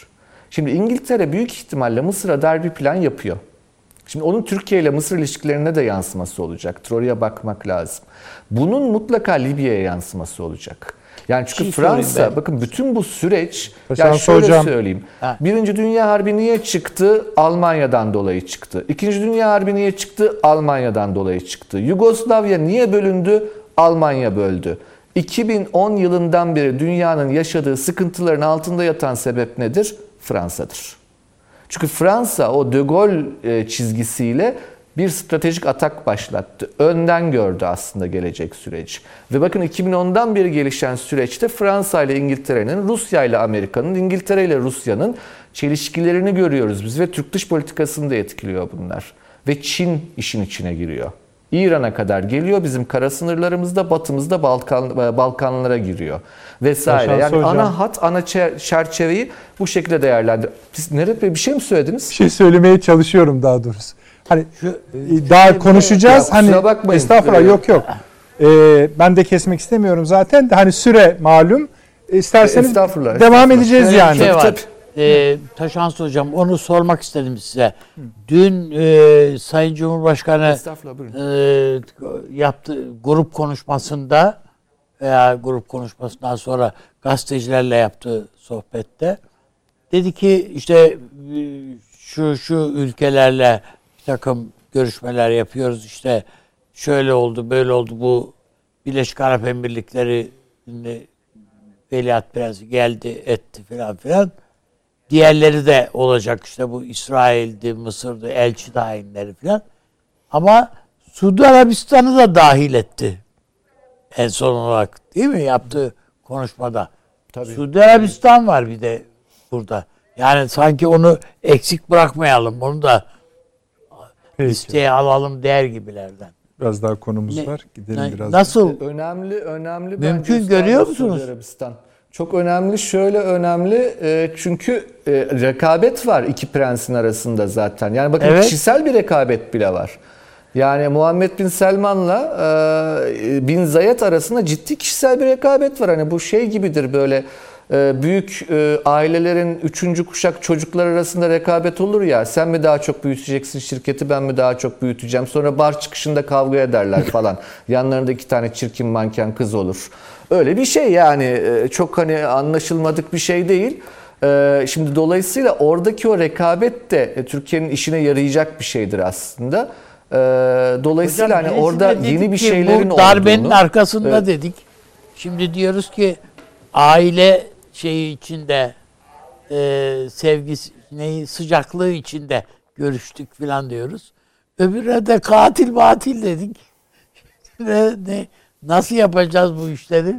Speaker 3: Şimdi İngiltere büyük ihtimalle Mısır'a dair bir plan yapıyor. Şimdi onun Türkiye ile Mısır ilişkilerine de yansıması olacaktır. Oraya bakmak lazım. Bunun mutlaka Libya'ya yansıması olacak. Yani çünkü
Speaker 2: Şey
Speaker 3: Fransa, bakın bütün bu süreç,
Speaker 1: Paşam
Speaker 3: yani şöyle
Speaker 1: hocam.
Speaker 3: söyleyeyim.
Speaker 2: Ha.
Speaker 3: Birinci Dünya Harbi niye çıktı? Almanya'dan dolayı çıktı. İkinci Dünya Harbi niye çıktı? Almanya'dan dolayı çıktı. Yugoslavya niye bölündü? Almanya böldü. iki bin on yılından beri dünyanın yaşadığı sıkıntıların altında yatan sebep nedir? Fransa'dır. Çünkü Fransa o De Gaulle çizgisiyle bir stratejik atak başlattı. Önden gördü aslında gelecek süreci. Ve bakın iki bin ondan beri gelişen süreçte Fransa ile İngiltere'nin, Rusya ile Amerika'nın, İngiltere ile Rusya'nın çelişkilerini görüyoruz biz ve Türk dış politikasını da etkiliyor bunlar. Ve Çin işin içine giriyor. İran'a kadar geliyor, bizim kara sınırlarımızda, batımızda Balkan, Balkanlara giriyor vesaire. Yani
Speaker 1: hocam.
Speaker 3: ana hat, ana çerçeveyi bu şekilde değerlendir. Siz Nerat Bey bir şey mi söylediniz?
Speaker 1: Bir şey söylemeye çalışıyorum daha doğrusu. Hani daha konuşacağız.
Speaker 3: Ya,
Speaker 1: hani
Speaker 3: kusura bakmayın.
Speaker 1: Estağfurullah, yok yok. Ee, ben de kesmek istemiyorum zaten. Hani süre malum. İsterseniz
Speaker 3: Estağfurullah,
Speaker 1: devam
Speaker 3: estağfurullah.
Speaker 1: edeceğiz
Speaker 2: Şöyle
Speaker 1: yani.
Speaker 2: bir şey var.
Speaker 3: Tabii,
Speaker 2: Ee, Taşans Hocam, onu sormak istedim size. Dün e, Sayın Cumhurbaşkanı
Speaker 3: Estağfurullah, buyurun.
Speaker 2: e, yaptığı grup konuşmasında veya grup konuşmasından sonra gazetecilerle yaptığı sohbette dedi ki işte e, şu şu ülkelerle bir takım görüşmeler yapıyoruz, işte şöyle oldu böyle oldu, bu Birleşik Arap Emirlikleri Veliaht Prensi geldi etti filan filan. Diğerleri de olacak, işte bu İsrail'di, Mısır'dı, elçi tayinleri filan. Ama Suudi Arabistan'ı da dahil etti. En son olarak, değil mi, yaptığı konuşmada.
Speaker 3: Tabii.
Speaker 2: Suudi Arabistan var bir de burada. Yani sanki onu eksik bırakmayalım. Onu da
Speaker 1: Peki.
Speaker 2: listeye alalım der gibilerden.
Speaker 1: Biraz daha konumuz
Speaker 2: Ne-
Speaker 1: var. Gidelim
Speaker 2: Ne-
Speaker 1: biraz.
Speaker 2: Nasıl?
Speaker 3: Önemli, önemli.
Speaker 2: Mümkün
Speaker 3: bence
Speaker 2: görüyor
Speaker 3: Suudi
Speaker 2: musunuz?
Speaker 3: Arabistan. Çok önemli, şöyle önemli e, çünkü e, rekabet var iki prensin arasında zaten. Yani bakın
Speaker 2: Evet.
Speaker 3: kişisel bir rekabet bile var. Yani Muhammed Bin Selman'la e, Bin Zayed arasında ciddi kişisel bir rekabet var. Hani bu şey gibidir, böyle e, büyük e, ailelerin üçüncü kuşak çocuklar arasında rekabet olur ya. Sen mi daha çok büyüteceksin şirketi, ben mi daha çok büyüteceğim. Sonra bar çıkışında kavga ederler falan. Yanlarında iki tane çirkin manken kız olur. Öyle bir şey yani, çok hani anlaşılmadık bir şey değil. Şimdi dolayısıyla oradaki o rekabet de Türkiye'nin işine yarayacak bir şeydir aslında. Dolayısıyla
Speaker 2: Hocam,
Speaker 3: hani orada
Speaker 2: birisine
Speaker 3: yeni
Speaker 2: dedik
Speaker 3: bir
Speaker 2: ki
Speaker 3: şeylerin
Speaker 2: bu darbenin
Speaker 3: olduğunu,
Speaker 2: arkasında
Speaker 3: Evet.
Speaker 2: dedik. Şimdi diyoruz ki aile şeyi içinde, e, sevgisi, neyi, sıcaklığı içinde görüştük filan diyoruz. Öbürüne de katil batil dedik. ne, ne, nasıl yapacağız bu işleri?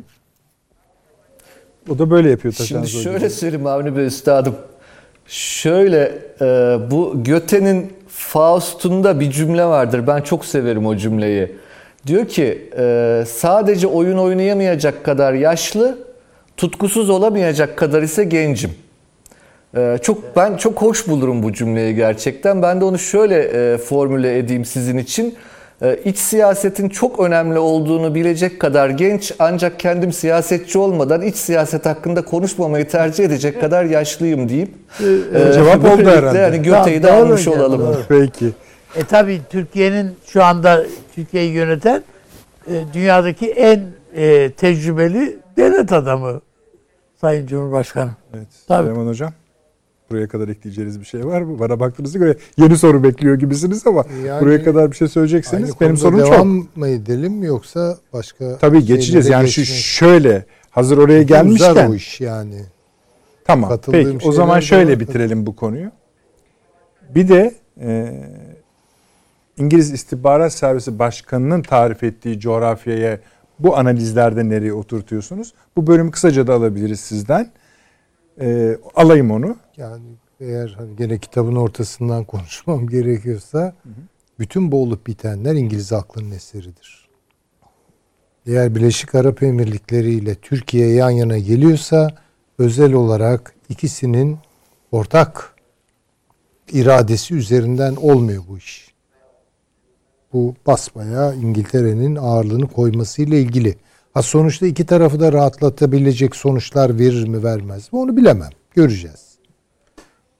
Speaker 1: O da böyle yapıyor Taşan
Speaker 3: Şimdi
Speaker 1: Hocam.
Speaker 3: şöyle söyleyeyim Avni Bey üstadım. Şöyle e, bu Göte'nin Faust'unda bir cümle vardır. Ben çok severim o cümleyi. Diyor ki e, sadece oyun oynayamayacak kadar yaşlı, tutkusuz olamayacak kadar ise gencim. E, çok ben çok hoş bulurum bu cümleyi gerçekten. Ben de onu şöyle e, formüle edeyim sizin için. İç siyasetin çok önemli olduğunu bilecek kadar genç, ancak kendim siyasetçi olmadan iç siyaset hakkında konuşmamayı tercih edecek kadar yaşlıyım deyip
Speaker 1: Ee, cevap oldu herhalde.
Speaker 3: Yani Göte'yi de
Speaker 2: Doğru
Speaker 3: almış
Speaker 2: hocam,
Speaker 3: olalım.
Speaker 2: doğru.
Speaker 1: Peki.
Speaker 2: E tabi Türkiye'nin şu anda Türkiye'yi yöneten e, dünyadaki en e, tecrübeli devlet adamı Sayın Cumhurbaşkanı.
Speaker 1: Evet.
Speaker 2: Tabii.
Speaker 1: Süleyman Hocam, buraya kadar ekleyeceğiniz bir şey var mı? Bana baktığınızda göre yeni soru bekliyor gibisiniz ama
Speaker 4: Yani
Speaker 1: buraya kadar bir şey söyleyecekseniz
Speaker 4: Aynı
Speaker 1: benim
Speaker 4: konuda
Speaker 1: sorum
Speaker 4: devam
Speaker 1: çok.
Speaker 4: mı edelim yoksa başka
Speaker 1: Tabii geçeceğiz.
Speaker 4: şeylere
Speaker 1: Yani şu
Speaker 4: geçmek-
Speaker 1: şöyle hazır oraya
Speaker 4: Uzar
Speaker 1: gelmişken.
Speaker 4: o iş yani.
Speaker 1: Tamam.
Speaker 4: Katıldığım
Speaker 1: Peki o zaman
Speaker 4: şeyler
Speaker 1: şöyle
Speaker 4: devam-
Speaker 1: bitirelim bu konuyu. Bir de e, İngiliz İstihbarat Servisi Başkanı'nın tarif ettiği coğrafyaya bu analizlerde nereye oturtuyorsunuz? Bu bölümü kısaca da alabiliriz sizden. E, alayım onu.
Speaker 4: Yani eğer hani gene kitabın ortasından konuşmam gerekiyorsa hı hı. bütün bu olup bitenler İngiliz aklının eseridir. Eğer Birleşik Arap Emirlikleri ile Türkiye yan yana geliyorsa özel olarak ikisinin ortak iradesi üzerinden olmuyor bu iş. Bu basbayağı İngiltere'nin ağırlığını koymasıyla ilgili. Ha sonuçta iki tarafı da rahatlatabilecek sonuçlar verir mi vermez mi onu bilemem. Göreceğiz.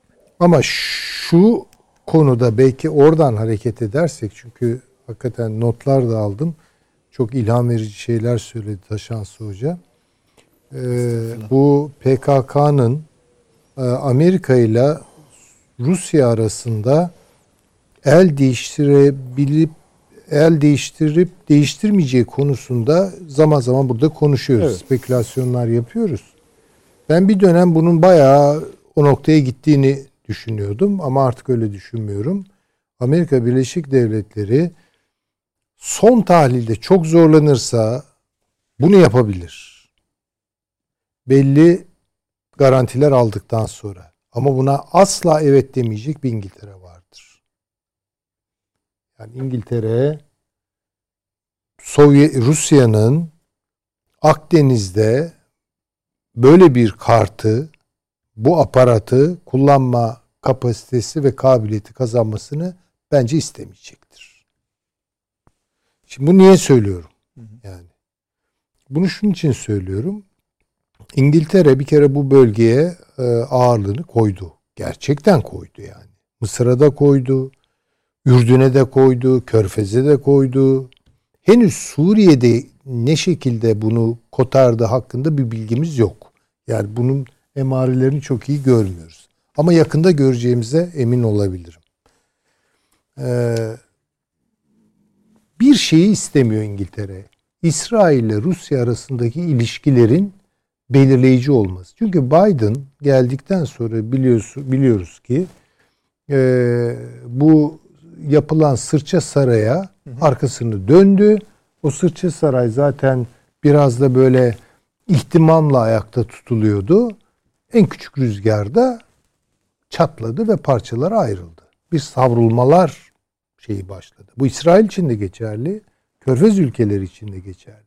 Speaker 4: Ama şu konuda belki oradan hareket edersek, çünkü hakikaten notlar da aldım. Çok ilham verici şeyler söyledi Taşansı Hoca. Ee, bu P K K'nın e, Amerika ile Rusya arasında el değiştirebilip el değiştirip değiştirmeyeceği konusunda zaman zaman burada konuşuyoruz. Evet. Spekülasyonlar yapıyoruz. Ben bir dönem bunun bayağı o noktaya gittiğini düşünüyordum ama artık öyle düşünmüyorum. Amerika Birleşik Devletleri son tahlilde çok zorlanırsa bunu yapabilir. Belli garantiler aldıktan sonra. Ama buna asla evet demeyecek bir İngiltere vardır. Yani İngiltere, Sovyet Rusya'nın Akdeniz'de böyle bir kartı, bu aparatı kullanma kapasitesi ve kabiliyeti kazanmasını bence istemeyecektir. Şimdi bunu niye söylüyorum? Yani bunu şunun için söylüyorum. İngiltere bir kere bu bölgeye e, ağırlığını koydu. Gerçekten koydu yani. Mısır'a da koydu, Ürdün'e de koydu, Körfez'e de koydu. Henüz Suriye'de ne şekilde bunu kotardı hakkında bir bilgimiz yok. Yani bunun emarelerini çok iyi görmüyoruz. Ama yakında göreceğimize emin olabilirim. Ee, bir şeyi istemiyor İngiltere. İsrail ile Rusya arasındaki ilişkilerin belirleyici olması. Çünkü Biden geldikten sonra biliyoruz, biliyoruz ki e, bu yapılan Sırça Saray'a arkasını döndü. O Sırça Saray zaten biraz da böyle ihtimamla ayakta tutuluyordu. En küçük rüzgarda çatladı ve parçalara ayrıldı. Bir savrulmalar şeyi başladı. Bu İsrail için de geçerli, Körfez ülkeleri için de geçerli.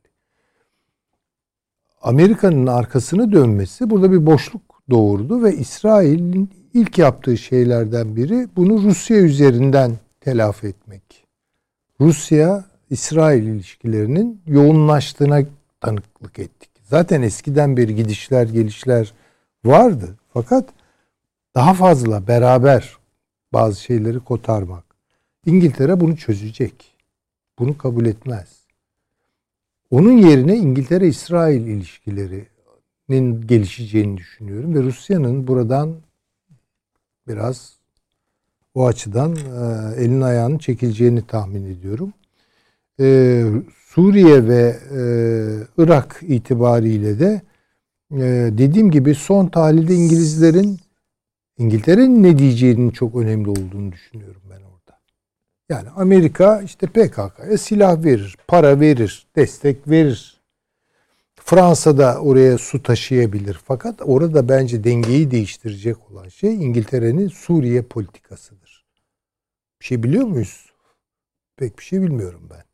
Speaker 4: Amerika'nın arkasını dönmesi burada bir boşluk doğurdu ve İsrail'in ilk yaptığı şeylerden biri bunu Rusya üzerinden telafi etmek. Rusya-İsrail ilişkilerinin yoğunlaştığına tanıklık ettik. Zaten eskiden beri gidişler gelişler vardı. Fakat daha fazla beraber bazı şeyleri kotarmak. İngiltere bunu çözecek. Bunu kabul etmez. Onun yerine İngiltere-İsrail ilişkilerinin gelişeceğini düşünüyorum ve Rusya'nın buradan biraz o açıdan e, elin ayağının çekileceğini tahmin ediyorum. E, Suriye ve e, Irak itibariyle de e, dediğim gibi son tahlilde İngilizlerin İngiltere'nin ne diyeceğinin çok önemli olduğunu düşünüyorum ben orada. Yani Amerika işte P K K'ya silah verir, para verir, destek verir. Fransa da oraya su taşıyabilir. Fakat orada bence dengeyi değiştirecek olan şey İngiltere'nin Suriye politikasıdır. Bir şey biliyor muyuz? Pek bir şey bilmiyorum ben.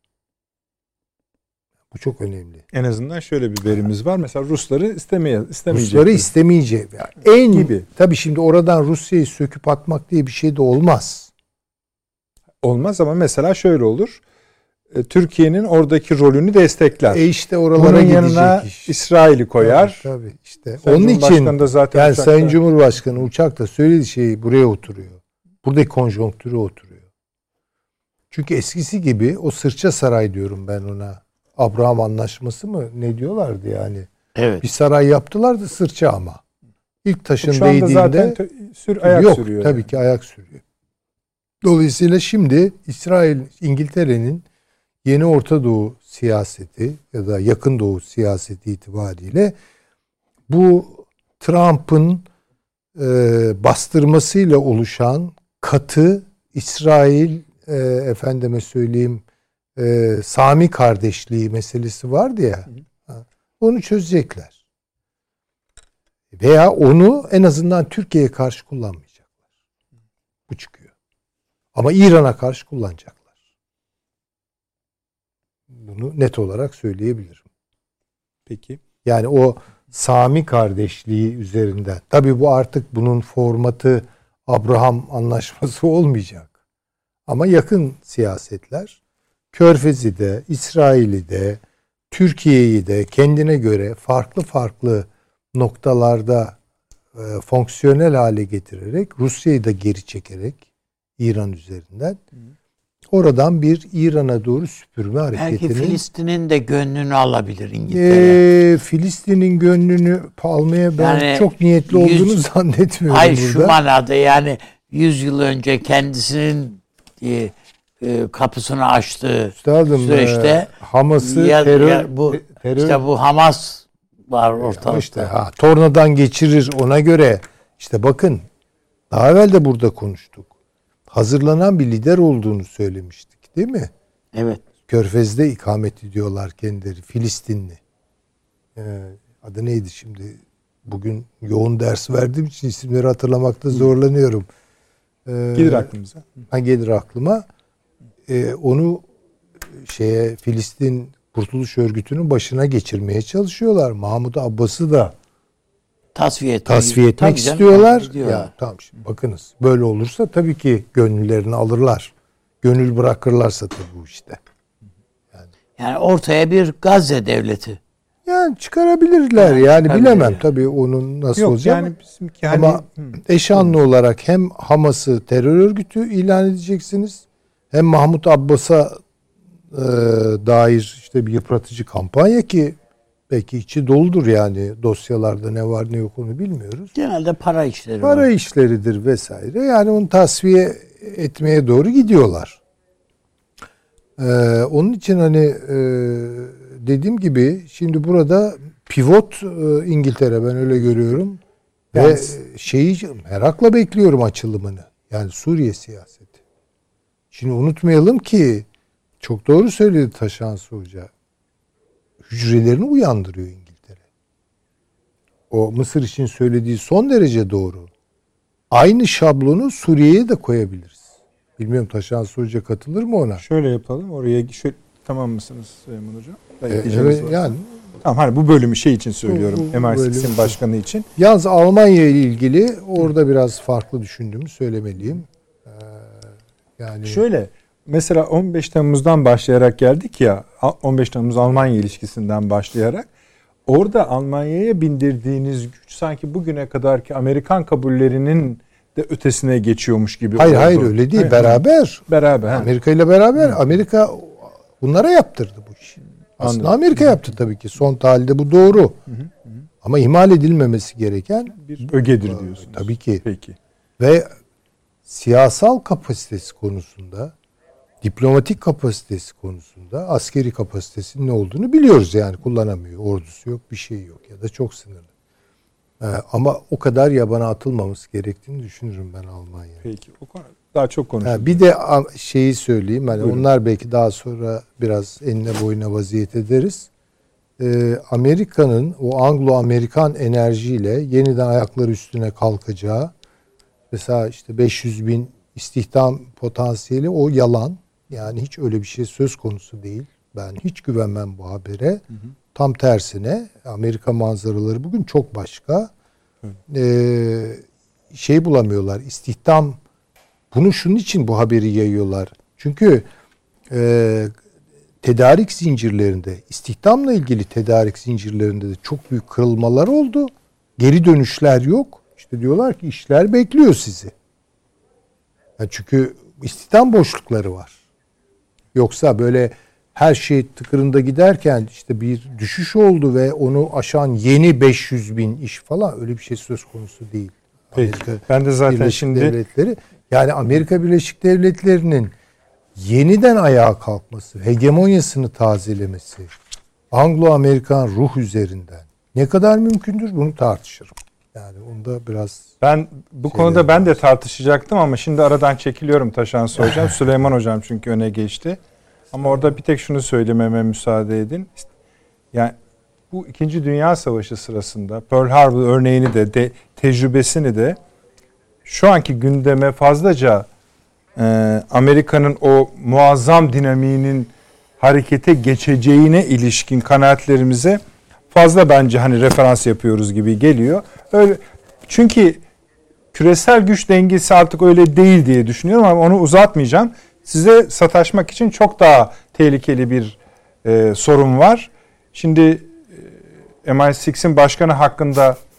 Speaker 4: Bu çok önemli.
Speaker 1: En azından şöyle bir verimiz var. Mesela Rusları istemeye, istemeyecek.
Speaker 4: Rusları istemeyecek. Yani en
Speaker 1: gibi.
Speaker 4: Tabii şimdi oradan Rusya'yı söküp atmak diye bir şey de olmaz.
Speaker 1: Olmaz ama mesela şöyle olur. Türkiye'nin oradaki rolünü destekler.
Speaker 4: E işte oralara
Speaker 1: bunun
Speaker 4: gidecek
Speaker 1: yanına
Speaker 4: iş.
Speaker 1: İsrail'i koyar.
Speaker 4: Tabii, tabii işte.
Speaker 1: Sayın
Speaker 4: Onun için
Speaker 1: da zaten
Speaker 4: yani
Speaker 1: uçakta...
Speaker 4: Sayın Cumhurbaşkanı uçakta söylediği şey buraya oturuyor. Buradaki konjonktüre oturuyor. Çünkü eskisi gibi o Sırça Saray diyorum ben ona. Abraham Anlaşması mı? Ne diyorlardı yani?
Speaker 2: Evet.
Speaker 4: Bir saray yaptılardı Sırça ama. İlk taşın
Speaker 1: Şu anda
Speaker 4: değdiğinde
Speaker 1: zaten t- sür, ayak
Speaker 4: yok,
Speaker 1: sürüyor.
Speaker 4: Tabii yani. ki ayak sürüyor. Dolayısıyla şimdi İsrail, İngiltere'nin yeni Orta Doğu siyaseti ya da Yakın Doğu siyaseti itibariyle bu Trump'ın e, bastırmasıyla oluşan katı İsrail e, efendime söyleyeyim e, Sami kardeşliği meselesi vardı ya. Ha, onu çözecekler. Veya onu en azından Türkiye'ye karşı kullanmayacaklar. Bu çıkıyor. Ama İran'a karşı kullanacaklar. Bunu net olarak söyleyebilirim.
Speaker 1: Peki.
Speaker 4: Yani o Sami kardeşliği üzerinden. Tabii bu artık bunun formatı Abraham Anlaşması olmayacak. Ama yakın siyasetler Körfez'i de, İsrail'i de, Türkiye'yi de kendine göre farklı farklı noktalarda e, fonksiyonel hale getirerek, Rusya'yı da geri çekerek İran üzerinden oradan bir İran'a doğru süpürme hareketinin...
Speaker 2: Belki Filistin'in de gönlünü alabilir İngiltere.
Speaker 4: E, Filistin'in gönlünü almaya ben yani çok niyetli yüz, olduğunu zannetmiyorum
Speaker 2: hayır,
Speaker 4: burada.
Speaker 2: Hayır şu manada yani yüz yıl önce kendisinin e, e, kapısını açtığı Üstadım, süreçte
Speaker 4: e, Hamas'ı
Speaker 2: ya,
Speaker 4: terör,
Speaker 2: ya bu,
Speaker 4: terör...
Speaker 2: işte bu Hamas var ortalıkta.
Speaker 4: İşte, ha, tornadan geçirir ona göre. İşte bakın daha evvel de burada konuştuk. Hazırlanan bir lider olduğunu söylemiştik değil mi?
Speaker 2: Evet.
Speaker 4: Körfez'de ikamet ediyorlar kendileri. Filistinli. Ee, adı neydi şimdi? Bugün yoğun ders verdiğim için isimleri hatırlamakta zorlanıyorum. Ee,
Speaker 1: gelir aklımıza.
Speaker 4: Ha, gelir aklıma. Ee, onu şeye Filistin Kurtuluş Örgütü'nün başına geçirmeye çalışıyorlar. Mahmut Abbas'ı da
Speaker 2: tasfiye,
Speaker 4: tasfiye etmek istiyorlar. Ya tamam şimdi bakınız. Böyle olursa tabii ki gönüllerini alırlar. Gönül bırakırlarsa tabii bu işte.
Speaker 2: Yani, yani ortaya bir Gazze devleti.
Speaker 4: Yani çıkarabilirler. Yani, yani bilemem yani. Tabii onun nasıl
Speaker 1: Yok,
Speaker 4: olacak.
Speaker 1: Yani bizimki hani,
Speaker 4: ama eşanlı hı. olarak hem Hamas'ı terör örgütü ilan edeceksiniz. Hem Mahmut Abbas'a e, dair işte bir yıpratıcı kampanya ki belki içi doludur yani dosyalarda ne var ne yok onu bilmiyoruz.
Speaker 2: Genelde para işleri
Speaker 4: Para
Speaker 2: var.
Speaker 4: işleridir vesaire. Yani onu tasfiye etmeye doğru gidiyorlar. Ee, onun için hani e, dediğim gibi şimdi burada pivot e, İngiltere ben öyle görüyorum. Yani, ve şeyi merakla bekliyorum açılımını. Yani Suriye siyaseti. Şimdi unutmayalım ki çok doğru söyledi Taşansı Hoca. Hücrelerini uyandırıyor İngiltere. O Mısır için söylediği son derece doğru. Aynı şablonu Suriye'ye de koyabiliriz. Bilmiyorum Taşansı Hoca katılır mı ona?
Speaker 1: Şöyle yapalım. Oraya şöyle, tamam mısınız Süleyman Hocam?
Speaker 4: Ee, evet, yani
Speaker 1: tamam hani bu bölümü şey için söylüyorum. M I altının başkanı için.
Speaker 4: Yalnız Almanya ile ilgili orada biraz farklı düşündüğümü söylemeliyim. Ee, yani
Speaker 1: şöyle mesela on beş Temmuz'dan başlayarak geldik ya, on beş Temmuz Almanya ilişkisinden başlayarak orada Almanya'ya bindirdiğiniz güç sanki bugüne kadarki Amerikan kabullerinin de ötesine geçiyormuş gibi
Speaker 4: hayır,
Speaker 1: oldu.
Speaker 4: Hayır öyle değil. Hayır, beraber.
Speaker 1: Beraber.
Speaker 4: Amerika ile beraber. Hı. Amerika bunlara yaptırdı bu işi. Aslında Anladım. Amerika yaptı tabii ki. Son tahlilde bu doğru. Hı hı. Ama ihmal edilmemesi gereken
Speaker 1: bir ögedir diyorsunuz.
Speaker 4: Tabii ki.
Speaker 1: Peki.
Speaker 4: Ve siyasal kapasitesi konusunda, diplomatik kapasitesi konusunda askeri kapasitesinin ne olduğunu biliyoruz yani. Kullanamıyor. Ordusu yok, bir şey yok ya da çok sınırlı. Ee, ama o kadar yabana atılmaması gerektiğini düşünürüm ben Almanya'ya.
Speaker 1: Peki. O konu daha çok konuşalım.
Speaker 4: Bir de şeyi söyleyeyim. Yani onlar belki daha sonra biraz enine boyuna vaziyet ederiz. Ee, Amerika'nın o Anglo-Amerikan enerjiyle yeniden ayakları üstüne kalkacağı, mesela işte beş yüz bin istihdam potansiyeli o yalan. Yani hiç öyle bir şey söz konusu değil. Ben hiç güvenmem bu habere. Hı hı. Tam tersine Amerika manzaraları bugün çok başka. Ee, şey bulamıyorlar. İstihdam. Bunu şunun için bu haberi yayıyorlar. Çünkü e, tedarik zincirlerinde, istihdamla ilgili tedarik zincirlerinde de çok büyük kırılmalar oldu. Geri dönüşler yok. İşte diyorlar ki işler bekliyor sizi. Yani çünkü istihdam boşlukları var. Yoksa böyle her şey tıkırında giderken işte bir düşüş oldu ve onu aşan yeni beş yüz bin iş falan öyle bir şey söz konusu değil.
Speaker 1: Peki. Amerika ben de zaten Birleşik şimdi
Speaker 4: Devletleri, yani Amerika Birleşik Devletleri'nin yeniden ayağa kalkması, hegemonyasını tazelemesi, Anglo-Amerikan ruh üzerinden ne kadar mümkündür bunu tartışırım. Yani onda biraz
Speaker 1: ben bu konuda ben de tartışacaktım ama şimdi aradan çekiliyorum Taşansı Hocam. Süleyman Hocam çünkü öne geçti. Ama orada bir tek şunu söylememe müsaade edin. Yani bu İkinci Dünya Savaşı sırasında Pearl Harbor örneğini de, de tecrübesini de şu anki gündeme fazlaca e, Amerika'nın o muazzam dinamiğinin harekete geçeceğine ilişkin kanaatlerimize fazla bence hani referans yapıyoruz gibi geliyor. Öyle çünkü küresel güç dengesi artık öyle değil diye düşünüyorum ama onu uzatmayacağım. Size sataşmak için çok daha tehlikeli bir e, sorun var. Şimdi e, M I altının başkanı hakkında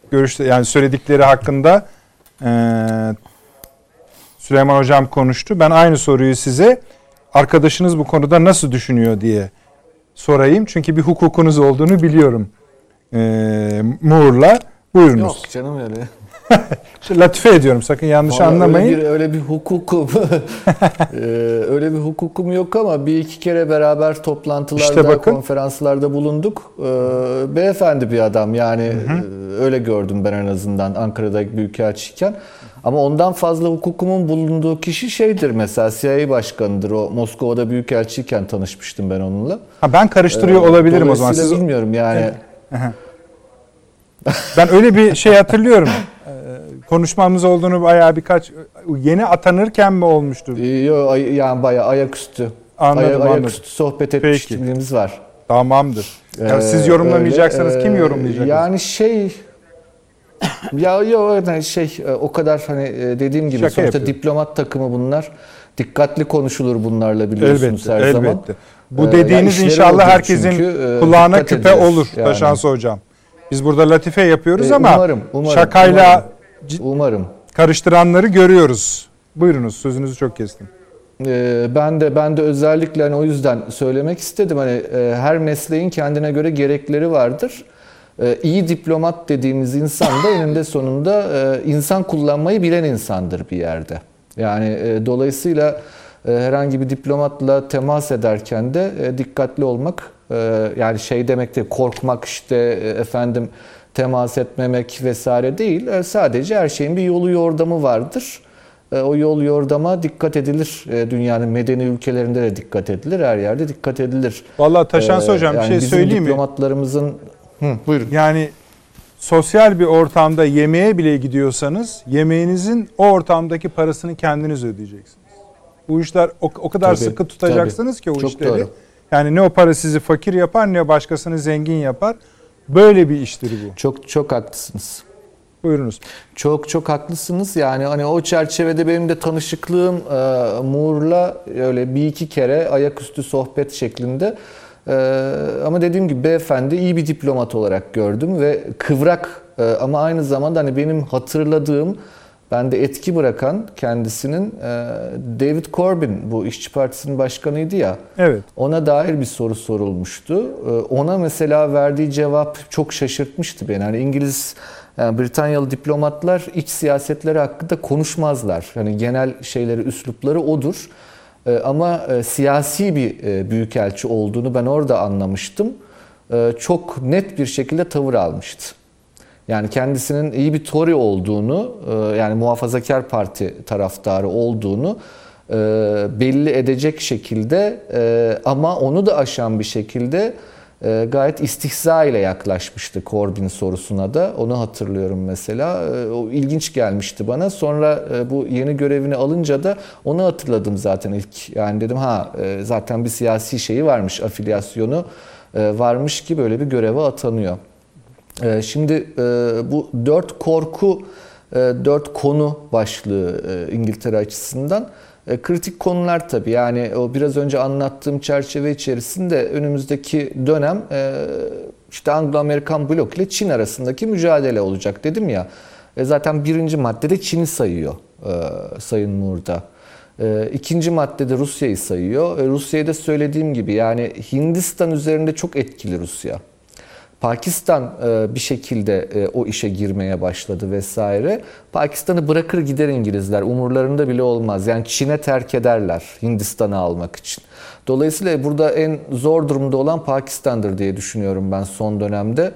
Speaker 1: görüşte yani söyledikleri hakkında e, Süleyman Hocam konuştu. Ben aynı soruyu size arkadaşınız bu konuda nasıl düşünüyor diye sorayım. Çünkü bir hukukunuz olduğunu biliyorum. E, Moore'la. Buyurunuz.
Speaker 3: Yok canım öyle.
Speaker 1: Latife ediyorum, sakın yanlış
Speaker 3: Vallahi
Speaker 1: anlamayın.
Speaker 3: Öyle bir, öyle bir hukukum ee, öyle bir hukukum yok ama bir iki kere beraber toplantılarda,
Speaker 1: İşte
Speaker 3: konferanslarda bulunduk. Ee, beyefendi bir adam yani, hı hı. Öyle gördüm ben en azından Ankara'daki büyükelçiyken. Ama ondan fazla hukukumun bulunduğu kişi şeydir mesela, C I A başkanıdır. O Moskova'da büyükelçiyken tanışmıştım ben onunla.
Speaker 1: Ha, ben karıştırıyor ee, olabilirim o zaman.
Speaker 3: Siz bilmiyorum yani.
Speaker 1: Ben öyle bir şey hatırlıyorum. Konuşmamız olduğunu bayağı birkaç yeni atanırken mi olmuştu?
Speaker 3: Yok yani bayağı ayaküstü.
Speaker 1: Anladım,
Speaker 3: Ay,
Speaker 1: anladım.
Speaker 3: Ayaküstü sohbet etmişliğimiz var.
Speaker 1: Tamamdır. Yani ee, siz yorumlamayacaksanız öyle, kim yorumlayacak?
Speaker 3: Yani şey ya yok şey o kadar hani dediğim gibi
Speaker 1: Şaka
Speaker 3: sonuçta
Speaker 1: yapıyorum.
Speaker 3: Diplomat takımı bunlar. Dikkatli konuşulur bunlarla biliyorsunuz
Speaker 1: elbette,
Speaker 3: her
Speaker 1: elbette.
Speaker 3: zaman.
Speaker 1: Bu dediğiniz yani inşallah herkesin çünkü, kulağına küpe edilir. Olur yani. Taşansı hocam. Biz burada latife yapıyoruz ee, ama
Speaker 3: umarım, umarım,
Speaker 1: şakayla
Speaker 3: umarım, umarım
Speaker 1: karıştıranları görüyoruz. Buyurunuz, sözünüzü çok kestim.
Speaker 3: Ee, ben de ben de özellikle hani o yüzden söylemek istedim. Hani e, her mesleğin kendine göre gerekleri vardır. E, iyi diplomat dediğimiz insan da eninde sonunda e, insan kullanmayı bilen insandır bir yerde. Yani e, dolayısıyla e, herhangi bir diplomatla temas ederken de e, dikkatli olmak, e, yani şey demek değil, korkmak işte e, efendim temas etmemek vesaire değil. E, sadece her şeyin bir yolu yordamı vardır. E, o yol yordama dikkat edilir. E, dünyanın medeni ülkelerinde de dikkat edilir. Her yerde dikkat edilir.
Speaker 1: Vallahi Taşansı e, hocam yani bir şey söyleyeyim mi?
Speaker 3: Bizim diplomatlarımızın... Hı, buyurun.
Speaker 1: Yani sosyal bir ortamda yemeğe bile gidiyorsanız yemeğinizin o ortamdaki parasını kendiniz ödeyeceksiniz. Bu işler o, o kadar tabii, sıkı tutacaksınız tabii. Ki o
Speaker 3: çok
Speaker 1: işleri.
Speaker 3: Doğru.
Speaker 1: Yani ne o para sizi fakir yapar ne başkasını zengin yapar. Böyle bir iştir bu.
Speaker 3: Çok çok haklısınız.
Speaker 1: Buyurunuz.
Speaker 3: Çok çok haklısınız. Yani hani o çerçevede benim de tanışıklığım e, Moore'la öyle bir iki kere ayaküstü sohbet şeklinde. Ee, ama dediğim gibi beyefendi iyi bir diplomat olarak gördüm ve kıvrak e, ama aynı zamanda hani benim hatırladığım, bende etki bırakan kendisinin e, David Corbyn, bu İşçi Partisi'nin başkanıydı ya.
Speaker 1: Evet.
Speaker 3: Ona dair bir soru sorulmuştu. E, ona mesela verdiği cevap çok şaşırtmıştı beni. Hani İngiliz, yani Britanyalı diplomatlar iç siyasetleri hakkında konuşmazlar. Yani genel şeyleri, üslupları odur. Ama siyasi bir büyükelçi olduğunu ben orada anlamıştım. Çok net bir şekilde tavır almıştı. Yani kendisinin iyi bir Tory olduğunu, yani Muhafazakar Parti taraftarı olduğunu belli edecek şekilde ama onu da aşan bir şekilde gayet istihza ile yaklaşmıştı Corbyn sorusuna da. Onu hatırlıyorum mesela. O ilginç gelmişti bana. Sonra bu yeni görevini alınca da onu hatırladım zaten ilk. Yani dedim ha zaten bir siyasi şeyi varmış, afilyasyonu varmış ki böyle bir göreve atanıyor. Şimdi bu dört korku, dört konu başlığı İngiltere açısından. E, kritik konular tabii. Yani o biraz önce anlattığım çerçeve içerisinde önümüzdeki dönem e, işte Anglo-Amerikan blok ile Çin arasındaki mücadele olacak dedim ya. E, zaten birinci maddede Çin'i sayıyor e, Sayın Moore'da. E, ikinci maddede Rusya'yı sayıyor. E, Rusya'yı da söylediğim gibi yani Hindistan üzerinde çok etkili Rusya. Pakistan bir şekilde o işe girmeye başladı vesaire. Pakistan'ı bırakır gider İngilizler. Umurlarında bile olmaz. Yani Çin'e terk ederler Hindistan'ı almak için. Dolayısıyla burada en zor durumda olan Pakistan'dır diye düşünüyorum ben son dönemde.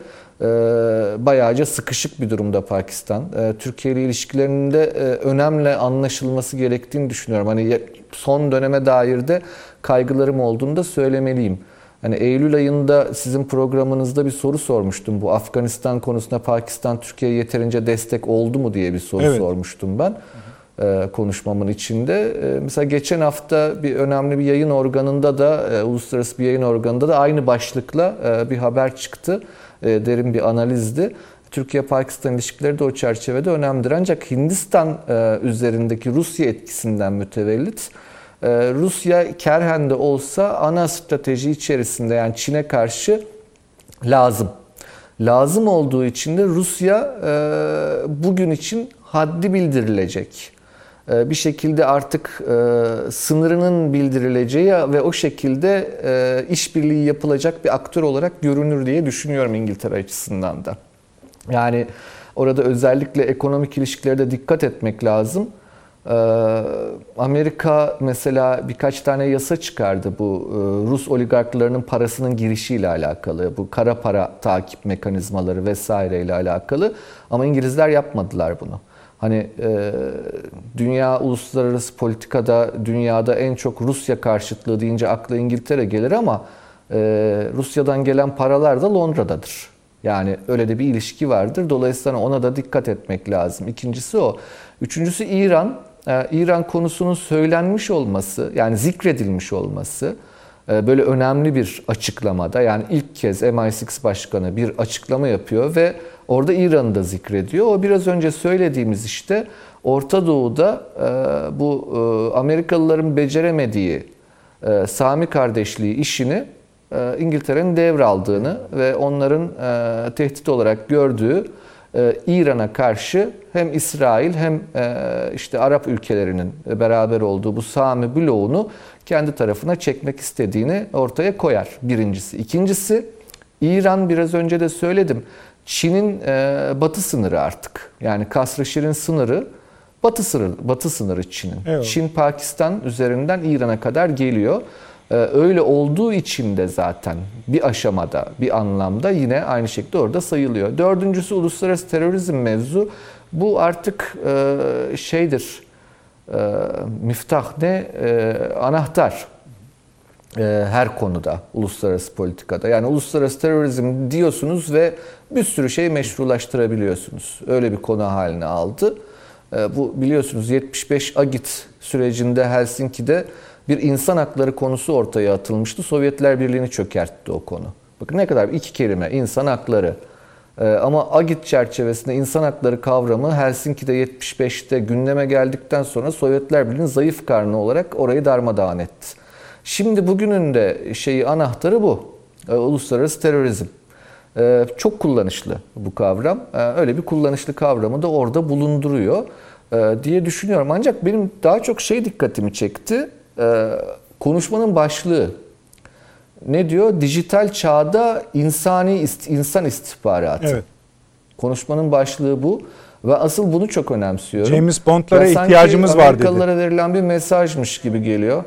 Speaker 3: Bayağıca sıkışık bir durumda Pakistan. Türkiye ile ilişkilerinde önemli anlaşılması gerektiğini düşünüyorum. Hani son döneme dair de kaygılarım olduğunu da söylemeliyim. Hani Eylül ayında sizin programınızda bir soru sormuştum. Bu Afganistan konusunda Pakistan Türkiye'ye yeterince destek oldu mu diye bir soru evet. sormuştum ben e, konuşmamın içinde. E, mesela geçen hafta bir önemli bir yayın organında da, e, uluslararası bir yayın organında da aynı başlıkla e, bir haber çıktı. E, derin bir analizdi. Türkiye-Pakistan ilişkileri de o çerçevede önemlidir. Ancak Hindistan e, üzerindeki Rusya etkisinden mütevellit Rusya kerhen de olsa ana strateji içerisinde yani Çin'e karşı lazım. lazım olduğu için de Rusya e, bugün için haddi bildirilecek. E, bir şekilde artık e, sınırının bildirileceği ve o şekilde e, işbirliği yapılacak bir aktör olarak görünür diye düşünüyorum İngiltere açısından da. Yani orada özellikle ekonomik ilişkilere de dikkat etmek lazım. Amerika mesela birkaç tane yasa çıkardı bu Rus oligarklarının parasının girişiyle alakalı, bu kara para takip mekanizmaları vesaireyle alakalı, ama İngilizler yapmadılar bunu. Hani dünya uluslararası politikada dünyada en çok Rusya karşıtlığı deyince akla İngiltere gelir ama Rusya'dan gelen paralar da Londra'dadır. Yani öyle de bir ilişki vardır. Dolayısıyla ona da dikkat etmek lazım. İkincisi o. Üçüncüsü İran. İran konusunun söylenmiş olması, yani zikredilmiş olması böyle önemli bir açıklamada. Yani ilk kez M I altı Başkanı bir açıklama yapıyor ve orada İran'ı da zikrediyor. O biraz önce söylediğimiz işte Orta Doğu'da bu Amerikalıların beceremediği Sami kardeşliği işini İngiltere'nin devraldığını ve onların tehdit olarak gördüğü İran'a karşı hem İsrail hem işte Arap ülkelerinin beraber olduğu bu Sami bloğunu kendi tarafına çekmek istediğini ortaya koyar birincisi. İkincisi, İran, biraz önce de söyledim, Çin'in batı sınırı artık. Yani Kasr-ı Şirin sınırı batı sınırı, batı sınırı Çin'in. Evet. Çin Pakistan üzerinden İran'a kadar geliyor. Öyle olduğu için de zaten bir aşamada, bir anlamda yine aynı şekilde orada sayılıyor. Dördüncüsü uluslararası terörizm mevzu. Bu artık e, şeydir, e, miftah ne? E, anahtar e, her konuda, uluslararası politikada. Yani uluslararası terörizm diyorsunuz ve bir sürü şey meşrulaştırabiliyorsunuz. Öyle bir konu haline aldı. E, bu biliyorsunuz yetmiş beş Agit sürecinde Helsinki'de bir insan hakları konusu ortaya atılmıştı. Sovyetler Birliği'ni çökertti o konu. Bakın ne kadar, iki kelime, insan hakları. Ee, ama Agit çerçevesinde insan hakları kavramı Helsinki'de yetmiş beşte gündeme geldikten sonra Sovyetler Birliği'nin zayıf karnı olarak orayı darmadağın etti. Şimdi bugünün de şeyi, anahtarı bu. Ee, uluslararası terörizm. Ee, çok kullanışlı bu kavram. Ee, öyle bir kullanışlı kavramı da orada bulunduruyor e, diye düşünüyorum. Ancak benim daha çok şey dikkatimi çekti. Ee, konuşmanın başlığı ne diyor? Dijital çağda insani insan istihbaratı. Evet. Konuşmanın başlığı bu ve asıl bunu çok önemsiyorum.
Speaker 1: James Bond'lara ihtiyacımız var dedi.
Speaker 3: Amerikalılara verilen bir mesajmış gibi geliyor.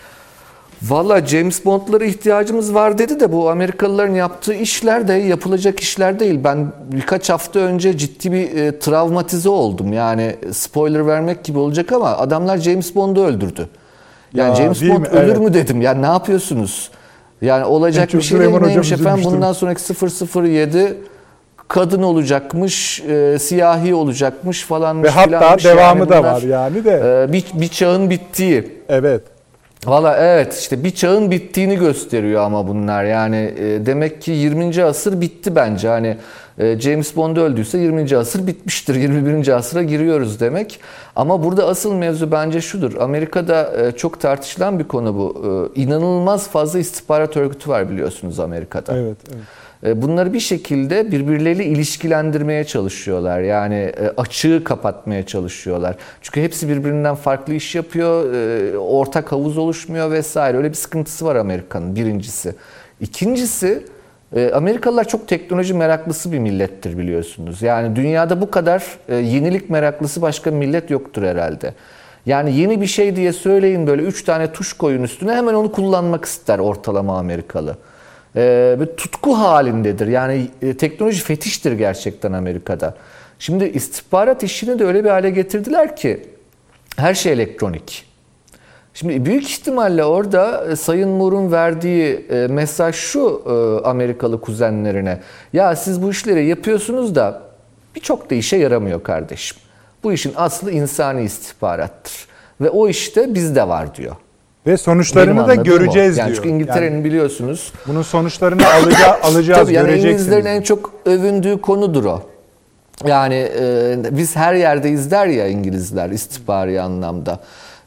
Speaker 3: Valla James Bond'lara ihtiyacımız var dedi de bu Amerikalıların yaptığı işler de yapılacak işler değil. Ben birkaç hafta önce ciddi bir e, travmatize oldum. Yani spoiler vermek gibi olacak ama adamlar James Bond'u öldürdü. Yani ya, James Bond mi? Ölür evet. mü dedim. Yani ne yapıyorsunuz? Yani olacak bir şey değil, neymiş efendim? Bundan sonraki sıfır sıfır yedi kadın olacakmış, e, siyahi olacakmış falan.
Speaker 1: Ve hatta devamı yani da var yani de.
Speaker 3: E, bir, bir çağın bittiği.
Speaker 1: Evet.
Speaker 3: Valla evet, işte bir çağın bittiğini gösteriyor ama bunlar. Yani e, demek ki yirminci asır bitti bence. Hani e, James Bond öldüyse yirminci asır bitmiştir. yirmi birinci asıra giriyoruz demek. Ama burada asıl mevzu bence şudur. Amerika'da e, çok tartışılan bir konu bu. E, inanılmaz fazla istihbarat örgütü var biliyorsunuz Amerika'da.
Speaker 1: Evet, evet.
Speaker 3: Bunları bir şekilde birbirleriyle ilişkilendirmeye çalışıyorlar. Yani açığı kapatmaya çalışıyorlar. Çünkü hepsi birbirinden farklı iş yapıyor. Ortak havuz oluşmuyor vesaire. Öyle bir sıkıntısı var Amerika'nın, birincisi. İkincisi, Amerikalılar çok teknoloji meraklısı bir millettir biliyorsunuz. Yani dünyada bu kadar yenilik meraklısı başka bir millet yoktur herhalde. Yani yeni bir şey diye söyleyin, böyle üç tane tuş koyun üstüne, hemen onu kullanmak ister ortalama Amerikalı. Ee, bir tutku halindedir. Yani e, teknoloji fetiştir gerçekten Amerika'da. Şimdi istihbarat işini de öyle bir hale getirdiler ki her şey elektronik. Şimdi büyük ihtimalle orada e, Sayın Moore'un verdiği e, mesaj şu e, Amerikalı kuzenlerine. Ya siz bu işleri yapıyorsunuz da birçok da işe yaramıyor kardeşim. Bu işin aslı insani istihbarattır. Ve o işte bizde var diyor.
Speaker 1: Ve sonuçlarını da göreceğiz
Speaker 3: yani
Speaker 1: diyor.
Speaker 3: Çünkü İngiltere'nin yani, biliyorsunuz.
Speaker 1: Bunun sonuçlarını alaca, alacağız,
Speaker 3: tabii yani
Speaker 1: göreceksiniz.
Speaker 3: İngilizlerin en çok övündüğü konudur o. Yani e, biz her yerdeyiz der ya İngilizler istihbari anlamda.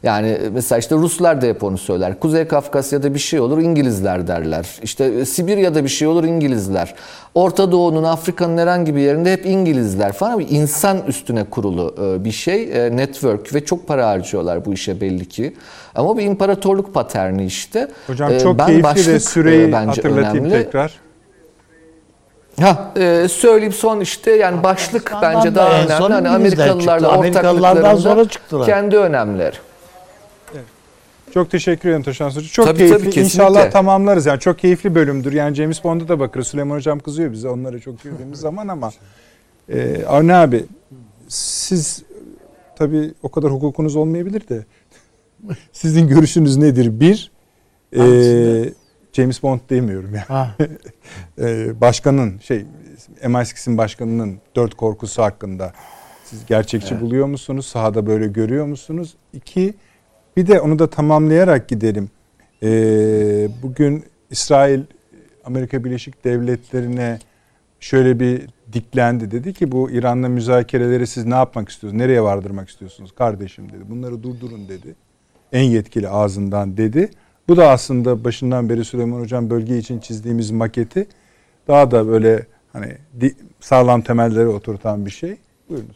Speaker 3: Yani mesela işte Ruslar da hep onu söyler. Kuzey Kafkasya'da bir şey olur İngilizler derler. İşte Sibirya'da bir şey olur İngilizler. Orta Doğu'nun, Afrika'nın herhangi bir yerinde hep İngilizler falan. Bir insan üstüne kurulu bir şey. Network ve çok para harcıyorlar bu işe belli ki. Ama bir imparatorluk paterni işte.
Speaker 1: Hocam çok
Speaker 3: ben
Speaker 1: keyifli de süreyi hatırlatayım
Speaker 3: önemli.
Speaker 1: tekrar.
Speaker 3: Ha, e, söyleyeyim son işte yani başlık bence daha önemli. Hani Amerikalılarla ortaklıklarında kendi önemleri.
Speaker 1: Evet. Çok teşekkür ederim Taşan Hoca. Çok
Speaker 3: tabii,
Speaker 1: keyifli.
Speaker 3: Tabii,
Speaker 1: İnşallah tamamlarız. Yani çok keyifli bölümdür. Yani James Bond'a da bakarız. Süleyman Hocam kızıyor bize onlara çok girdiğimiz zaman ama e, Avni abi siz tabii o kadar hukukunuz olmayabilir de sizin görüşünüz nedir? Bir e, James Bond demiyorum yani. ee, başkanın şey M I altının başkanının dört korkusu hakkında siz gerçekçi evet. buluyor musunuz? Sahada böyle görüyor musunuz? İki, bir de onu da tamamlayarak gidelim. Ee, bugün İsrail Amerika Birleşik Devletleri'ne şöyle bir diklendi. Dedi ki bu İran'la müzakereleri siz ne yapmak istiyorsunuz? Nereye vardırmak istiyorsunuz? Kardeşim dedi. Bunları durdurun dedi. En yetkili ağzından dedi. Bu da aslında başından beri Süleyman Hocam bölge için çizdiğimiz maketi daha da böyle hani sağlam temelleri oturtan bir şey. Buyurunuz.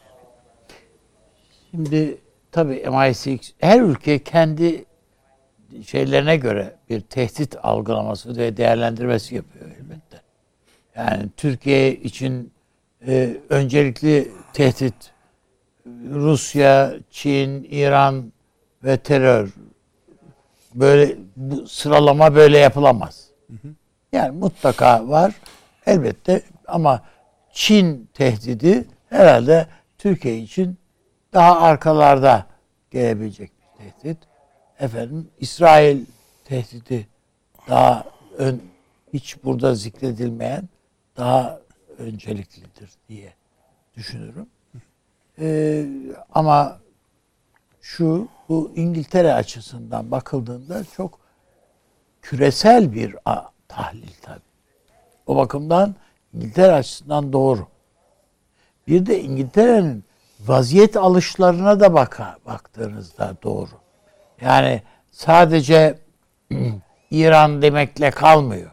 Speaker 2: Şimdi tabii M I altı her ülke kendi şeylerine göre bir tehdit algılaması ve değerlendirmesi yapıyor elbette. Yani Türkiye için e, öncelikli tehdit Rusya, Çin, İran ve terör. Böyle bu sıralama böyle yapılamaz. Hı hı. Yani mutlaka var elbette ama Çin tehdidi herhalde Türkiye için daha arkalarda gelebilecek bir tehdit. Efendim İsrail tehdidi daha ön, hiç burada zikredilmeyen daha önceliklidir diye düşünürüm. Ee, ama şu bu İngiltere açısından bakıldığında çok küresel bir tahlil tabii. O bakımdan İngiltere açısından doğru. Bir de İngiltere'nin vaziyet alışlarına da baka, baktığınızda doğru. Yani sadece İran demekle kalmıyor.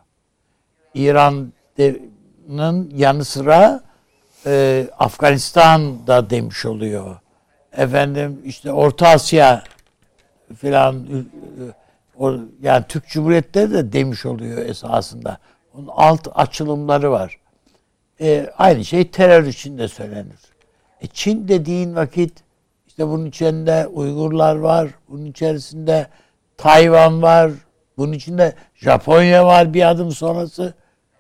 Speaker 2: İran'ın yanı sıra e, Afganistan da demiş oluyor. Efendim işte Orta Asya filan yani Türk Cumhuriyetleri de demiş oluyor esasında. Onun alt açılımları var. E, aynı şey terör için de söylenir. E, Çin dediğin vakit işte bunun içinde Uygurlar var, bunun içerisinde Tayvan var, bunun içinde Japonya var bir adım sonrası.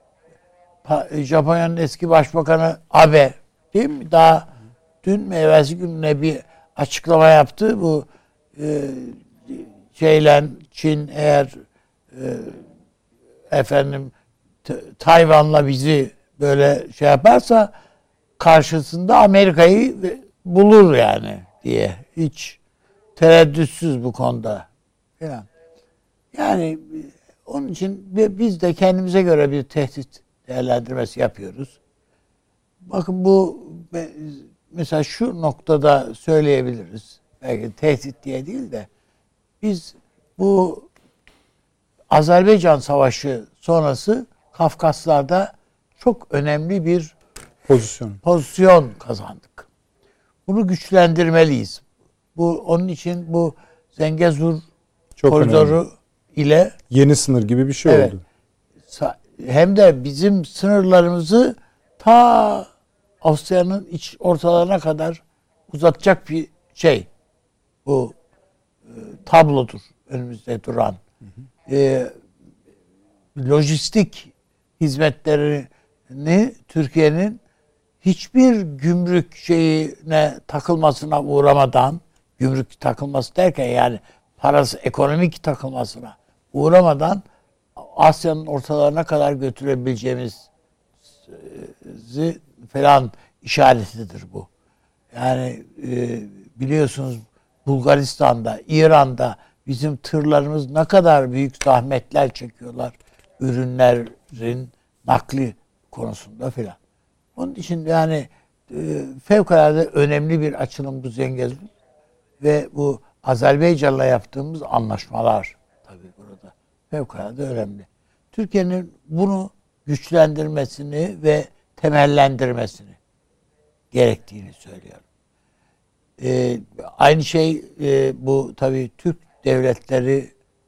Speaker 2: Japonya'nın eski başbakanı Abe değil mi? Daha dün mü evvelsi gün ne bir açıklama yaptı. Bu e, şeyle Çin eğer e, efendim t- Tayvan'la bizi böyle şey yaparsa karşısında Amerika'yı bulur yani diye. Hiç tereddütsüz bu konuda. Yani, yani onun için biz de kendimize göre bir tehdit değerlendirmesi yapıyoruz. Bakın bu mesela şu noktada söyleyebiliriz. Belki tehdit diye değil de biz bu Azerbaycan Savaşı sonrası Kafkaslar'da çok önemli bir
Speaker 1: pozisyon
Speaker 2: pozisyon kazandık. Bunu güçlendirmeliyiz. Bu onun için bu Zengezur çok koridoru önemli. ile
Speaker 1: yeni sınır gibi bir şey evet, oldu.
Speaker 2: Hem de bizim sınırlarımızı ta Avusturya'nın iç ortalarına kadar uzatacak bir şey. Bu e, tablodur önümüzde duran. Hı hı. E, lojistik hizmetlerini Türkiye'nin hiçbir gümrük şeyine takılmasına uğramadan, gümrük takılması derken yani parası ekonomik takılmasına uğramadan Asya'nın ortalarına kadar götürebileceğimiz falan işaretidir bu. Yani e, biliyorsunuz Bulgaristan'da, İran'da bizim tırlarımız ne kadar büyük zahmetler çekiyorlar ürünlerin nakli konusunda filan. Onun için yani e, fevkalade önemli bir açılım bu Zengezur ve bu Azerbaycan'la yaptığımız anlaşmalar tabii burada fevkalade önemli. Türkiye'nin bunu güçlendirmesini ve temellendirmesini gerektiğini söylüyorum. Ee, aynı şey e, bu tabii Türk Devletleri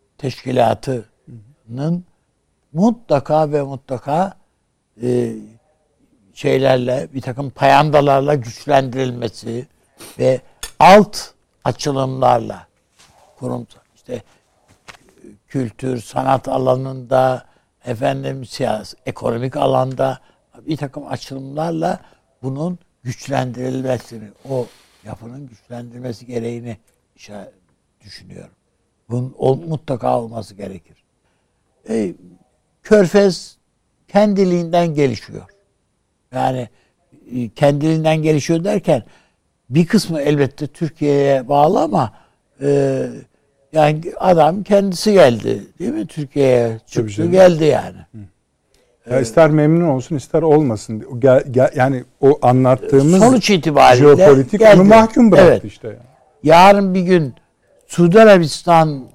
Speaker 2: Teşkilatı'nın mutlaka ve mutlaka e, şeylerle, bir takım payandalarla güçlendirilmesi ve alt açılımlarla kurumsal işte kültür, sanat alanında, efendim siyasi, ekonomik alanda bir takım açılımlarla bunun güçlendirilmesini, o yapının güçlendirilmesi gereğini düşünüyorum. Bunun o, mutlaka olması gerekir. E, Körfez kendiliğinden gelişiyor. Yani e, kendiliğinden gelişiyor derken bir kısmı elbette Türkiye'ye bağlı ama e, yani adam kendisi geldi değil mi Türkiye'ye çıktı geldi yani.
Speaker 1: Ya ister memnun olsun ister olmasın. O gel, gel, yani o anlattığımız
Speaker 2: sonuç itibariyle
Speaker 1: jeopolitik
Speaker 2: geldi.
Speaker 1: Onu mahkum bıraktı
Speaker 2: evet.
Speaker 1: işte. Yani.
Speaker 2: Yarın bir gün Suudi Arabistan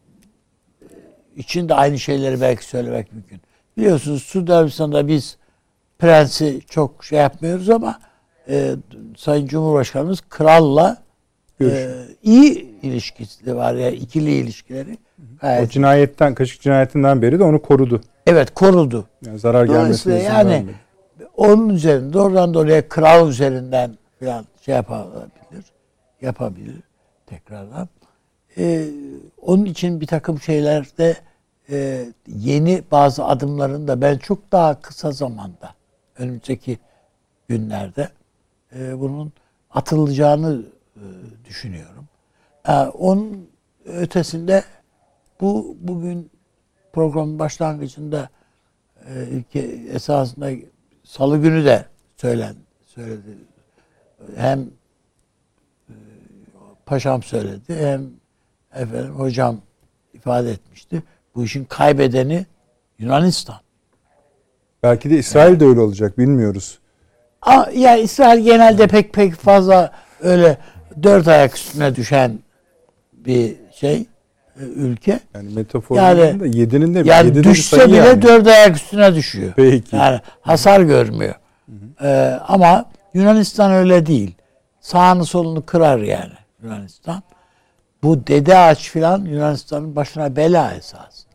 Speaker 2: için de aynı şeyleri belki söylemek mümkün. Biliyorsunuz Suudi Arabistan'da biz prensi çok şey yapmıyoruz ama e, Sayın Cumhurbaşkanımız kralla e, iyi ilişkisi var ya yani ikili ilişkileri.
Speaker 1: O cinayetten, Kaşık cinayetinden beri de onu korudu.
Speaker 2: Evet korudu.
Speaker 1: Yani zarar gelmesine izin
Speaker 2: yani
Speaker 1: vermedi.
Speaker 2: onun üzerinde doğrudan doğruya kral üzerinden falan şey yapabilir, yapabilir tekrardan. Ee, onun için bir takım şeylerde e, yeni bazı adımların da ben çok daha kısa zamanda önümüzdeki günlerde e, bunun atılacağını e, düşünüyorum. E, onun ötesinde bu bugün programın başlangıcında e, ülke esasında Salı günü de söylen söyledi. Hem e, paşam söyledi hem efendim hocam ifade etmişti. Bu işin kaybedeni Yunanistan.
Speaker 1: Belki de İsrail de öyle olacak bilmiyoruz.
Speaker 2: Ama yani İsrail genelde pek pek fazla öyle dört ayak üstüne düşen bir şey ülke.
Speaker 1: Yani metaforlarında
Speaker 2: yani,
Speaker 1: yedinin de
Speaker 2: yani
Speaker 1: yedinin
Speaker 2: düşse bile
Speaker 1: yani.
Speaker 2: dört ayak üstüne düşüyor.
Speaker 1: Peki.
Speaker 2: Yani hasar görmüyor. Hı hı. Ee, ama Yunanistan öyle değil. Sağını solunu kırar yani Yunanistan. Bu dede ağaç filan Yunanistan'ın başına bela esasında.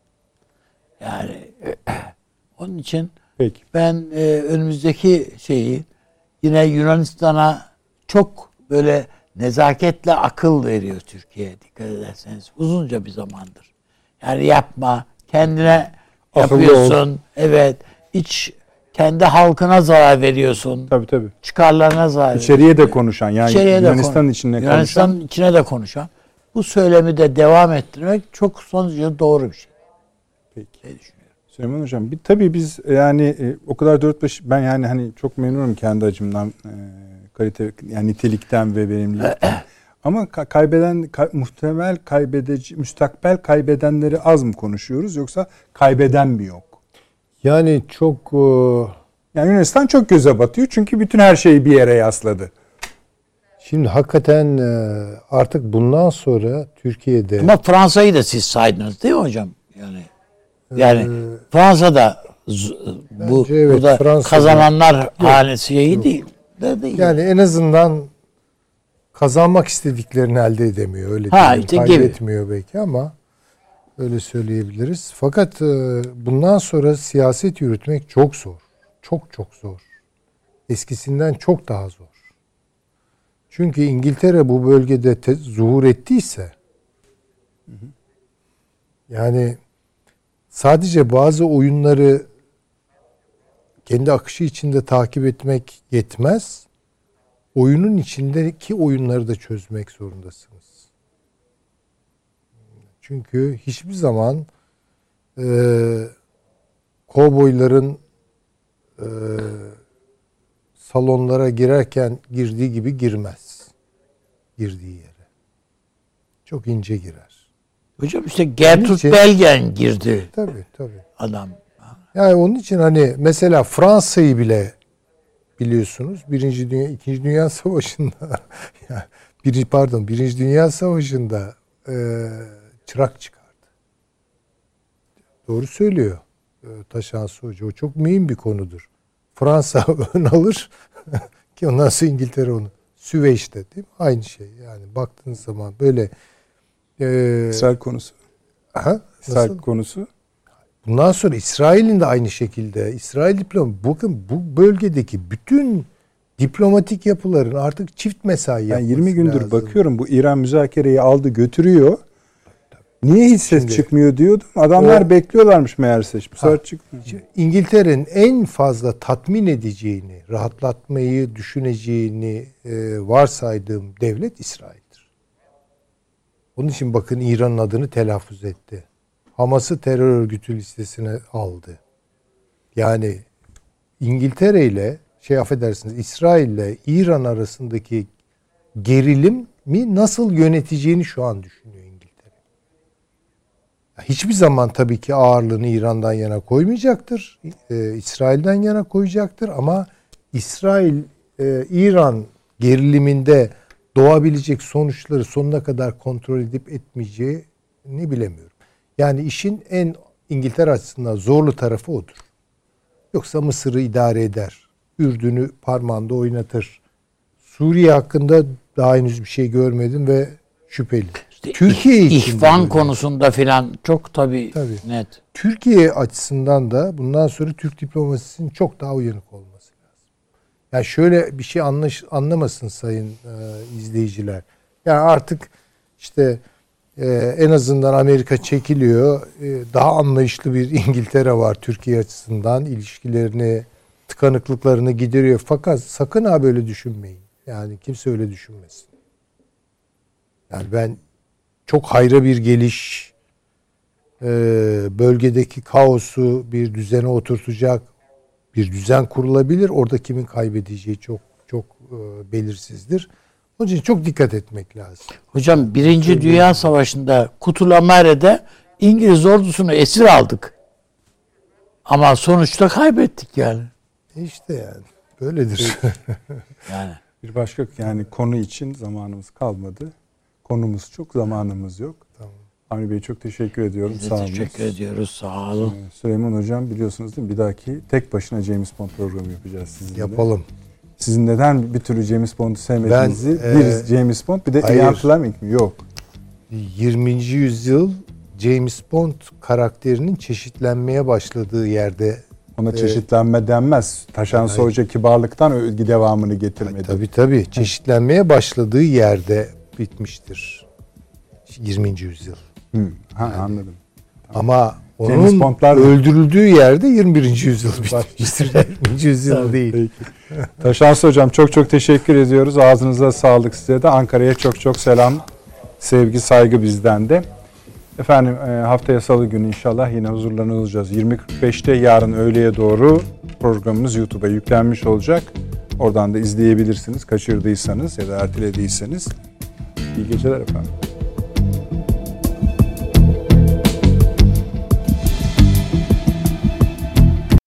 Speaker 2: Yani onun için
Speaker 1: Peki.
Speaker 2: ben e, önümüzdeki şeyi yine Yunanistan'a çok böyle nezaketle akıl veriyor Türkiye dikkat ederseniz. Uzunca bir zamandır. Yani yapma, kendine
Speaker 1: Akıllı
Speaker 2: yapıyorsun.
Speaker 1: ol.
Speaker 2: Evet. İç kendi halkına zarar veriyorsun.
Speaker 1: Tabii tabii.
Speaker 2: Çıkarlarına zarar
Speaker 1: İçeriye
Speaker 2: veriyorsun.
Speaker 1: de konuşan yani
Speaker 2: İçeriye
Speaker 1: Yunanistan'ın
Speaker 2: de
Speaker 1: içine konuşan.
Speaker 2: Yunanistan'ın içine de konuşan. Bu söylemi de devam ettirmek çok son derece doğru bir şey.
Speaker 1: Peki.
Speaker 2: Ne düşünüyorum?
Speaker 1: Süleyman Hocam bir, tabii biz yani e, o kadar dört beş ben yani hani çok memnunum kendi açımdan e, kalite yani nitelikten ve verimlilikten. Ama ka- kaybeden ka- muhtemel kaybedeci müstakbel kaybedenleri az mı konuşuyoruz yoksa kaybeden mi yok?
Speaker 4: Yani çok e,
Speaker 1: yani Yunanistan çok göze batıyor çünkü bütün her şeyi bir yere yasladı.
Speaker 4: Şimdi hakikaten e, artık bundan sonra Türkiye'de
Speaker 2: Ama Fransa'yı da siz saydınız değil mi hocam? Yani yani ee, Fransa'da bu
Speaker 4: evet,
Speaker 2: burada
Speaker 4: Fransa'da,
Speaker 2: kazananlar yok, hanesi şeyi değil. De değil.
Speaker 4: Yani en azından kazanmak istediklerini elde edemiyor. Öyle
Speaker 2: ha,
Speaker 4: değil.
Speaker 2: Işte
Speaker 4: Kaybetmiyor
Speaker 2: gibi.
Speaker 4: belki ama öyle söyleyebiliriz. Fakat e, bundan sonra siyaset yürütmek çok zor. Çok çok zor. Eskisinden çok daha zor. Çünkü İngiltere bu bölgede te- zuhur ettiyse hı hı. yani sadece bazı oyunları kendi akışı içinde takip etmek yetmez. Oyunun içindeki oyunları da çözmek zorundasınız. Çünkü hiçbir zaman e, kovboyların e, salonlara girerken girdiği gibi girmez. Girdiği yere. Çok ince girer.
Speaker 2: Hocam işte Gertrude için, Belgen girdi.
Speaker 4: Tabii tabii.
Speaker 2: Adam.
Speaker 4: Yani onun için hani mesela Fransa'yı bile biliyorsunuz. Birinci Dünya, İkinci Dünya Savaşı'nda bir pardon Birinci Dünya Savaşı'nda e, çırak çıkardı. Doğru söylüyor e, Taşansı Hoca. O çok mühim bir konudur. Fransa ön alır ki ondan sonra İngiltere onu. Süveyş'te değil mi? Aynı şey. Yani baktığınız zaman böyle e,
Speaker 1: İsrail konusu.
Speaker 4: Aha,
Speaker 1: İsrail
Speaker 4: nasıl?
Speaker 1: konusu.
Speaker 4: Bundan sonra İsrail'in de aynı şekilde İsrail diplom bakın bu bölgedeki bütün diplomatik yapıların artık çift mesai
Speaker 1: Ben
Speaker 4: yapması
Speaker 1: yirmi gündür
Speaker 4: lazım.
Speaker 1: bakıyorum bu İran müzakereyi aldı götürüyor. Niye hiç ses
Speaker 4: Şimdi,
Speaker 1: çıkmıyor diyordum. Adamlar
Speaker 4: o,
Speaker 1: bekliyorlarmış meğerse. Bu sefer çıkmıyor.
Speaker 4: İngiltere'nin en fazla tatmin edeceğini, rahatlatmayı düşüneceğini e, varsaydığım devlet İsrail'dir. Onun için bakın İran'ın adını telaffuz etti. Hamas'ı terör örgütü listesine aldı. Yani İngiltere ile şey affedersiniz İsrail ile İran arasındaki gerilimi nasıl yöneteceğini şu an düşünüyor İngiltere. Hiçbir zaman tabii ki ağırlığını İran'dan yana koymayacaktır. Ee, İsrail'den yana koyacaktır ama İsrail e, İran geriliminde doğabilecek sonuçları sonuna kadar kontrol edip etmeyeceğini bilemiyorum. Yani işin en İngiltere açısından zorlu tarafı odur. Yoksa Mısır'ı idare eder. Ürdün'ü parmağında oynatır. Suriye hakkında daha henüz bir şey görmedim ve şüpheli.
Speaker 2: İşte
Speaker 4: Türkiye için
Speaker 2: ihvan
Speaker 4: böyle.
Speaker 2: konusunda filan çok tabii,
Speaker 4: Tabii.
Speaker 2: net.
Speaker 4: Türkiye açısından da bundan sonra Türk diplomasisinin çok daha uyanık olması lazım. Yani şöyle bir şey anlaş, anlamasın sayın e, izleyiciler. Yani artık işte e, en azından Amerika çekiliyor. E, daha anlayışlı bir İngiltere var Türkiye açısından. İlişkilerini, tıkanıklıklarını gideriyor. Fakat sakın ha böyle düşünmeyin. Yani kimse öyle düşünmesin. Yani ben çok hayra bir geliş, e, bölgedeki kaosu bir düzene oturtacak bir düzen kurulabilir. Orada kimin kaybedeceği çok çok e, belirsizdir. Onun için çok dikkat etmek lazım.
Speaker 2: Hocam Birinci Dünya Savaşı'nda Kutulamare'de İngiliz ordusunu esir aldık. Ama sonuçta kaybettik yani.
Speaker 4: E işte yani böyledir.
Speaker 2: Yani
Speaker 1: Bir başka yani konu için zamanımız kalmadı. Konumuz çok, zamanımız yok.
Speaker 4: Tamam.
Speaker 1: Avni Bey çok teşekkür ediyorum.
Speaker 2: biz de
Speaker 1: Sağ olun.
Speaker 2: teşekkür ediyoruz. Sağ olun.
Speaker 1: Ee, Süleyman Hocam biliyorsunuz değil mi? Bir dahaki tek başına James Bond programı yapacağız sizinle.
Speaker 4: Yapalım.
Speaker 1: Sizin neden bir türlü James Bond'u sevmediğinizi,
Speaker 4: Ben,
Speaker 1: bir
Speaker 4: e,
Speaker 1: James Bond bir de
Speaker 4: hayır.
Speaker 1: Ian Fleming mi? Yok.
Speaker 4: yirminci yüzyıl James Bond karakterinin çeşitlenmeye başladığı yerde
Speaker 1: Ona
Speaker 4: e,
Speaker 1: çeşitlenme denmez. Taşansı
Speaker 4: hayır.
Speaker 1: Hoca kibarlıktan ö- devamını getirmedi.
Speaker 4: tabii tabii çeşitlenmeye başladığı yerde bitmiştir. yirminci yüzyıl.
Speaker 1: Hı, ha, anladım.
Speaker 4: Ama
Speaker 1: James
Speaker 4: onun
Speaker 1: Bond'lar-
Speaker 4: öldürüldüğü yerde yirmi birinci yüzyıl bitmiştir. yirminci yüzyıl değil.
Speaker 1: Peki. Taşansı Hocam çok çok teşekkür ediyoruz. Ağzınıza sağlık size de. Ankara'ya çok çok selam, sevgi, saygı bizden de. Efendim haftaya salı günü inşallah yine huzurlarınızda olacağız. yirmi kırk beşte yarın öğleye doğru programımız YouTube'a yüklenmiş olacak. Oradan da izleyebilirsiniz kaçırdıysanız ya da ertelediyseniz. İyi geceler efendim.